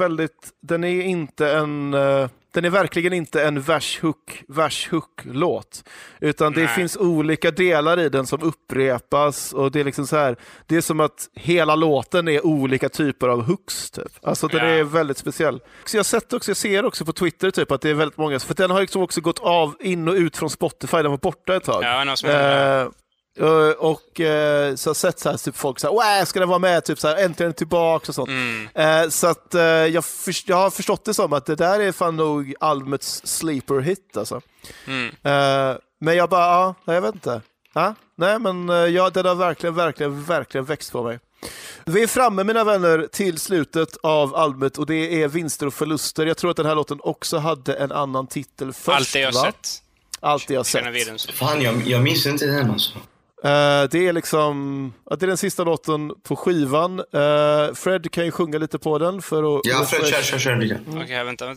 är verkligen inte en vers-hook-låt. Utan det finns olika delar i den som upprepas. Och det är liksom så här, det är som att hela låten är olika typer av hooks typ. Alltså den är väldigt speciell. Så jag ser också på Twitter typ att det är väldigt många, för den har liksom också gått av in och ut från Spotify, den var borta ett tag. Och så har sett så här typ folk så här, ska den vara med typ så här, äntligen tillbaka och sånt. Så att jag har förstått det som att det där är fan nog albumets sleeper hit alltså. Men jag bara jag vet inte. Nej, men den har verkligen växt på mig. Vi är framme, mina vänner, till slutet av albumet och det är vinster och förluster. Jag tror att den här låten också hade en annan titel först. Allt det jag sett. Fan, jag minns inte den alltså. Det är liksom det är den sista låten på skivan. Fred kan ju sjunga lite på den för att... Ja, Fred kör lite. Okej, vänta.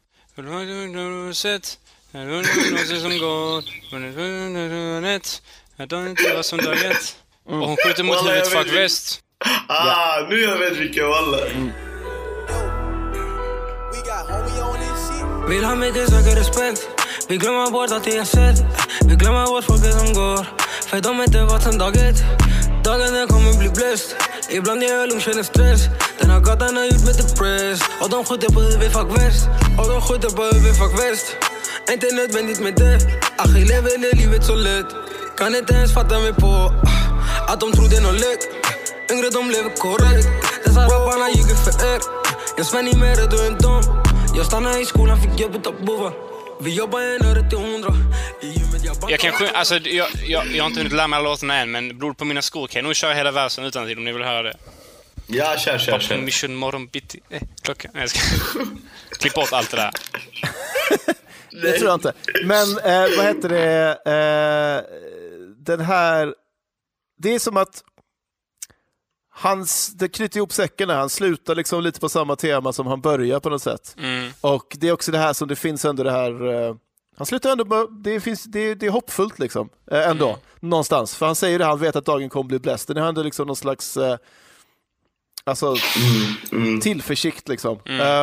Sett som går. Jag dör inte vad som daget. Och hon skjuter mot huvudet, fuck väst. Nu jag vet vilken walla. Vill ha mycket söker respekt. Vi glömmer bort att det är sett. Vi glömmer bort folket som går. För de inte varit sen dag ett. Dagen den kommer bli blöst. Ibland är jag lugn, känner stress. Den här gatan har gjort mig depressed. Och de skjuter på huvud, fuck väst. Inte nödvändigt med det. Jag lever livet så lätt. Kan inte ens fatta mig på att de tror det är något lätt. Yngre de lever korrekt. Dessa rapparna ljuger för er. Jag spänner mer än du än dem. Jag stannar i skolan, fick jobbet att bova. Vi jobbar en öre till 100. Jag kan sjunga, alltså jag har inte hunnit lära mig alla låtarna än, men Blod på mina skor kan jag nog köra hela versen utan till om ni vill höra det. Ja, kör. Mission morgon bitti. Klockan. Nej, jag ska klippa bort allt det där. Det tror jag inte. Men vad heter det? Den här... Det är som att det knyter ihop säcken när han slutar liksom lite på samma tema som han börjar på något sätt. Och det är också det här som det finns ändå det här... Han slutar ändå... Det är hoppfullt liksom. Ändå. Någonstans. För han säger det, han vet att dagen kommer bli bläst. Det är ändå liksom någon slags... tillförsikt liksom.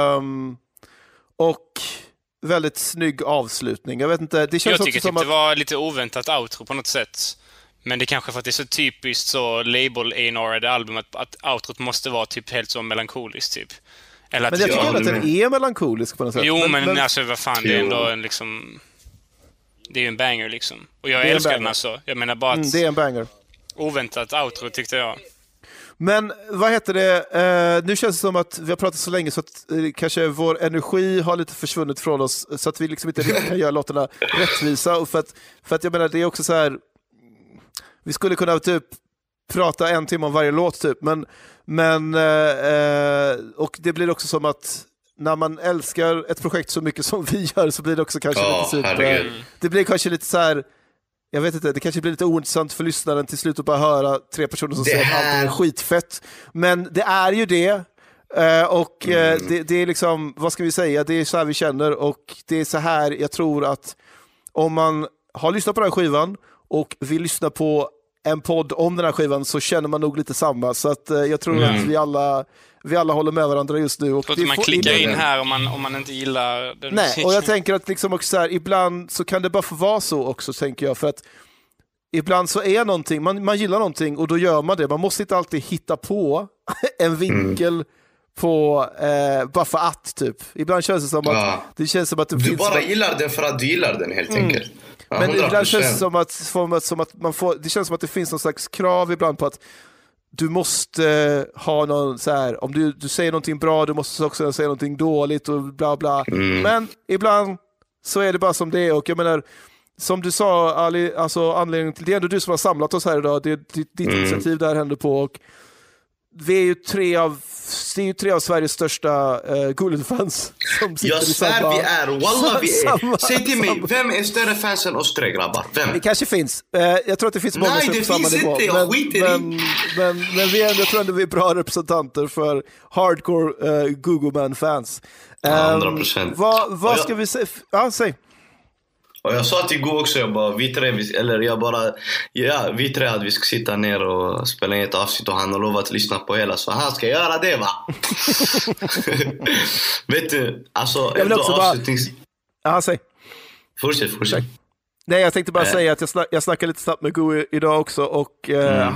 Och väldigt snygg avslutning. Jag vet inte, det känns jag tycker också som det var lite oväntat outro på något sätt. Men det kanske för att det är så typiskt så label A&R album att outrot måste vara typ helt så melankoliskt typ. Eller men jag tycker att den är melankolisk på något sätt. Jo, men alltså vad fan, det är ändå en liksom... Det är ju en banger liksom. Och jag älskar den alltså. Jag menar bara att... det är en banger. Oväntat outro tyckte jag. Men vad heter det? Nu känns det som att vi har pratat så länge så att kanske vår energi har lite försvunnit från oss så att vi liksom inte kan göra låtarna rättvisa. Och för att jag menar, det är också så här... Vi skulle kunna typ prata 1 timme om varje låt typ. Men och det blir också som att när man älskar ett projekt så mycket som vi gör så blir det också kanske lite typ... Det blir kanske lite så här... Jag vet inte, det kanske blir lite ointressant för lyssnaren till slut att bara höra 3 personer som säger att allt är skitfett. Men det är ju det. Och det är liksom, vad ska vi säga, det är så här vi känner. Och det är så här jag tror att om man har lyssnat på den här skivan och vill lyssna på en podd om den här skivan så känner man nog lite samma. Så att jag tror att vi alla håller med varandra just nu. Och man klickar in här om man inte gillar den. Nej, och jag tänker att liksom också så här, ibland så kan det bara få vara så också, tänker jag. För att ibland så är någonting, man gillar någonting och då gör man det. Man måste inte alltid hitta på en vinkel på bara för att typ. Ibland känns det som att det känns som att det du finns bara gillar den för att du gillar den helt enkelt. Ja, men 100%. ibland känns det som att man får, det känns som att det finns någon slags krav ibland på att du måste ha någon så här, om du säger någonting bra, du måste också säga någonting dåligt och bla bla. Men ibland så är det bara som det är. Och jag menar, som du sa Ali, alltså anledningen till det är ändå du som har samlat oss här idag. Det är ditt initiativ där händer på. Och vi är ju tre av Sveriges största Gullet-fans som sitter i samma... Jag svär vi är, wallah vi är. Säg till mig, vem är större fans än oss tre grabbar? Vem? Det kanske finns. Jag tror att det finns många som är på samma nivå. Men jag tror ändå vi är bra representanter för hardcore Google-man-fans. 100%. Vad ska vi säga? Ja, säg. Och jag sa till Go också, vi tre att vi ska sitta ner och spela in ett avsnitt och han har lovat att lyssna på hela, så han ska göra det, va? Vet du, alltså... Jag vill också bara... Ja, säg. Fortsätt. Nej, jag tänkte bara säga att jag snackade lite snabbt med Go idag också och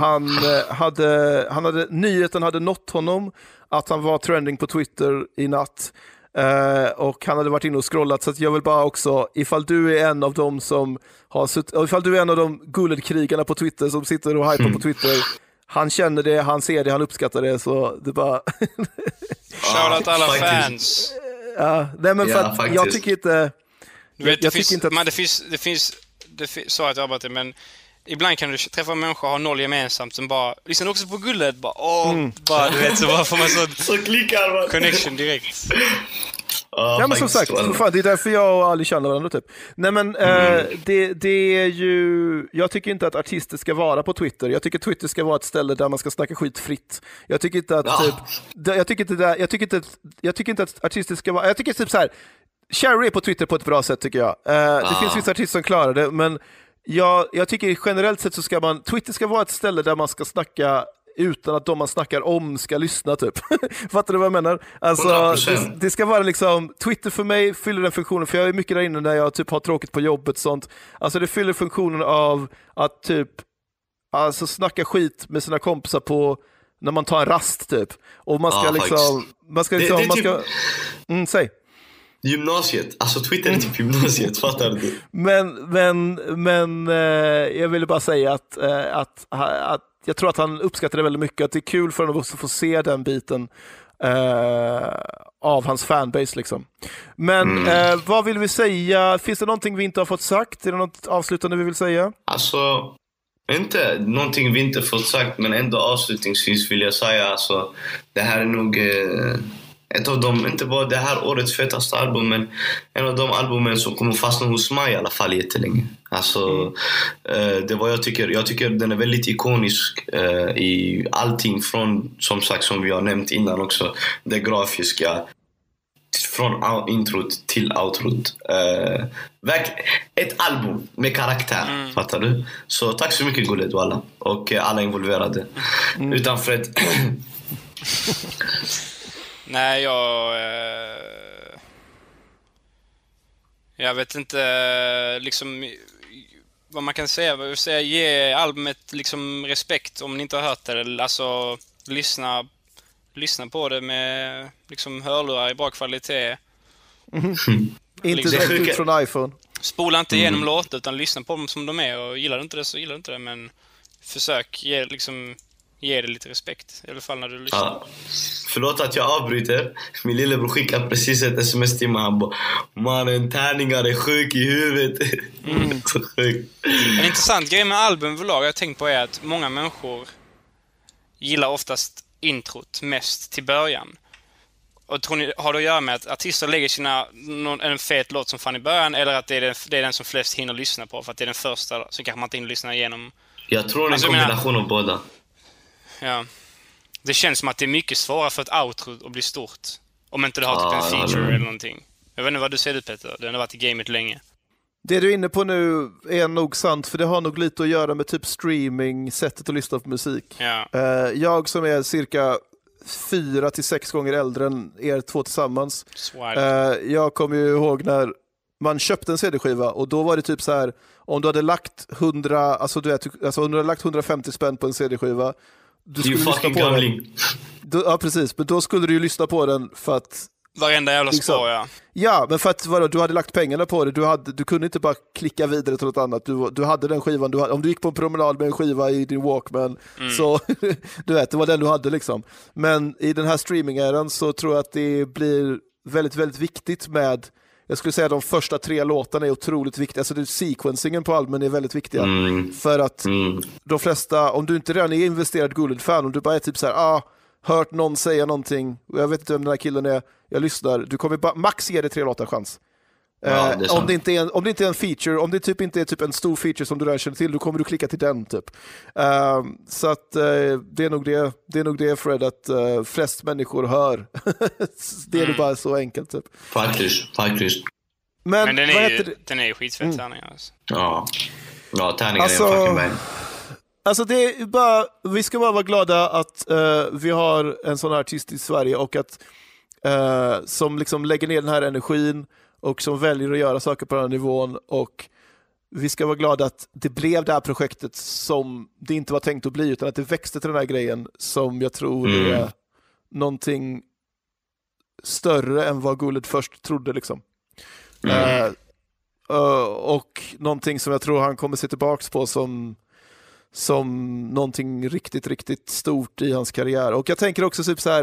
nyheten hade nått honom att han var trending på Twitter i natt. Och han hade varit inne och scrollat, så att jag vill bara också, ifall du är en av dem som har ifall du är en av de Gullet-krigarna på Twitter som sitter och hypar på Twitter, han känner det, han ser det, han uppskattar det, så det bara shoutout alla fans. Nej, men för att jag tycker inte det finns så att jag bara, men ibland kan du träffa människor och ha noll gemensamt som bara lyssnar också på Gullet, bara du vet, så bara får man så klickar man connection direkt. Ja, men som sagt, det är därför jag och Ali känner varandra typ. Nej, men det är ju, jag tycker inte att artister ska vara på Twitter. Jag tycker Twitter ska vara ett ställe där man ska snacka skit fritt. Jag tycker inte att jag tycker inte att artister ska vara, jag tycker typ så här, Cherry är på Twitter på ett bra sätt, tycker jag. Det finns vissa artister som klarar det, men jag tycker generellt sett så ska Twitter ska vara ett ställe där man ska snacka utan att de man snackar om ska lyssna typ. Fattar du vad jag menar? Alltså, det ska vara liksom, Twitter för mig fyller den funktionen, för jag är mycket där inne när jag typ har tråkigt på jobbet och sånt. Alltså det fyller funktionen av att typ alltså snacka skit med sina kompisar på när man tar en rast typ. Och man ska säg. Gymnasiet, alltså Twitter är typ gymnasiet, fattar du? Men jag ville bara säga att jag tror att han uppskattar det väldigt mycket, att det är kul för honom att få se den biten av hans fanbase liksom. Men vad vill vi säga? Finns det någonting vi inte har fått sagt? Är det något avslutande vi vill säga? Alltså, Inte någonting vi inte fått sagt, men ändå avslutningsvis vill jag säga alltså, det här är nog ett av dem, inte bara det här årets fetaste album, men en av de albumen som kommer fastna hos mig i alla fall jättelänge. Alltså, det var jag tycker den är väldigt ikonisk i allting från, som sagt, som vi har nämnt innan också, det grafiska, från introt till outrot. Ett album med karaktär, fattar du? Så tack så mycket Gullet och alla, och alla involverade. Utan Fred. Nej, jag vet inte liksom vad man kan säga. Jag vill säga, ge albumet liksom respekt om ni inte har hört det. Alltså, lyssna på det med liksom hörlurar i bra kvalitet. Inte direkt ut från iPhone. Spola inte igenom låtar, utan lyssna på dem som de är. Och gillar du inte det så gillar du inte det. Men försök ge det lite respekt. I alla fall när du lyssnar. Ja. Förlåt att jag avbryter. Min lillebror skickade precis ett sms till mig. Han bara, mannen, tärningar är sjuk i huvudet. Så sjuk. En intressant grej med album överlag jag har tänkt på är att många människor gillar oftast introt mest till början. Och tror ni, har det att göra med att artister lägger en fet låt som fan i början, eller att det är den som flest hinner lyssna på för att det är den första, så kanske man inte hinner lyssna igenom. Jag tror det är en kombination av båda. Ja. Det känns som att det är mycket svårare för ett outro att bli stort om inte det har typ en feature eller någonting. Jag vet inte vad du säger, Peter. Den har varit i gamet länge. Det du är inne på nu är nog sant, för det har nog lite att göra med typ streaming, sättet att lyssna på musik. Ja. Jag som är cirka 4 till 6 gånger äldre än er två tillsammans. Jag kommer ju ihåg när man köpte en CD-skiva, och då var det typ så här, om du hade lagt 150 spänn på en CD-skiva, du skulle lyssna på den. Ja, precis, men då skulle du ju lyssna på den för att varenda jävla liksom, spår, ja. Ja, men för att du hade lagt pengarna på det. Du kunde inte bara klicka vidare till något annat. Du hade den skivan. Om du gick på en promenad med en skiva i din Walkman, så du vet, det var den du hade liksom. Men i den här streaming-äran så tror jag att det blir väldigt, väldigt viktigt med, jag skulle säga de första 3 låtarna är otroligt viktiga. Alltså sequencingen på albumen är väldigt viktiga. För att de flesta, om du inte redan är investerad Gullet-fan, om du bara är typ så här, hört någon säga någonting, och jag vet inte vem den här killen är, jag lyssnar, du kommer max ge det 3 låtar chans. Ja, om det inte är en feature, om det typ inte är typ en stor feature som du redan känner till, då kommer du klicka till den typ. Så att det är nog det Fred, att flest människor hör. Det är nog bara så enkelt typ. Faktiskt. Men den är ju skitfett tärning alltså. Ja, tärningen är fucking bang. Alltså det är bara, vi ska bara vara glada att vi har en sån här artist i Sverige, och att som liksom lägger ner den här energin och som väljer att göra saker på den här nivån, och vi ska vara glada att det blev det här projektet som det inte var tänkt att bli, utan att det växte till den här grejen som jag tror är någonting större än vad Gullet först trodde liksom. Och någonting som jag tror han kommer se tillbaks på som någonting riktigt, riktigt stort i hans karriär. Och jag tänker också typ så här,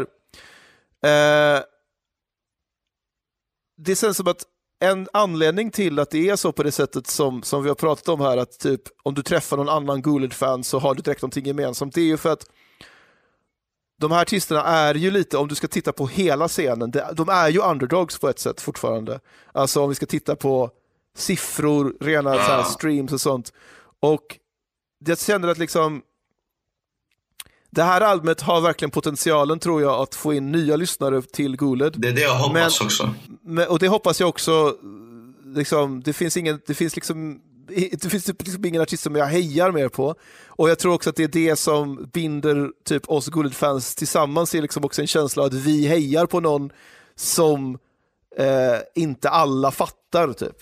det känns som att en anledning till att det är så på det sättet som vi har pratat om här, att typ om du träffar någon annan Gullet-fan så har du direkt någonting gemensamt, det är ju för att de här artisterna är ju lite, om du ska titta på hela scenen, de är ju underdogs på ett sätt fortfarande. Alltså om vi ska titta på siffror, rena så här streams och sånt. Och jag känner att liksom det här albumet har verkligen potentialen, tror jag, att få in nya lyssnare till Gullet. Det är det jag hoppas också. Och det hoppas jag också liksom, det finns liksom ingen artist som jag hejar mer på. Och jag tror också att det är det som binder typ oss Gullet-fans tillsammans, är liksom också en känsla att vi hejar på någon som inte alla fattar typ.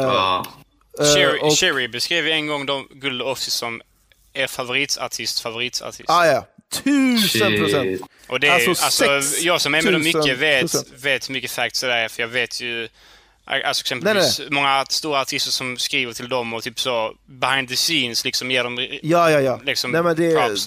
Cherry beskrev en gång Gullet också som er favoritartist. Ja. 1000%. Och det är alltså jag som är med dem mycket vet hur mycket facts det är, för jag vet ju alltså exempelvis många stora artister som skriver till dem och typ så behind the scenes liksom ger dem liksom props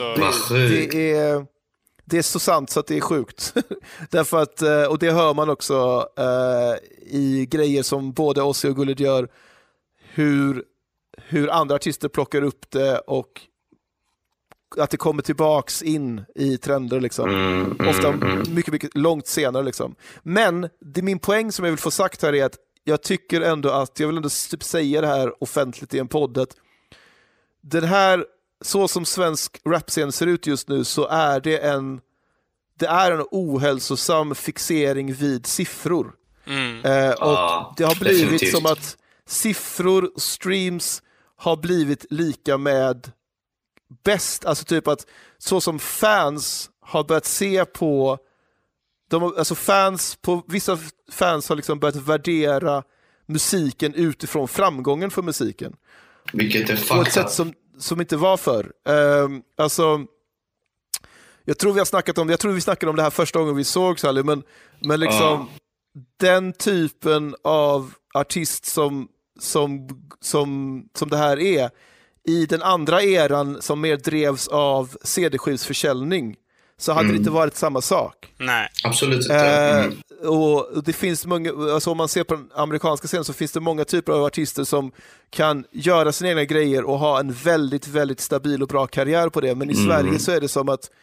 det är så sant så att det är sjukt. Därför att, och det hör man också i grejer som både Ozzy och Gullet gör, hur andra artister plockar upp det och att det kommer tillbaks in i trender liksom. Ofta mycket, mycket långt senare liksom. Men det min poäng som jag vill få sagt här är att jag tycker ändå att, jag vill ändå typ säga det här offentligt i en podd, att den här, så som svensk rapscen ser ut just nu, så är det en ohälsosam fixering vid siffror. Och det har blivit definitivt som att siffror, streams har blivit lika med bäst, alltså typ att så som fans har börjat se på vissa fans har liksom börjat värdera musiken utifrån framgången för musiken. Vilket är på ett sätt som inte var förr. Alltså, jag tror vi snackade om det här första gången vi såg Sally, men liksom den typen av artist som det här är i den andra eran som mer drevs av CD-skivsförsäljning, så hade det inte varit samma sak. Nej, absolut inte. Och det finns många, alltså om man ser på den amerikanska scenen så finns det många typer av artister som kan göra sina egna grejer och ha en väldigt, väldigt stabil och bra karriär på det. Men i Sverige så är det som att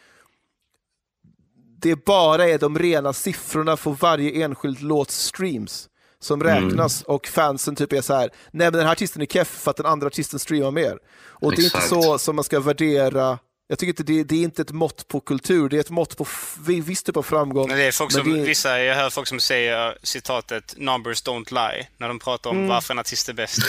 det bara är de rena siffrorna för varje enskild låts streams som räknas, och fansen typ är så här: nej men den här artisten är keff för att den andra artisten streamar mer. Och det är inte så som man ska värdera. Jag tycker inte det är inte ett mått på kultur, det är ett mått på viss typ av framgång. Men det är folk som, jag hör folk som säger citatet "numbers don't lie" när de pratar om varför en artist är bäst.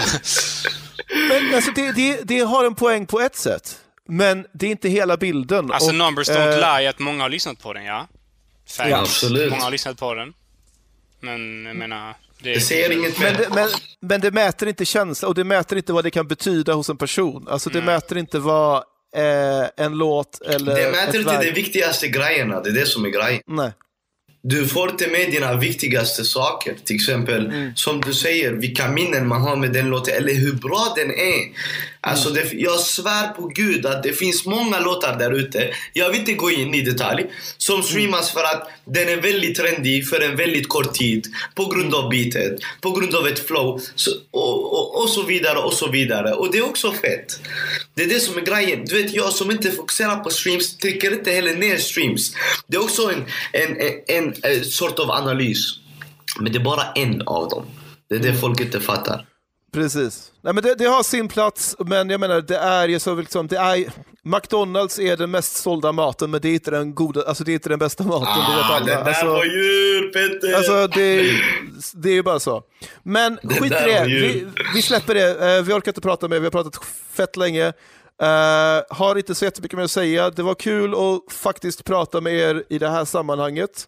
Men alltså det har en poäng på ett sätt, men det är inte hela bilden. Alltså numbers don't lie, att många har lyssnat på den, ja. Absolut. Många har lyssnat på den. Men jag menar, det ser inget men det mäter inte känsla, och det mäter inte vad det kan betyda hos en person. Alltså det mäter inte vad en låt eller det mäter inte de viktigaste grejerna. Det är det som är grejen. Nej. Du får inte med dina viktigaste saker. Till exempel, som du säger, vilka minnen man har med den låten, eller hur bra den är. Alltså jag svär på Gud att det finns många låtar där ute, jag vill inte gå in i detalj, som streamas för att den är väldigt trendig för en väldigt kort tid, på grund av beatet, på grund av ett flow och så vidare och så vidare. Och det är också fett. Det är det som är grejen. Du vet, jag som inte fokuserar på streams trycker inte heller ner streams. Det är också en sort av analys. Men det är bara en av dem. Det är det folk inte fattar. Precis. Nej, men det har sin plats, men jag menar, det är ju så liksom, McDonalds är den mest sålda maten, men det är inte den goda, alltså det är inte den bästa maten, det vet alla. Det där var djur, Petter. Alltså det är ju bara så. Men skit i det. Vi släpper det. Vi orkar inte prata mer. Vi har pratat fett länge. Har inte så jättemycket mer att säga. Det var kul att faktiskt prata med er i det här sammanhanget.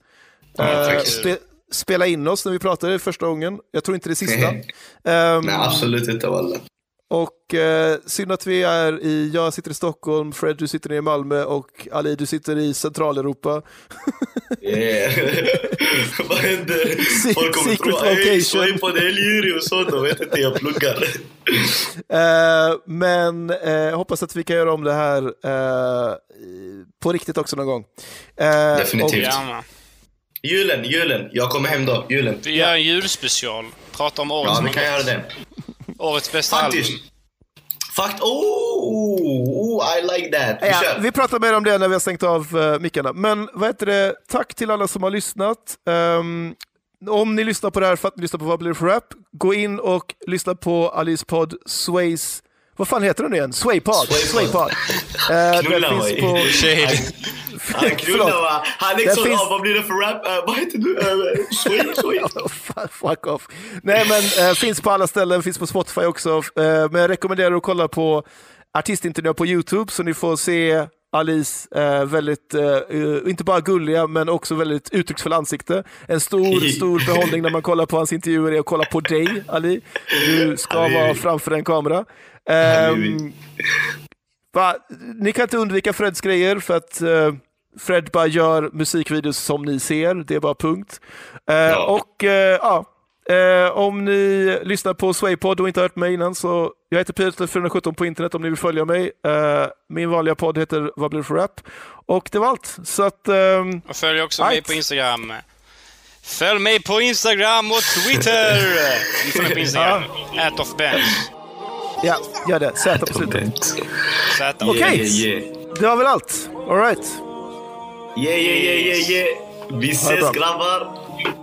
Spela in oss när vi pratade första gången. Jag tror inte det sista. Nej, absolut inte alla. Och synd att vi jag sitter i Stockholm, Fred du sitter i Malmö och Ali du sitter i Centraleuropa. Vad händer? Folk kommer tro att på det djur och sånt, och vet inte, jag pluggar. Men hoppas att vi kan göra om det här på riktigt också någon gång. Definitivt. Julen, jag kommer hem då, julen. Vi gör en julspecial. Prata om årets. Ja, vi kan göra det. Årets bästa album. I like that. Vi pratar mer om det när vi har stängt av mickarna. Men vad heter det? Tack till alla som har lyssnat. Om ni lyssnar på det här för att ni lyssnar på Vad blir det för rap, gå in och lyssna på Alice podd Sways. Vad fan heter den igen? Swaypod. Knulla finns på Han knullar, va? Han liksom, vad blir det för rap? Vad heter du? Sway. Fuck off. Nej, men finns på alla ställen, finns på Spotify också. Men jag rekommenderar att kolla på artistintervjuer på YouTube, så ni får se Alice väldigt, inte bara gulliga, men också väldigt uttrycksfull ansikte. En stor behållning när man kollar på hans intervjuer är att kolla på dig, Ali. Du ska vara framför en kamera. Ni kan inte undvika Freds grejer, för att Fred bara gör musikvideos som ni ser. Det är bara punkt. Om ni lyssnar på Swaypod och inte har hört mig innan, så jag heter Peter 417 på internet om ni vill följa mig. Min vanliga podd heter Vad blir det för rap? Och det var allt. Så att, och följ också mig på Instagram. Följ mig på Instagram och Twitter. Ni får mig på Instagram. @offbench. Ja, gör det. Z på slutet. Z. Okej. Det var väl allt. All right. Yeah. Vi ses grabbar.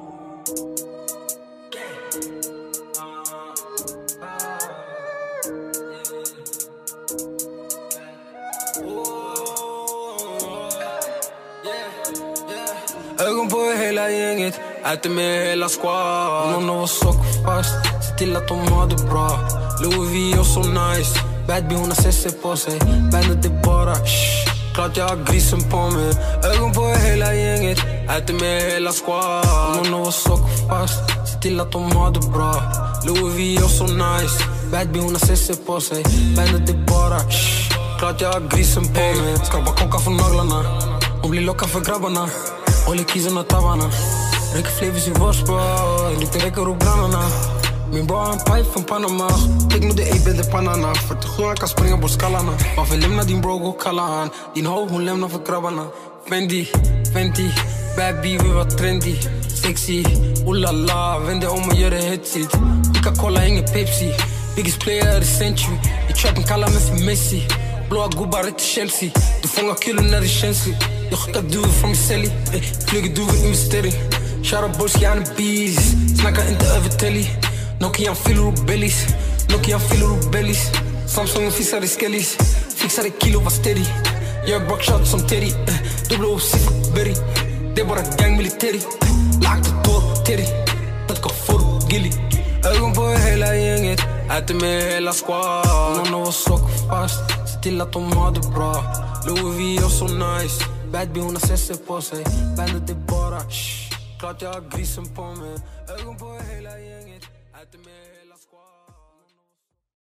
Ögon på hela gänget, äter med hela squad. Någon av oss åker fast, se till att de har det bra. Louis V och så nice, bad B hon har CC på sig. Bandet är bara shh, klart jag har grisen på mig. Ögon på hela gänget, äter med hela squad. Någon av oss åker fast, se till att de har det bra. Louis V och så nice, bad B hon har CC på sig. Bandet är bara shh, klart jag har grisen på mig. Skrapa koka från naglarna, hon blir lockad för grabbarna. Håller kisen och tabbarna, röker flavors i vårs bra. Lite räcker och grannarna. Min bra har en pipe från Panama. Tänk nu det är bilder panarna. 47 han kan springa bort skallarna. Varför lämna din bro och kalla han? Din ho hon lämnar för grabbarna. Fendi, bad B vi var trendy. Sexy, la vände om och gör det hetsigt. Coca-Cola, ingen Pepsi. Biggest player of the century. I trappen kallar mig för Messi. Blåa gubbar till Chelsea. Du fångar killen när det är känsligt. Jag skickar duvor från min celli. Flyger duvor investering. Shoutout Bolski, han är bees. Snackar inte över telly. Nokia fyller upp bellis. Nokia fyller upp bellis. Samsung fixar i skellis. Fixar i kilo var steady. Jag är brockshot som Teddy. Dubbla upp siffror berry. Det är bara gang military. Lagt ett tår Teddy. Det går för gilly. Ögon på hela gänget, äter med hela squad. Någon av oss åker fast, se till att de har det bra. Louis V och så nice, bad B hon har CC på sig. Bandet är bara shh, klart jag har grisen på mig. Ögon på hela gänget, äter med hela squad.